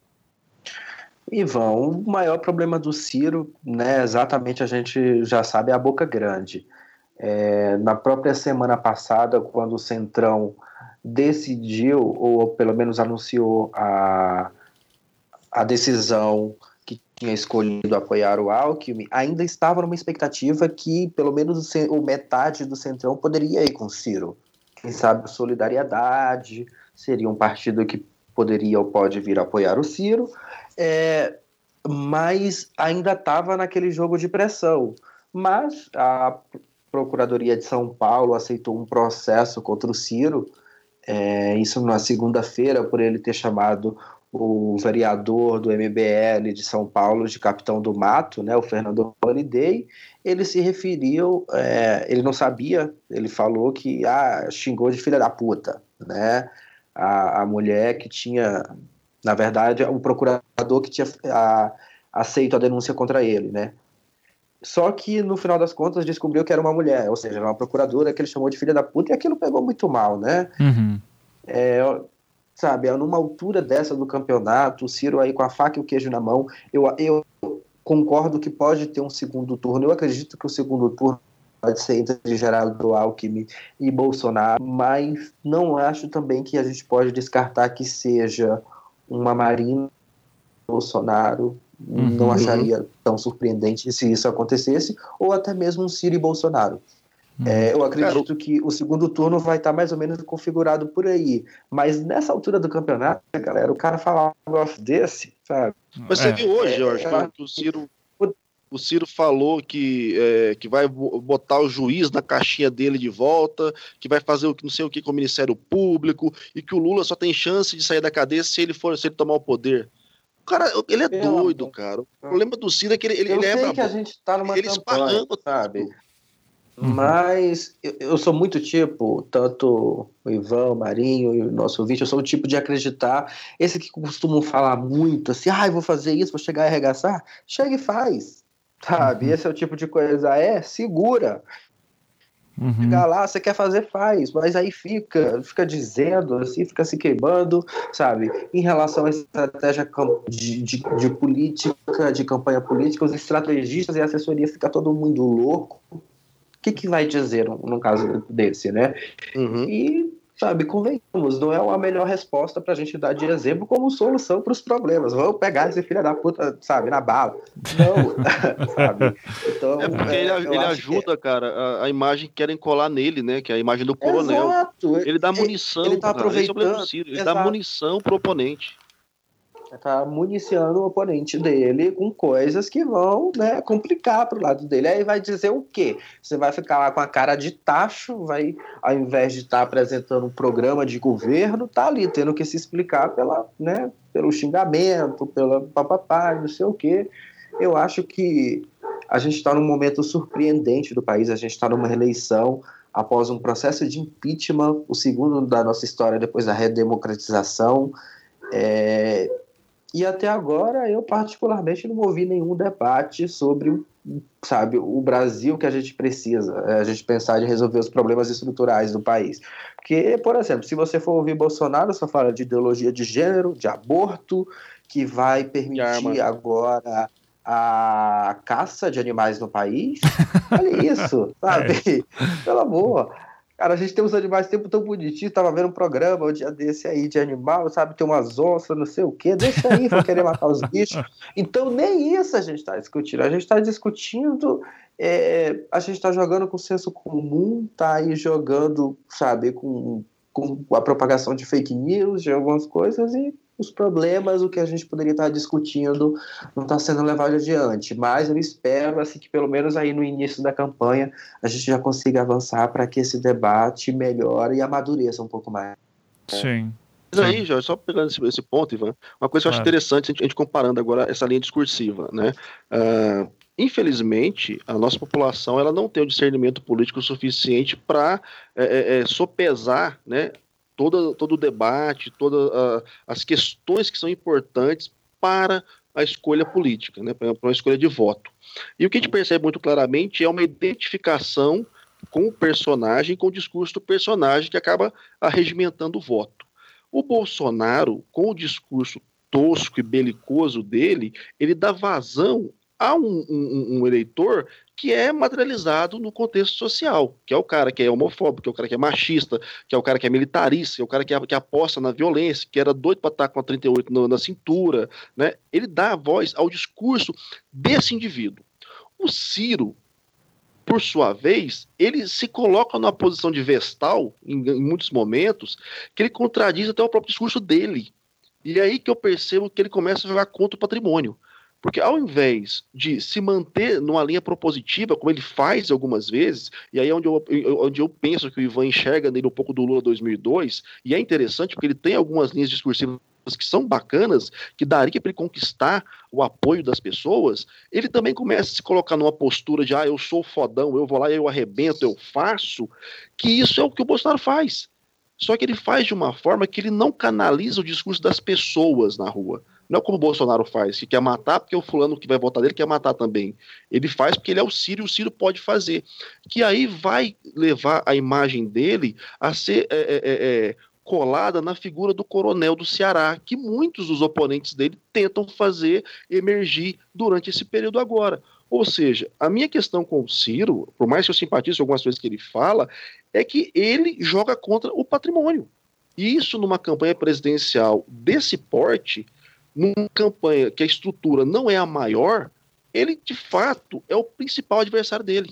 Ivan, o maior problema do Ciro, né, exatamente a gente já sabe, é a boca grande. É, na própria semana passada, quando o Centrão decidiu, ou pelo menos anunciou a, a decisão que tinha escolhido apoiar o Alckmin, ainda estava numa expectativa que pelo menos o metade do Centrão poderia ir com o Ciro. Quem sabe Solidariedade seria um partido que poderia ou pode vir a apoiar o Ciro. É, mas ainda estava naquele jogo de pressão. Mas a Procuradoria de São Paulo aceitou um processo contra o Ciro, é, isso na segunda-feira, por ele ter chamado o vereador do M B L de São Paulo de Capitão do Mato, né, o Fernando Holliday. Ele se referiu, é, ele não sabia, ele falou que ah, xingou de filha da puta, né, a, a mulher que tinha... Na verdade, o procurador que tinha a, aceito a denúncia contra ele, né? Só que, no final das contas, descobriu que era uma mulher, ou seja, uma procuradora que ele chamou de filha da puta, e aquilo pegou muito mal, né? Uhum. É, sabe, numa altura dessa do campeonato, o Ciro aí com a faca e o queijo na mão, eu, eu concordo que pode ter um segundo turno. Eu acredito que o segundo turno pode ser entre Geraldo Alckmin e Bolsonaro, mas não acho também que a gente pode descartar que seja uma Marina Bolsonaro. Uhum. Não acharia tão surpreendente se isso acontecesse, ou até mesmo um Ciro e Bolsonaro. Uhum. É, eu acredito Cara, que o segundo turno vai estar mais ou menos configurado por aí, mas nessa altura do campeonato, galera, o cara falar um negócio desse, sabe? Mas você é. viu hoje, Jorge, é, que o Ciro o Ciro falou que, é, que vai botar o juiz na caixinha dele de volta, que vai fazer o, não sei o que com o Ministério Público, e que o Lula só tem chance de sair da cadeia se ele for, se ele tomar o poder. O cara, ele é Pelo doido, amor. cara. O problema do Ciro é que ele, ele, eu ele sei é que a gente tá numa ele campanha, sabe? Mas eu, eu sou muito tipo, tanto o Ivan, o Marinho e o nosso ouvinte, eu sou o tipo de acreditar, esse que costumam falar muito assim, ah, eu vou fazer isso, vou chegar e arregaçar, chega e faz, sabe? Uhum. Esse é o tipo de coisa, é, segura. Uhum. Chegar lá, você quer fazer, faz, mas aí fica, fica dizendo, assim, fica se queimando, sabe? Em relação à estratégia de, de, de política, de campanha política, os estrategistas e a assessoria fica todo mundo louco. O que, que vai dizer no, no caso desse, né? Uhum. E, sabe, convenhamos, não é uma melhor resposta pra gente dar de exemplo como solução para os problemas. Vamos pegar esse filho da puta, sabe, na bala. Não, sabe? Então, é porque é, ele, ele ajuda, que... cara, a, a imagem que querem colar nele, né? Que é a imagem do coronel. Exato. Ele dá munição, ele, ele tá aproveitando. Ele Exato. dá munição pro oponente. Tá municiando o oponente dele com coisas que vão, né, complicar pro lado dele. Aí vai dizer o quê? Você vai ficar lá com a cara de tacho, vai, ao invés de estar tá apresentando um programa de governo, tá ali tendo que se explicar pela, né, pelo xingamento, pela papapá, não sei o quê. Eu acho que a gente está num momento surpreendente do país, a gente está numa eleição após um processo de impeachment, o segundo da nossa história depois da redemocratização. É... E até agora eu particularmente não ouvi nenhum debate sobre, sabe, o Brasil que a gente precisa, a gente pensar em resolver os problemas estruturais do país. Porque, por exemplo, se você for ouvir Bolsonaro, só fala de ideologia de gênero, de aborto, que vai permitir agora a caça de animais no país. Olha isso, sabe? É. Pelo amor. Cara, a gente tem uns animais tempo tão bonitinhos, tava vendo um programa um dia desse aí de animal, sabe, tem umas onças, não sei o quê, deixa aí, vou querer matar os bichos. Então nem isso a gente tá discutindo, a gente tá discutindo, é, a gente tá jogando com senso comum, tá aí jogando, sabe, com, com a propagação de fake news, de algumas coisas, e os problemas, o que a gente poderia estar discutindo não está sendo levado adiante, mas eu espero assim, que pelo menos aí no início da campanha a gente já consiga avançar para que esse debate melhore e amadureça um pouco mais. Sim. Mas aí, Jorge, só pegando esse, esse ponto, Ivan, uma coisa que eu acho claro. interessante, a gente, a gente comparando agora essa linha discursiva, né? Uh, infelizmente, a nossa população ela não tem o discernimento político suficiente para é, é, sopesar, né, Todo, todo o debate, todas uh, as questões que são importantes para a escolha política, né, para uma escolha de voto. E o que a gente percebe muito claramente é uma identificação com o personagem, com o discurso do personagem que acaba arregimentando o voto. O Bolsonaro, com o discurso tosco e belicoso dele, ele dá vazão a um, um, um eleitor que é materializado no contexto social, que é o cara que é homofóbico, que é o cara que é machista, que é o cara que é militarista, que é o cara que, é, que aposta na violência, que era doido para estar com a trinta e oito no, na cintura, né? Ele dá a voz ao discurso desse indivíduo. O Ciro, por sua vez, ele se coloca numa posição de vestal, em, em muitos momentos, que ele contradiz até o próprio discurso dele. E é aí que eu percebo que ele começa a jogar contra o patrimônio. Porque ao invés de se manter numa linha propositiva, como ele faz algumas vezes, e aí é onde eu, onde eu penso que o Ivan enxerga nele um pouco do Lula dois mil e dois, e é interessante porque ele tem algumas linhas discursivas que são bacanas, que daria para ele conquistar o apoio das pessoas, ele também começa a se colocar numa postura de, ah, eu sou fodão, eu vou lá, eu arrebento, eu faço, que isso é o que o Bolsonaro faz. Só que ele faz de uma forma que ele não canaliza o discurso das pessoas na rua. Não é como o Bolsonaro faz, que quer matar porque o fulano que vai votar dele quer matar também. Ele faz porque ele é o Ciro e o Ciro pode fazer. Que aí vai levar a imagem dele a ser é, é, é, colada na figura do coronel do Ceará, que muitos dos oponentes dele tentam fazer emergir durante esse período agora. Ou seja, a minha questão com o Ciro, por mais que eu simpatize com algumas coisas que ele fala, é que ele joga contra o patrimônio. E isso numa campanha presidencial desse porte, numa campanha que a estrutura não é a maior, ele de fato é o principal adversário dele.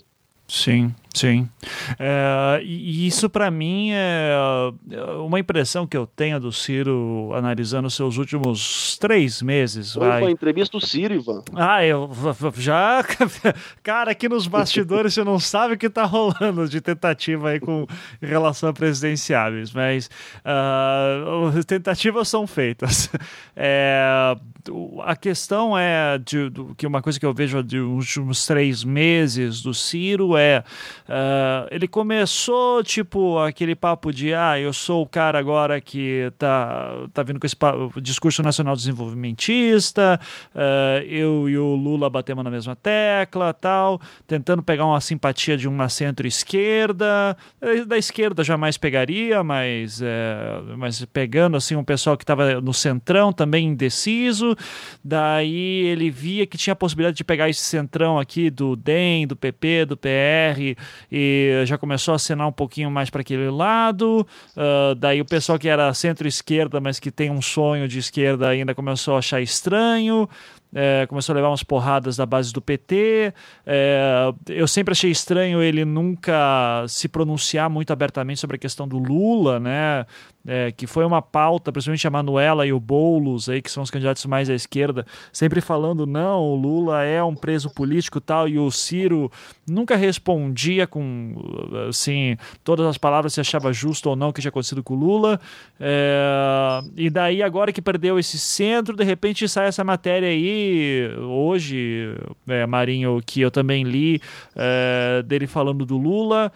Sim, sim. É, e isso para mim é uma impressão que eu tenho do Ciro analisando seus últimos três meses. Vai. Uma entrevista do Ciro, Ivan. Ah, eu já... Cara, aqui nos bastidores você não sabe o que tá rolando de tentativa aí com em relação a presidenciáveis, mas uh, tentativas são feitas. É, a questão é de, de, que uma coisa que eu vejo dos últimos três meses do Ciro é uh, ele começou tipo aquele papo de ah, eu sou o cara agora que tá, tá vindo com esse papo, discurso nacional desenvolvimentista, uh, eu e o Lula batemos na mesma tecla, tal, tentando pegar uma simpatia de uma centro-esquerda, da esquerda jamais pegaria, mas, é, mas pegando assim um pessoal que estava no centrão também indeciso, daí ele via que tinha a possibilidade de pegar esse centrão aqui do D E M, do P P, do P R, e já começou a acenar um pouquinho mais para aquele lado, uh, daí o pessoal que era centro-esquerda, mas que tem um sonho de esquerda ainda começou a achar estranho, É, começou a levar umas porradas da base do P T. É, eu sempre achei estranho ele nunca se pronunciar muito abertamente sobre a questão do Lula, né? É, que foi uma pauta, principalmente a Manuela e o Boulos, aí, que são os candidatos mais à esquerda, sempre falando, não, o Lula é um preso político e tal, e o Ciro nunca respondia com, assim, todas as palavras se achava justo ou não o que tinha acontecido com o Lula. É, e daí, agora que perdeu esse centro, de repente sai essa matéria aí, hoje, é, Marinho, que eu também li, é, dele falando do Lula.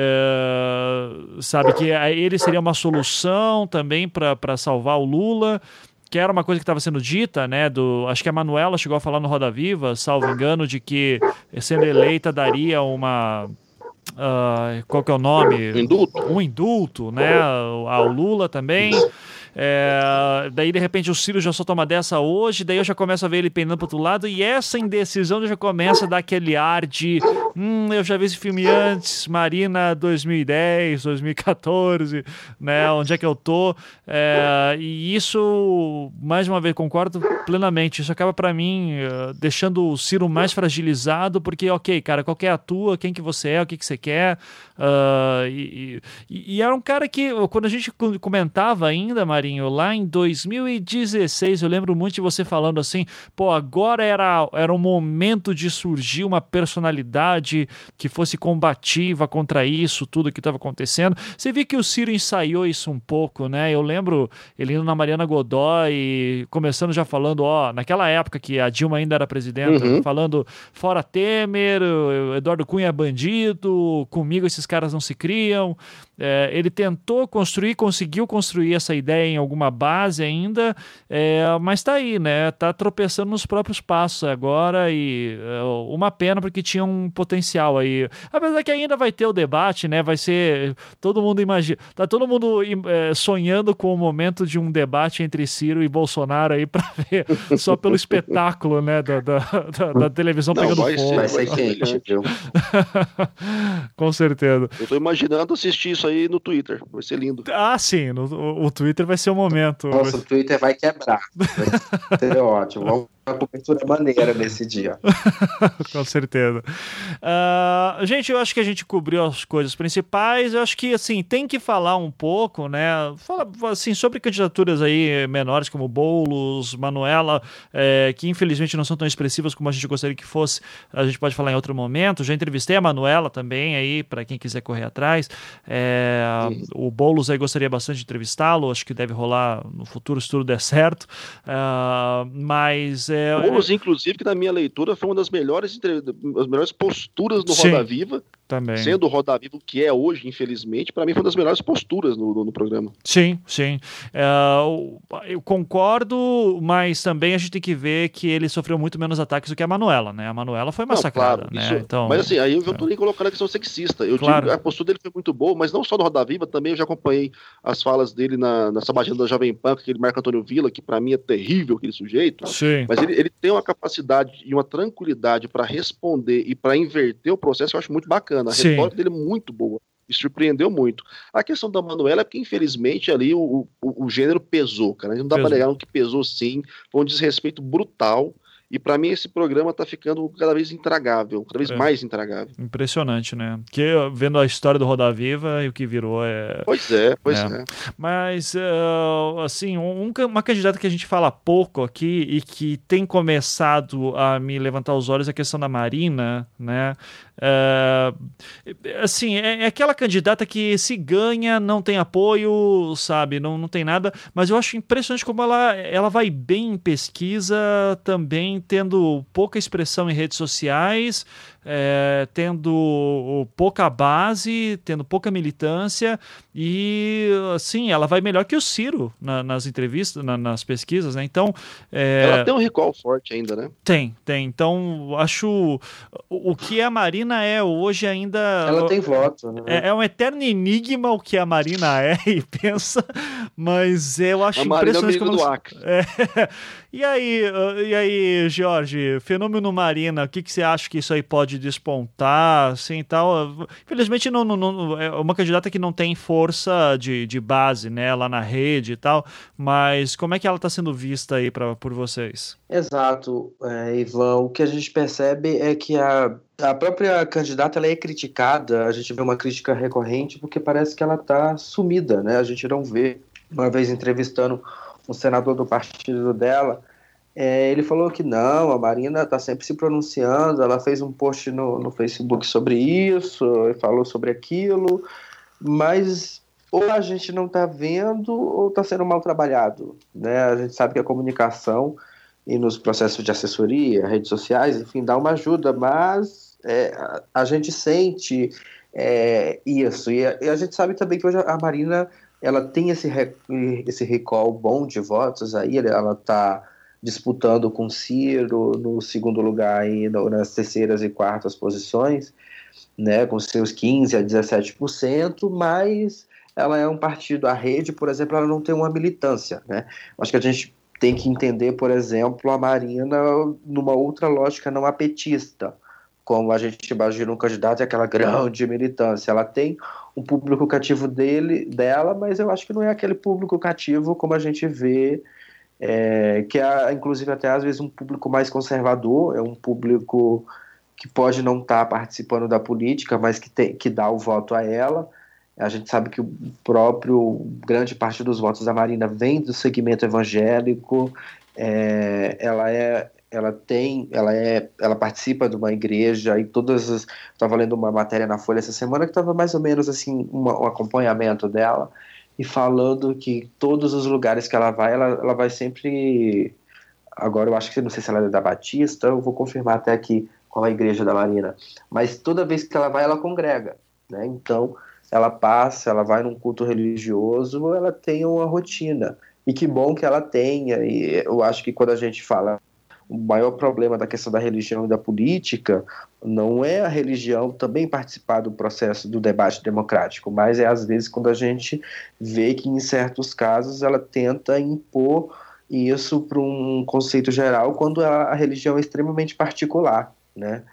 É, sabe, que ele seria uma solução também para salvar o Lula, que era uma coisa que estava sendo dita, né, do, acho que a Manuela chegou a falar no Roda Viva, salvo engano, de que sendo eleita daria uma... Uh, qual que é o nome? Indulto. Um indulto, né, ao Lula também. É, daí de repente o Ciro já solta uma dessa hoje, daí eu já começo a ver ele pendendo pro outro lado, e essa indecisão já começa a dar aquele ar de hum, eu já vi esse filme antes, Marina dois mil e dez, dois mil e quatorze, né, onde é que eu tô, é, e isso, mais uma vez, concordo plenamente, isso acaba pra mim uh, deixando o Ciro mais fragilizado, porque ok, cara, qual que é a tua, quem que você é, o que que você quer, uh, e, e, e era um cara que, quando a gente comentava ainda, Marinho, lá em dois mil e dezesseis, eu lembro muito de você falando assim, pô, agora era, era o momento de surgir uma personalidade que fosse combativa contra isso, tudo que estava acontecendo. Você viu que o Ciro ensaiou isso um pouco, né? Eu lembro ele indo na Mariana Godoy, começando já falando, ó, naquela época que a Dilma ainda era presidenta, uhum. falando, fora Temer, Eduardo Cunha é bandido, comigo esses caras não se criam. É, ele tentou construir, conseguiu construir essa ideia em alguma base ainda, é, mas tá aí, né? Tá tropeçando nos próprios passos agora, e é, uma pena, porque tinha um potencial aí. Apesar que ainda vai ter o debate, né? Vai ser, todo mundo imagina, tá todo mundo é, sonhando com o momento de um debate entre Ciro e Bolsonaro aí, pra ver, só pelo espetáculo, né? Da, da, da, da televisão. Não, pegando vai fogo. Ser, vai ser quente, viu? Com certeza. Eu tô imaginando assistir isso aí no Twitter, vai ser lindo. Ah, sim, no, o, o Twitter vai ser o momento. Nossa, o Twitter vai quebrar. Vai ser ótimo. Vamos uma cobertura maneira nesse dia. Com certeza. Uh, gente, eu acho que a gente cobriu as coisas principais. Eu acho que, assim, tem que falar um pouco, né? Fala, assim, sobre candidaturas aí menores, como Boulos, Manuela, é, que infelizmente não são tão expressivas como a gente gostaria que fosse. A gente pode falar em outro momento. Já entrevistei a Manuela também aí, para quem quiser correr atrás. É, o Boulos aí gostaria bastante de entrevistá-lo. Acho que deve rolar no futuro, se tudo der certo. Uh, mas É, Boulos, inclusive, que na minha leitura foi uma das melhores, as melhores posturas no Roda Viva. Também. Sendo o Roda Viva o que é hoje, infelizmente, para mim foi uma das melhores posturas no, no, no programa. Sim, sim. Uh, eu concordo, mas também a gente tem que ver que ele sofreu muito menos ataques do que a Manuela, né? A Manuela foi massacrada, não, claro, né? Isso, então, mas assim, aí eu já tô nem colocando a questão sexista. Eu claro. digo, a postura dele foi muito boa, mas não só no Roda Viva, também eu já acompanhei as falas dele na, na sabatina da Jovem Pan, aquele Marco Antônio Villa, que para mim é terrível aquele sujeito. Sim. Mas ele, ele tem uma capacidade e uma tranquilidade para responder e para inverter o processo que eu acho muito bacana. A Sim. retórica dele é muito boa. Me surpreendeu muito. A questão da Manuela é porque, infelizmente, ali o, o, o gênero pesou, cara. Não dá para negar que pesou sim. Foi um desrespeito brutal. E para mim esse programa está ficando cada vez intragável, cada vez é. mais intragável. Impressionante, né? Porque vendo a história do Roda Viva e o que virou é... Pois é, pois é. é. Mas, uh, assim, um, uma candidata que a gente fala pouco aqui e que tem começado a me levantar os olhos é a questão da Marina, né? Uh, assim, é, é aquela candidata que se ganha, não tem apoio, sabe? Não, não tem nada, mas eu acho impressionante como ela, ela vai bem em pesquisa, também tendo pouca expressão em redes sociais, é, tendo pouca base, tendo pouca militância e, assim, ela vai melhor que o Ciro na, nas entrevistas, na, nas pesquisas, né? Então... É... Ela tem um recall forte ainda, né? Tem, tem. Então, acho... O, o que a Marina é hoje ainda... Ela tem voto, né? É, é um eterno enigma o que a Marina é e pensa, mas eu acho a impressionante como... do Acre. É. E aí, e aí, Jorge, fenômeno Marina, o que, que você acha que isso aí pode despontar, assim, tal? Infelizmente, não, não, não, é uma candidata que não tem força de, de base, né, lá na rede e tal, mas como é que ela está sendo vista aí pra, por vocês? Exato, é, Ivan, o que a gente percebe é que a, a própria candidata ela é criticada, a gente vê uma crítica recorrente porque parece que ela está sumida, né, a gente não vê. Uma vez entrevistando um senador do partido dela, é, ele falou que não, a Marina está sempre se pronunciando, ela fez um post no, no Facebook sobre isso, falou sobre aquilo, mas ou a gente não está vendo ou está sendo mal trabalhado, né? A gente sabe que a comunicação e nos processos de assessoria, redes sociais, enfim, dá uma ajuda, mas é, a, a gente sente é, isso, e a, e a gente sabe também que hoje a Marina ela tem esse, esse recall bom de votos aí, ela está disputando com Ciro no segundo lugar aí, no, nas terceiras e quartas posições, né, com seus quinze a dezessete por cento, mas ela é um partido, a rede, por exemplo, ela não tem uma militância, né? Acho que a gente tem que entender, por exemplo, a Marina numa outra lógica não apetista, como a gente imagina um candidato e aquela grande militância. Ela tem um público cativo dele, dela, mas eu acho que não é aquele público cativo como a gente vê, é, que é inclusive até às vezes um público mais conservador, é um público que pode não estar participando da política, mas que, tem, que dá o voto a ela. A gente sabe que o próprio grande parte dos votos da Marina vem do segmento evangélico, é, ela é ela tem, ela é, ela participa de uma igreja e todas as, estava lendo uma matéria na Folha essa semana que estava mais ou menos assim, uma, um acompanhamento dela e falando que todos os lugares que ela vai, ela, ela vai sempre, agora eu acho que, não sei se ela é da Batista, eu vou confirmar até aqui qual é a igreja da Marina, mas toda vez que ela vai, ela congrega, né, então ela passa, ela vai num culto religioso, ela tem uma rotina, e que bom que ela tenha, e eu acho que quando a gente fala o maior problema da questão da religião e da política não é a religião também participar do processo do debate democrático, mas é às vezes quando a gente vê que em certos casos ela tenta impor isso para um conceito geral quando a, a religião é extremamente particular, né?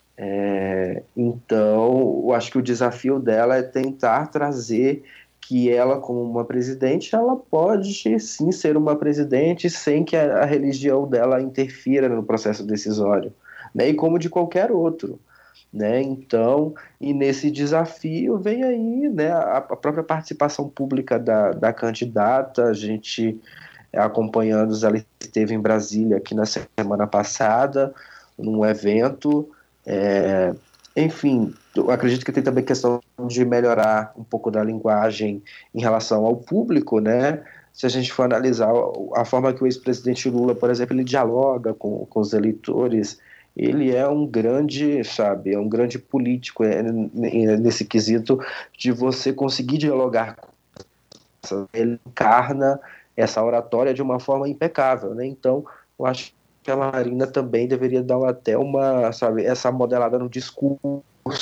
É, então, eu acho que o desafio dela é tentar trazer que ela, como uma presidente, ela pode sim ser uma presidente sem que a, a religião dela interfira no processo decisório, né? E como de qualquer outro, né? Então, e nesse desafio vem aí, né, a, a própria participação pública da, da candidata. A gente acompanhando, ela esteve em Brasília aqui na semana passada, num evento, é, enfim, eu acredito que tem também questão de melhorar um pouco da linguagem em relação ao público, né? Se a gente for analisar a forma que o ex-presidente Lula, por exemplo, ele dialoga com, com os eleitores, ele é um grande, sabe, é um grande político é, nesse quesito de você conseguir dialogar com essa, ele encarna essa oratória de uma forma impecável, né? Então, eu acho que a Marina também deveria dar até uma, sabe, essa modelada no discurso,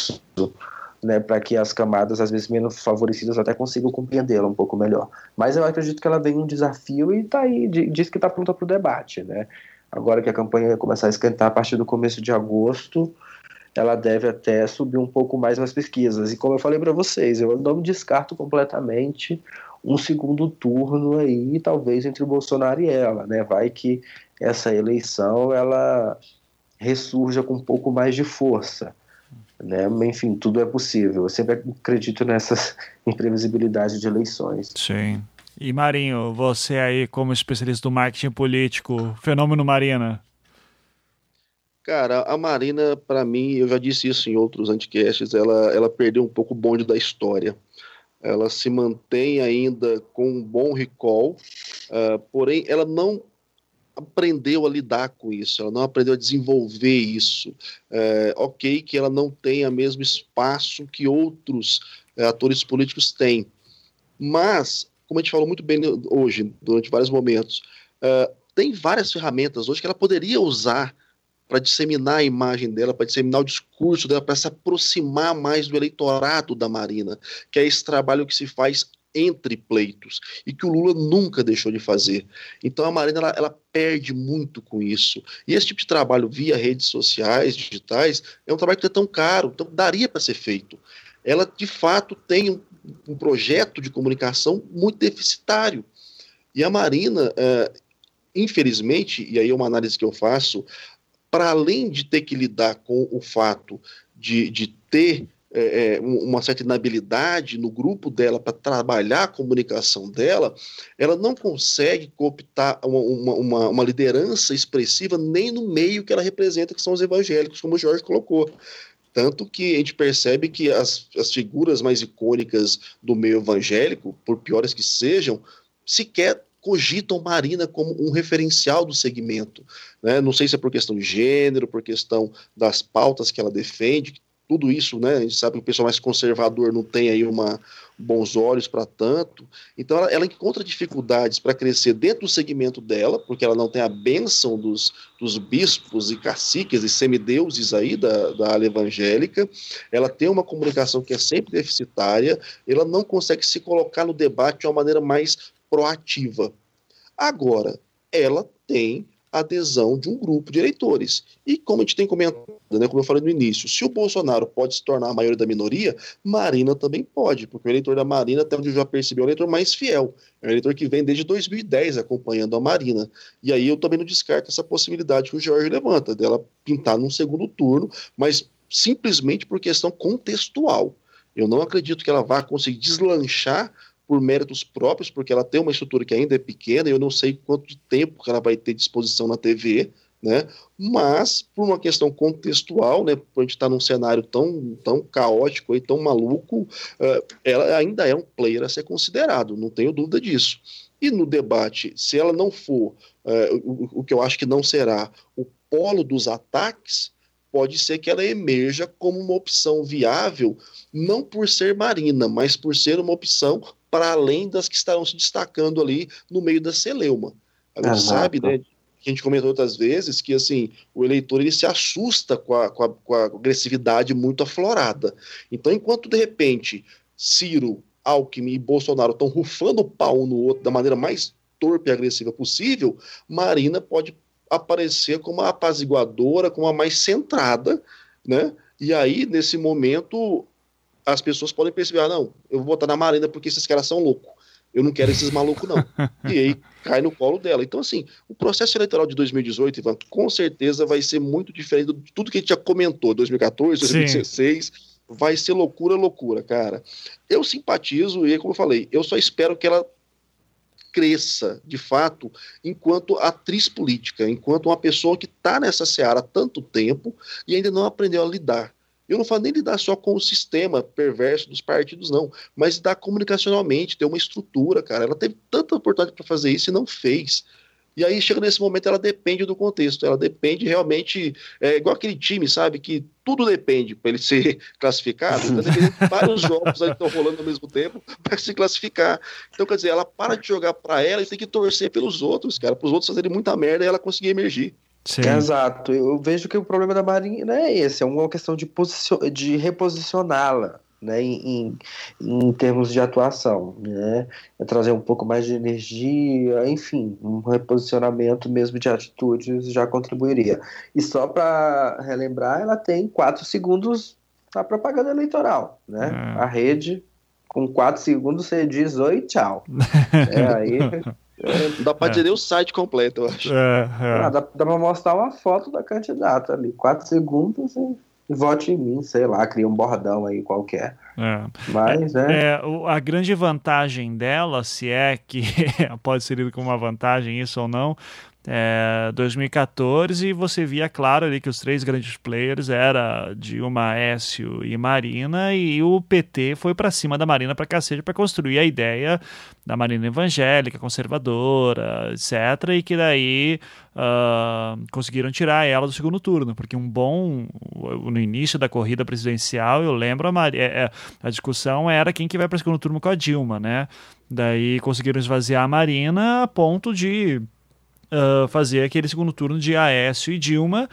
né, para que as camadas, às vezes menos favorecidas, até consigam compreendê-la um pouco melhor. Mas eu acredito que ela vem um desafio e está aí, diz que está pronta para o debate, né? Agora que a campanha vai começar a esquentar a partir do começo de agosto, ela deve até subir um pouco mais nas pesquisas. E como eu falei para vocês, eu não descarto completamente um segundo turno aí, talvez entre o Bolsonaro e ela, né? Vai que essa eleição ela ressurja com um pouco mais de força, né? Enfim, tudo é possível. Eu sempre acredito nessas imprevisibilidades de eleições. Sim. E Marinho, você aí como especialista do marketing político, fenômeno Marina? Cara, a Marina, para mim, eu já disse isso em outros anticasts, ela, ela perdeu um pouco o bonde da história. Ela se mantém ainda com um bom recall, uh, porém ela não aprendeu a lidar com isso, ela não aprendeu a desenvolver isso. É, ok que ela não tem o mesmo espaço que outros é, atores políticos têm, mas, como a gente falou muito bem hoje, durante vários momentos, é, tem várias ferramentas hoje que ela poderia usar para disseminar a imagem dela, para disseminar o discurso dela, para se aproximar mais do eleitorado da Marina, que é esse trabalho que se faz entre pleitos, e que o Lula nunca deixou de fazer. Então a Marina ela, ela perde muito com isso. E esse tipo de trabalho via redes sociais, digitais, é um trabalho que não é tão caro, então daria para ser feito. Ela, de fato, tem um, um projeto de comunicação muito deficitário. E a Marina, é, infelizmente, e aí é uma análise que eu faço, para além de ter que lidar com o fato de, de ter É, uma certa inabilidade no grupo dela para trabalhar a comunicação dela, ela não consegue cooptar uma, uma, uma liderança expressiva nem no meio que ela representa, que são os evangélicos, como o Jorge colocou. Tanto que a gente percebe que as, as figuras mais icônicas do meio evangélico, por piores que sejam, sequer cogitam Marina como um referencial do segmento, né? Não sei se é por questão de gênero, por questão das pautas que ela defende, tudo isso, né? A gente sabe que o pessoal mais conservador não tem aí uma, bons olhos para tanto. Então ela, ela encontra dificuldades para crescer dentro do segmento dela, porque ela não tem a bênção dos, dos bispos e caciques e semideuses aí da, da ala evangélica. Ela tem uma comunicação que é sempre deficitária, ela não consegue se colocar no debate de uma maneira mais proativa. Agora, ela tem adesão de um grupo de eleitores. E como a gente tem comentado, né, como eu falei no início, se o Bolsonaro pode se tornar a maioria da minoria, Marina também pode, porque o eleitor da Marina, até onde eu já percebi, é o eleitor mais fiel. É um eleitor que vem desde dois mil e dez acompanhando a Marina. E aí eu também não descarto essa possibilidade que o Jorge levanta, dela pintar num segundo turno, mas simplesmente por questão contextual. Eu não acredito que ela vá conseguir deslanchar por méritos próprios, porque ela tem uma estrutura que ainda é pequena, e eu não sei quanto de tempo que ela vai ter disposição na T V, né? Mas, por uma questão contextual, né, por a gente estar num cenário tão, tão caótico e tão maluco, uh, ela ainda é um player a ser considerado, não tenho dúvida disso. E no debate, se ela não for, uh, o, o que eu acho que não será, o polo dos ataques, pode ser que ela emerja como uma opção viável, não por ser Marina, mas por ser uma opção para além das que estarão se destacando ali no meio da celeuma. A gente sabe, né, que a gente comentou outras vezes, que assim, o eleitor ele se assusta com a, com a, com a agressividade muito aflorada. Então, enquanto de repente Ciro, Alckmin e Bolsonaro estão rufando o pau um no outro da maneira mais torpe e agressiva possível, Marina pode aparecer como a apaziguadora, como a mais centrada, né? E aí, nesse momento, as pessoas podem perceber, ah, não, eu vou votar na Marina porque esses caras são loucos. Eu não quero esses malucos, não. E aí cai no colo dela. Então, assim, o processo eleitoral de dois mil e dezoito, Ivan, com certeza vai ser muito diferente de tudo que a gente já comentou, dois mil e quatorze, dois mil e dezesseis, sim. Vai ser loucura, loucura, cara. Eu simpatizo, e como eu falei, eu só espero que ela cresça, de fato, enquanto atriz política, enquanto uma pessoa que está nessa seara há tanto tempo e ainda não aprendeu a lidar. Eu não falo nem lidar só com o sistema perverso dos partidos, não, mas lidar comunicacionalmente, ter uma estrutura, cara. Ela teve tanta oportunidade para fazer isso e não fez. E aí chega nesse momento, ela depende do contexto, ela depende realmente, é igual aquele time, sabe, que tudo depende para ele ser classificado, então depende de vários jogos aí que estão rolando ao mesmo tempo para se classificar. Então, quer dizer, ela para de jogar para ela e tem que torcer pelos outros, cara, para os outros fazerem muita merda e ela conseguir emergir. Sim. Exato, eu vejo que o problema da Marina é esse, é uma questão de, de reposicioná-la, né, em, em termos de atuação, né, é trazer um pouco mais de energia, enfim, um reposicionamento mesmo de atitudes já contribuiria. E só para relembrar, ela tem quatro segundos na propaganda eleitoral, né, é. A rede com quatro segundos você diz oi, tchau. é, aí... É, não dá pra dizer o site completo, eu acho. É, é. Ah, dá, dá pra mostrar uma foto da candidata ali, quatro segundos e vote em mim, sei lá, cria um bordão aí qualquer. É. Mas, é, é... é, a grande vantagem dela, se é que pode ser lido como uma vantagem isso ou não, é, dois mil e quatorze você via claro ali que os três grandes players era Dilma, Aécio e Marina, e o P T foi para cima da Marina para cacete para construir a ideia da Marina evangélica, conservadora, etcétera, e que daí uh, conseguiram tirar ela do segundo turno, porque um bom, no início da corrida presidencial, eu lembro, a, Mar... a discussão era quem que vai para o segundo turno com a Dilma, né? Daí conseguiram esvaziar a Marina a ponto de Uh, fazer aquele segundo turno de Aécio e Dilma,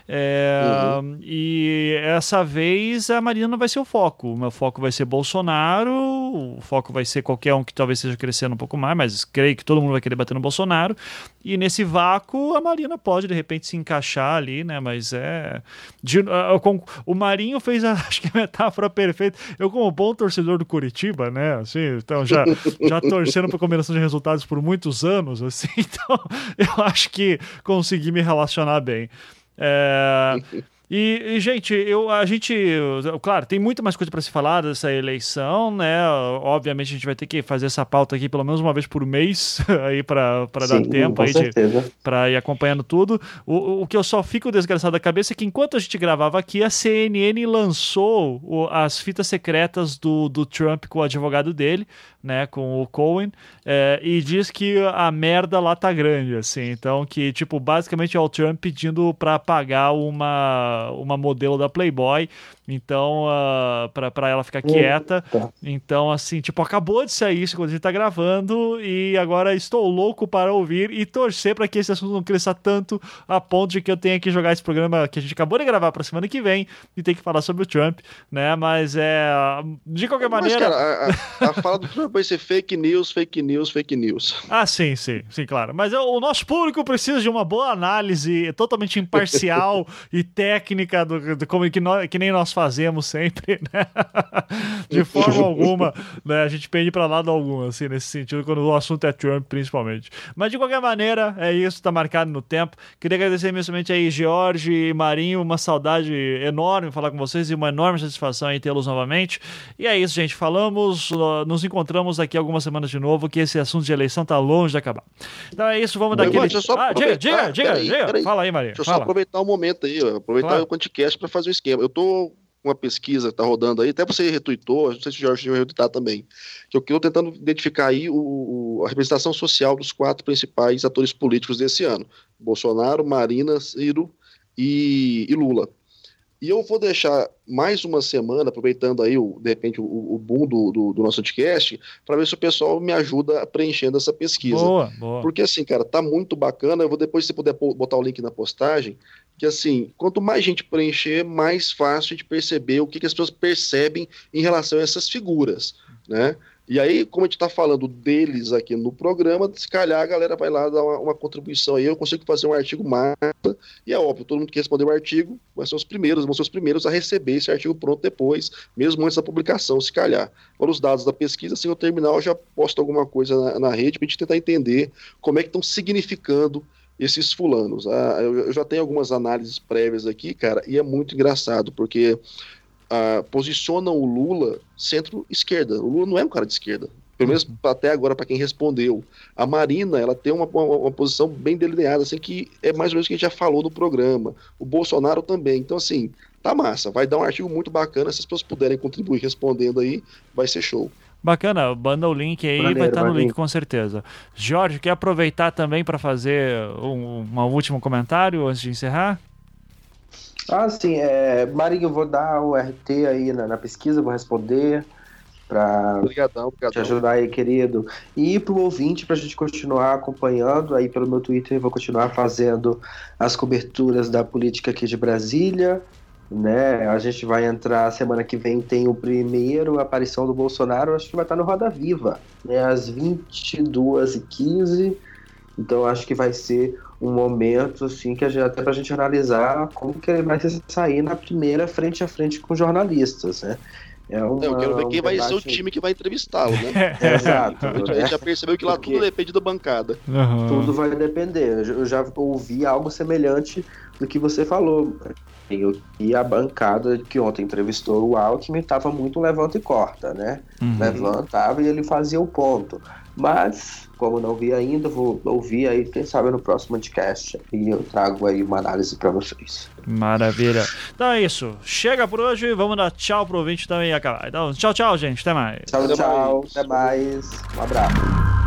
é, uhum. E essa vez a Marina não vai ser o foco, o meu foco vai ser Bolsonaro, o foco vai ser qualquer um que talvez esteja crescendo um pouco mais, mas creio que todo mundo vai querer bater no Bolsonaro, e nesse vácuo a Marina pode de repente se encaixar ali, né, mas é... De, uh, com, o Marinho fez a, acho que a metáfora perfeita, eu como bom torcedor do Curitiba, né, assim, então já, já torcendo para combinação de resultados por muitos anos, assim, então eu acho que consegui me relacionar bem. É... E, e, gente, eu, a gente, claro, tem muita mais coisa para se falar dessa eleição, né? Obviamente a gente vai ter que fazer essa pauta aqui pelo menos uma vez por mês aí para dar tempo aí para ir acompanhando tudo. O, o que eu só fico desgraçado da cabeça é que enquanto a gente gravava aqui, a C N N lançou o, as fitas secretas do, do Trump com o advogado dele, né? Com o Cohen, é, e diz que a merda lá tá grande, assim. Então, que, tipo, basicamente é o Trump pedindo para pagar uma uma modelo da Playboy, então uh, pra, pra ela ficar quieta. Eita. Então, assim, tipo, acabou de sair isso quando a gente tá gravando e agora estou louco para ouvir e torcer para que esse assunto não cresça tanto a ponto de que eu tenha que jogar esse programa que a gente acabou de gravar pra semana que vem e ter que falar sobre o Trump, né? Mas é... De qualquer Mas, maneira... cara, a, a fala do Trump vai ser fake news, fake news, fake news. Ah, sim, sim, sim, claro. Mas o nosso público precisa de uma boa análise totalmente imparcial e técnica técnica do, do, como, que, nós, que nem nós fazemos sempre, né? De forma alguma, né? A gente pende para lado algum, assim, nesse sentido, quando o assunto é Trump, principalmente. Mas, de qualquer maneira, é isso, tá marcado no tempo. Queria agradecer imensamente aí, Jorge e Marinho, uma saudade enorme falar com vocês e uma enorme satisfação em tê-los novamente. E é isso, gente, falamos, nos encontramos daqui algumas semanas de novo, que esse assunto de eleição tá longe de acabar. Então é isso, vamos dar aquele... Ah, diga, diga, diga, aí, diga. Fala aí, Marinho. Deixa eu fala. só aproveitar o um momento aí, ó, aproveitar claro. O Quanticast para fazer um esquema. Eu tô com uma pesquisa que tá rodando aí, até você retweetou, não sei se o Jorge vai retweetar também, que eu estou tentando identificar aí o, o, a representação social dos quatro principais atores políticos desse ano: Bolsonaro, Marina, Ciro e, e Lula. E eu vou deixar mais uma semana, aproveitando aí, o, de repente, o, o boom do, do, do nosso podcast, para ver se o pessoal me ajuda preenchendo essa pesquisa. Boa, boa. Porque, assim, cara, tá muito bacana. Eu vou depois, se puder botar o link na postagem, que, assim, quanto mais gente preencher, mais fácil de perceber o que, que as pessoas percebem em relação a essas figuras, né? E aí, como a gente está falando deles aqui no programa, se calhar a galera vai lá dar uma, uma contribuição aí, eu consigo fazer um artigo massa, e é óbvio, todo mundo que responder o artigo vai ser os primeiros, vão ser os primeiros a receber esse artigo pronto depois, mesmo antes da publicação, se calhar. Agora, os dados da pesquisa, assim, no terminal, eu já posto alguma coisa na, na rede para a gente tentar entender como é que estão significando esses fulanos. Ah, eu, eu já tenho algumas análises prévias aqui, cara, e é muito engraçado, porque... Uh, posicionam o Lula centro-esquerda. O Lula não é um cara de esquerda, pelo menos uhum. até agora, para quem respondeu. A Marina, ela tem uma, uma, uma posição bem delineada, assim, que é mais ou menos o que a gente já falou no programa. O Bolsonaro também. Então, assim, tá massa. Vai dar um artigo muito bacana. Se as pessoas puderem contribuir respondendo aí, vai ser show. Bacana, manda o link aí, maneiro, vai estar no maneiro. Link com certeza. Jorge, quer aproveitar também para fazer um, um último comentário antes de encerrar? Ah, sim, é, Marinho, eu vou dar o R T aí na, na pesquisa, vou responder para te ajudar aí, querido. E para o ouvinte, para a gente continuar acompanhando, aí pelo meu Twitter eu vou continuar fazendo as coberturas da política aqui de Brasília, né? A gente vai entrar, semana que vem tem o primeiro aparição do Bolsonaro, acho que vai estar no Roda Viva, né? Às vinte e duas e quinze, então acho que vai ser um momento assim que a gente, até pra gente analisar como que ele vai sair na primeira frente a frente com jornalistas, né? É uma, Eu quero ver um quem vai ser o debate- time que vai entrevistá-lo, né? Exato. A gente, a né? gente já percebeu que lá Porque- tudo depende da bancada. Uhum. Tudo vai depender. Eu já ouvi algo semelhante do que você falou. Eu vi a bancada que ontem entrevistou o Alckmin, estava muito levanta e corta, né? Uhum. Levantava e ele fazia o ponto. Mas, como não vi ainda, vou ouvir aí, quem sabe no próximo podcast. E eu trago aí uma análise para vocês. Maravilha. Então é isso. Chega por hoje. Vamos dar tchau pro ouvinte também e acabar. Então, tchau, tchau, gente. Até mais. Tchau, Até tchau. mais. Até mais. Um abraço.